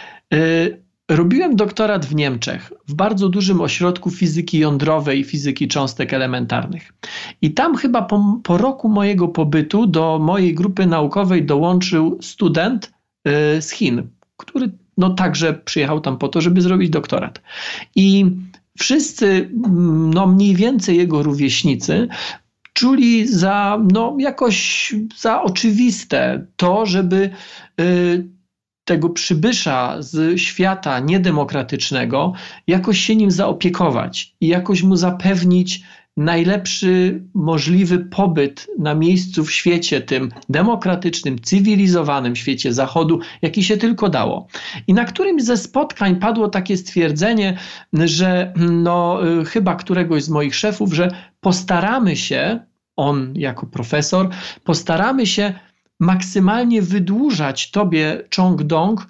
Robiłem doktorat w Niemczech, w bardzo dużym ośrodku fizyki jądrowej i fizyki cząstek elementarnych. I tam chyba po, po roku mojego pobytu do mojej grupy naukowej dołączył student z Chin, który no także przyjechał tam po to, żeby zrobić doktorat. I wszyscy, no mniej więcej jego rówieśnicy, czuli za, no, jakoś za oczywiste to, żeby y, tego przybysza z świata niedemokratycznego jakoś się nim zaopiekować i jakoś mu zapewnić najlepszy możliwy pobyt na miejscu w świecie tym demokratycznym, cywilizowanym świecie Zachodu, jaki się tylko dało. I na którymś ze spotkań padło takie stwierdzenie, że no chyba któregoś z moich szefów, że postaramy się, on jako profesor, postaramy się maksymalnie wydłużać tobie, Chong-dong,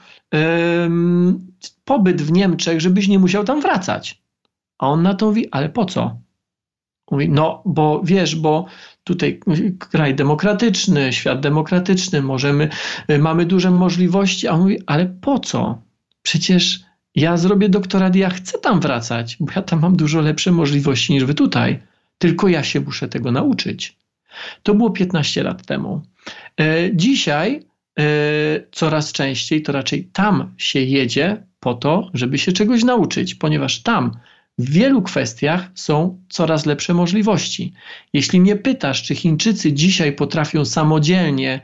ym, pobyt w Niemczech, żebyś nie musiał tam wracać. A on na to mówi, ale po co? Mówi, no bo wiesz, bo tutaj kraj demokratyczny, świat demokratyczny, możemy, mamy duże możliwości, a on mówi, ale po co? Przecież ja zrobię doktorat i ja chcę tam wracać, bo ja tam mam dużo lepsze możliwości niż wy tutaj, tylko ja się muszę tego nauczyć. To było piętnaście lat temu. Dzisiaj coraz częściej to raczej tam się jedzie po to, żeby się czegoś nauczyć, ponieważ tam w wielu kwestiach są coraz lepsze możliwości. Jeśli mnie pytasz, czy Chińczycy dzisiaj potrafią samodzielnie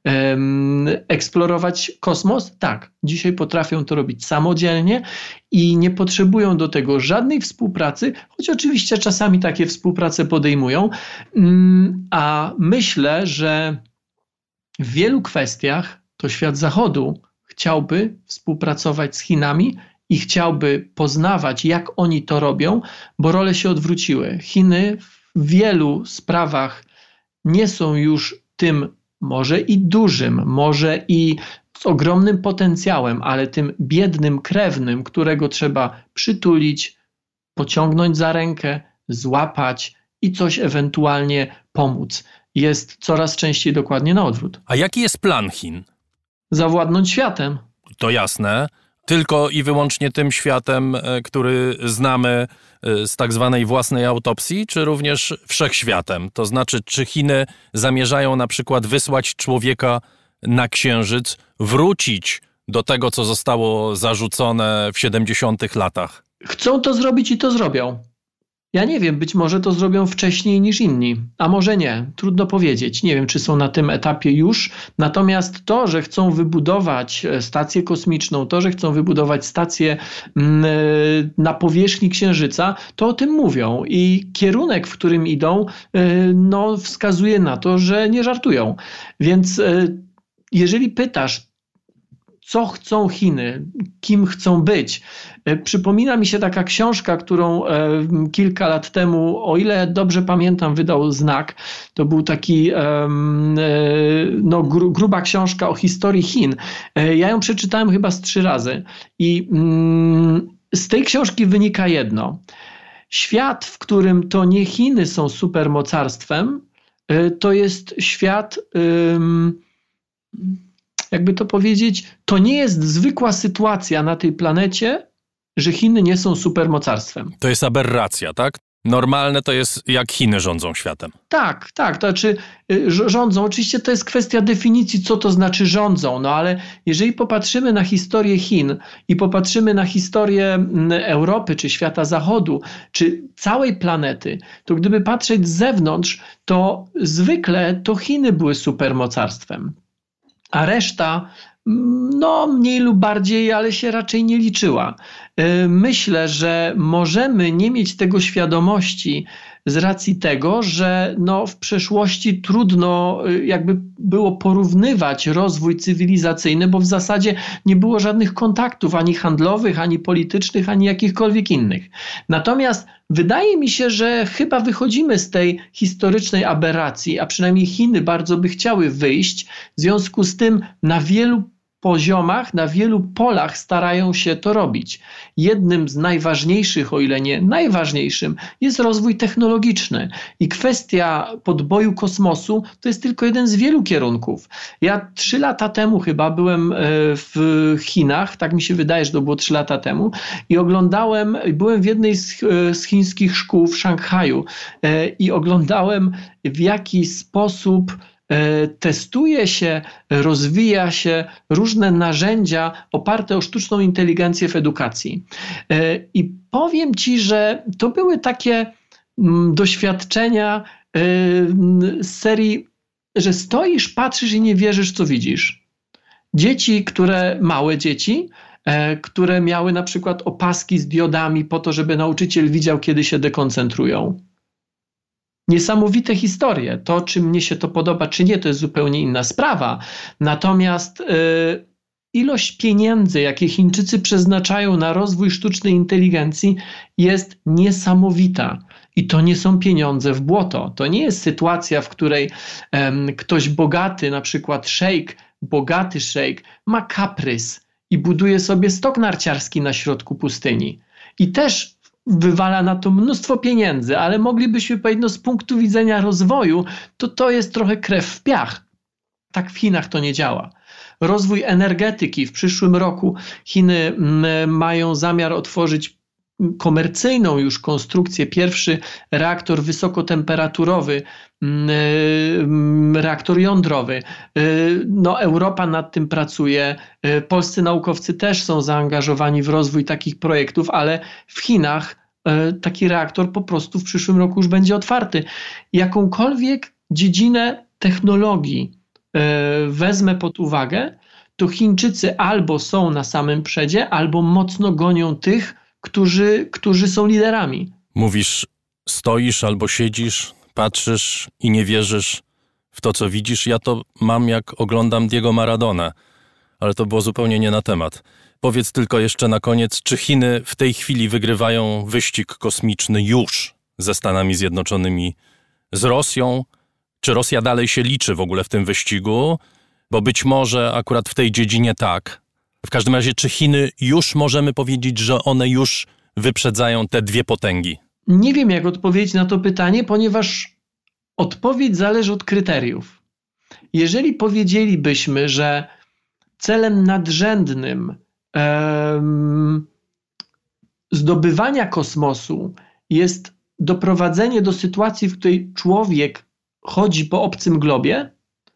um, eksplorować kosmos, tak, dzisiaj potrafią to robić samodzielnie i nie potrzebują do tego żadnej współpracy, choć oczywiście czasami takie współprace podejmują, um, a myślę, że w wielu kwestiach to świat Zachodu chciałby współpracować z Chinami i chciałby poznawać, jak oni to robią, bo role się odwróciły. Chiny w wielu sprawach nie są już tym może i dużym, może i z ogromnym potencjałem, ale tym biednym krewnym, którego trzeba przytulić, pociągnąć za rękę, złapać i coś ewentualnie pomóc. Jest coraz częściej dokładnie na odwrót. A jaki jest plan Chin? Zawładnąć światem. To jasne. Tylko i wyłącznie tym światem, który znamy z tak zwanej własnej autopsji, czy również wszechświatem? To znaczy, czy Chiny zamierzają na przykład wysłać człowieka na Księżyc, wrócić do tego, co zostało zarzucone w siedemdziesiątych latach? Chcą to zrobić i to zrobią. Ja nie wiem, być może to zrobią wcześniej niż inni, a może nie, trudno powiedzieć. Nie wiem, czy są na tym etapie już, natomiast to, że chcą wybudować stację kosmiczną, to, że chcą wybudować stację na powierzchni Księżyca, to o tym mówią i kierunek, w którym idą, no, wskazuje na to, że nie żartują. Więc jeżeli pytasz, co chcą Chiny, kim chcą być. Przypomina mi się taka książka, którą kilka lat temu, o ile dobrze pamiętam, wydał Znak. To był taki no, gruba książka o historii Chin. Ja ją przeczytałem chyba z trzy razy i z tej książki wynika jedno. Świat, w którym to nie Chiny są supermocarstwem, to jest świat... jakby to powiedzieć, to nie jest zwykła sytuacja na tej planecie, że Chiny nie są supermocarstwem. To jest aberracja, tak? Normalne to jest, jak Chiny rządzą światem. Tak, tak, to znaczy rządzą. Oczywiście to jest kwestia definicji, co to znaczy rządzą, no ale jeżeli popatrzymy na historię Chin i popatrzymy na historię Europy, czy świata Zachodu, czy całej planety, to gdyby patrzeć z zewnątrz, to zwykle to Chiny były supermocarstwem. A reszta, no mniej lub bardziej, ale się raczej nie liczyła. Myślę, że możemy nie mieć tego świadomości z racji tego, że no w przeszłości trudno jakby było porównywać rozwój cywilizacyjny, bo w zasadzie nie było żadnych kontaktów ani handlowych, ani politycznych, ani jakichkolwiek innych. Natomiast wydaje mi się, że chyba wychodzimy z tej historycznej aberracji, a przynajmniej Chiny bardzo by chciały wyjść. W związku z tym na wielu poziomach, na wielu polach starają się to robić. Jednym z najważniejszych, o ile nie najważniejszym, jest rozwój technologiczny. I kwestia podboju kosmosu to jest tylko jeden z wielu kierunków. Ja trzy lata temu chyba byłem w Chinach, tak mi się wydaje, że to było trzy lata temu, i oglądałem, byłem w jednej z, z chińskich szkół w Szanghaju i oglądałem, w jaki sposób testuje się, rozwija się różne narzędzia oparte o sztuczną inteligencję w edukacji. I powiem ci, że to były takie doświadczenia z serii, że stoisz, patrzysz i nie wierzysz, co widzisz. Dzieci, które, małe dzieci, które miały na przykład opaski z diodami po to, żeby nauczyciel widział, kiedy się dekoncentrują. Niesamowite historie. To, czy mnie się to podoba, czy nie, to jest zupełnie inna sprawa. Natomiast yy, ilość pieniędzy, jakie Chińczycy przeznaczają na rozwój sztucznej inteligencji, jest niesamowita. I to nie są pieniądze w błoto. To nie jest sytuacja, w której um, ktoś bogaty, na przykład szejk, bogaty szejk, ma kaprys i buduje sobie stok narciarski na środku pustyni. I też wywala na to mnóstwo pieniędzy, ale moglibyśmy powiedzieć, no z punktu widzenia rozwoju, to to jest trochę krew w piach. Tak w Chinach to nie działa. Rozwój energetyki. W przyszłym roku Chiny m, mają zamiar otworzyć komercyjną już konstrukcję, pierwszy reaktor wysokotemperaturowy, reaktor jądrowy. No, Europa nad tym pracuje. Polscy naukowcy też są zaangażowani w rozwój takich projektów, ale w Chinach taki reaktor po prostu w przyszłym roku już będzie otwarty. Jakąkolwiek dziedzinę technologii wezmę pod uwagę, to Chińczycy albo są na samym przedzie, albo mocno gonią tych, Którzy, którzy są liderami. Mówisz, stoisz albo siedzisz, patrzysz i nie wierzysz w to, co widzisz. Ja to mam, jak oglądam Diego Maradona, ale to było zupełnie nie na temat. Powiedz tylko jeszcze na koniec, czy Chiny w tej chwili wygrywają wyścig kosmiczny już ze Stanami Zjednoczonymi, z Rosją? Czy Rosja dalej się liczy w ogóle w tym wyścigu? Bo być może akurat w tej dziedzinie tak. W każdym razie, czy Chiny już możemy powiedzieć, że one już wyprzedzają te dwie potęgi? Nie wiem, jak odpowiedzieć na to pytanie, ponieważ odpowiedź zależy od kryteriów. Jeżeli powiedzielibyśmy, że celem nadrzędnym em, zdobywania kosmosu jest doprowadzenie do sytuacji, w której człowiek chodzi po obcym globie,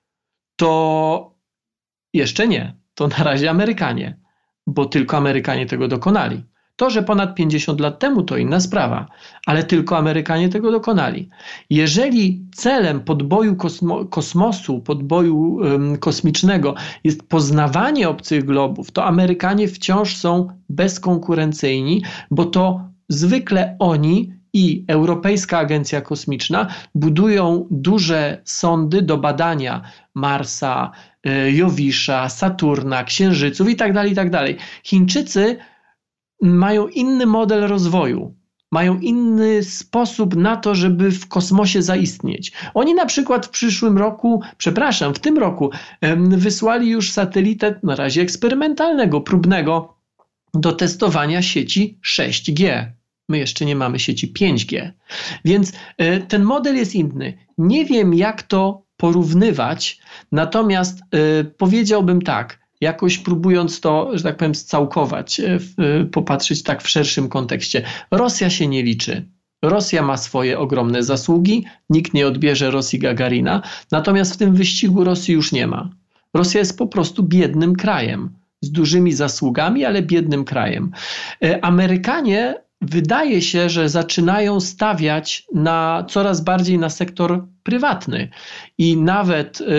to jeszcze nie. To na razie Amerykanie, bo tylko Amerykanie tego dokonali. To, że ponad pięćdziesiąt lat temu, to inna sprawa, ale tylko Amerykanie tego dokonali. Jeżeli celem podboju kosmo, kosmosu, podboju um, kosmicznego jest poznawanie obcych globów, to Amerykanie wciąż są bezkonkurencyjni, bo to zwykle oni i Europejska Agencja Kosmiczna budują duże sondy do badania Marsa, Jowisza, Saturna, Księżyców i tak dalej, i tak dalej. Chińczycy mają inny model rozwoju, mają inny sposób na to, żeby w kosmosie zaistnieć. Oni na przykład w przyszłym roku, przepraszam, w tym roku wysłali już satelitę, na razie eksperymentalnego, próbnego, do testowania sieci sześć G. My jeszcze nie mamy sieci pięć G. Więc ten model jest inny. Nie wiem, jak to porównywać, natomiast y, powiedziałbym tak, jakoś próbując to, że tak powiem, scałkować, y, popatrzeć tak w szerszym kontekście. Rosja się nie liczy. Rosja ma swoje ogromne zasługi, nikt nie odbierze Rosji Gagarina, natomiast w tym wyścigu Rosji już nie ma. Rosja jest po prostu biednym krajem, z dużymi zasługami, ale biednym krajem. Y, Amerykanie wydaje się, że zaczynają stawiać na coraz bardziej na sektor prywatny i nawet y,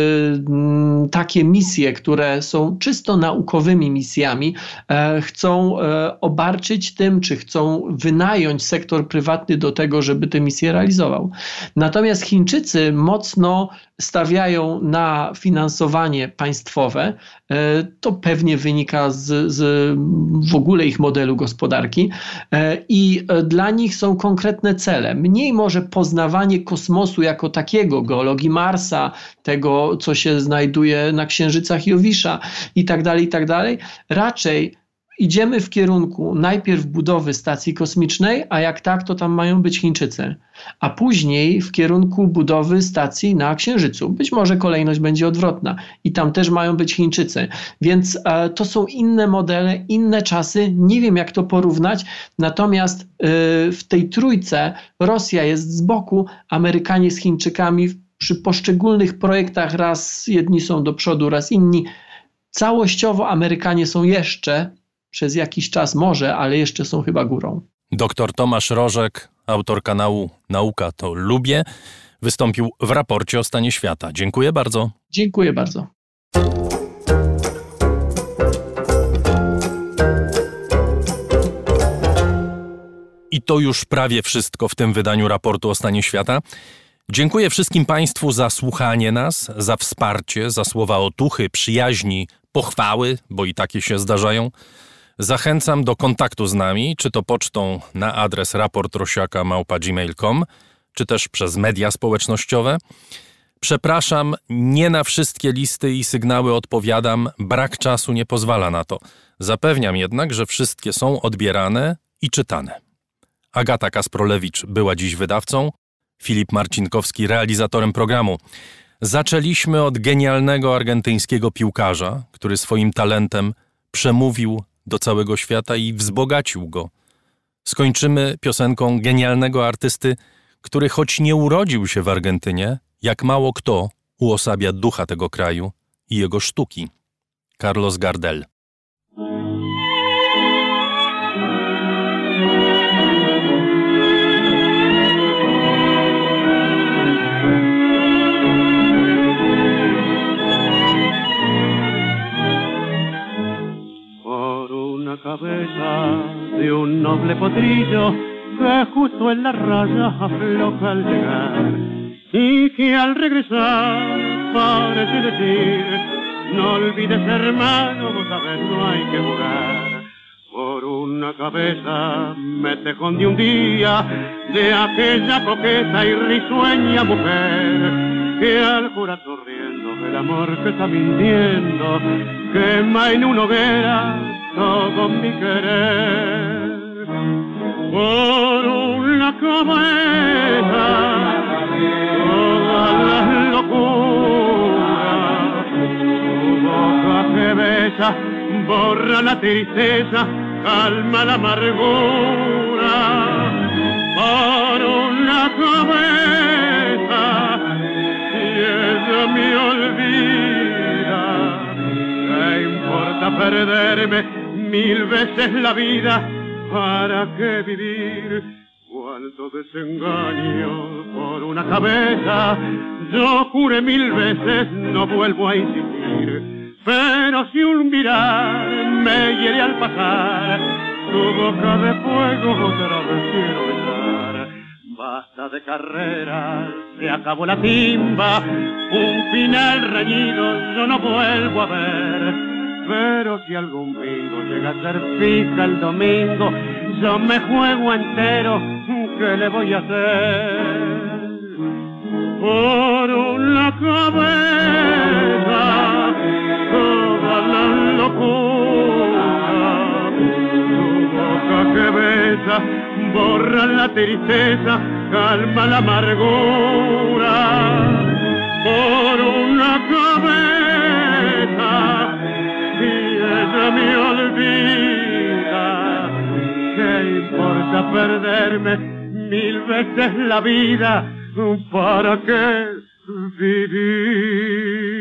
takie misje, które są czysto naukowymi misjami, e, chcą e, obarczyć tym, czy chcą wynająć sektor prywatny do tego, żeby te misje realizował. Natomiast Chińczycy mocno stawiają na finansowanie państwowe. E, to pewnie wynika z, z w ogóle ich modelu gospodarki e, i e, dla nich są konkretne cele. Mniej może poznawanie kosmosu jako takiego, geologii Marsa, tego, co się znajduje na księżycach Jowisza i tak dalej, i tak dalej. Raczej idziemy w kierunku najpierw budowy stacji kosmicznej, a jak tak, to tam mają być Chińczycy, a później w kierunku budowy stacji na Księżycu. Być może kolejność będzie odwrotna i tam też mają być Chińczycy. Więc e, to są inne modele, inne czasy. Nie wiem, jak to porównać, natomiast e, w tej trójce Rosja jest z boku, Amerykanie z Chińczykami przy poszczególnych projektach raz jedni są do przodu, raz inni. Całościowo Amerykanie są jeszcze przez jakiś czas może, ale jeszcze są chyba górą. Doktor Tomasz Rożek, autor kanału Nauka to Lubię. wystąpił w raporcie o stanie świata. Dziękuję bardzo. Dziękuję bardzo. I to już prawie wszystko w tym wydaniu raportu o stanie świata. Dziękuję wszystkim Państwu za słuchanie nas, za wsparcie, za słowa otuchy, przyjaźni, pochwały, bo i takie się zdarzają. Zachęcam do kontaktu z nami, czy to pocztą na adres raportrosiaka małpa gmail kropka com, czy też przez media społecznościowe. Przepraszam, nie na wszystkie listy i sygnały odpowiadam, brak czasu nie pozwala na to. Zapewniam jednak, że wszystkie są odbierane i czytane. Agata Kasprolewicz była dziś wydawcą, Filip Marcinkowski realizatorem programu. Zaczęliśmy od genialnego argentyńskiego piłkarza, który swoim talentem przemówił do całego świata i wzbogacił go. Skończymy piosenką genialnego artysty, który choć nie urodził się w Argentynie, jak mało kto uosabia ducha tego kraju i jego sztuki. Carlos Gardel. Cabeza de un noble potrillo que justo en la raya afloja al llegar y que al regresar parece decir: no olvides, hermano, vos sabés, no hay que jugar. Por una cabeza me tejón de un día de aquella coqueta y risueña mujer que al jurar sonriendo que el amor que está mintiendo quema en una hoguera todo mi querer. Por una cabeza todas las locuras, tu boca que besa borra la tristeza, calma la amargura. Por una cabeza si ella me olvida, ¿qué importa perderme mil veces la vida? ¿Para qué vivir? Cuánto desengaño por una cabeza. Yo juré mil veces, no vuelvo a insistir. Pero si un mirar me hiere al pasar, tu boca de fuego otra vez quiero besar. Basta de carreras, se acabó la timba, un final reñido yo no vuelvo a ver. Pero si algún bingo llega a ser fija el domingo, yo me juego entero, ¿qué le voy a hacer? Por una cabeza toda la locura, tu boca que besa borra la tristeza, calma la amargura. Por una cabeza si ella me olvida, ¿qué importa perderme mil veces la vida? ¿Para qué vivir?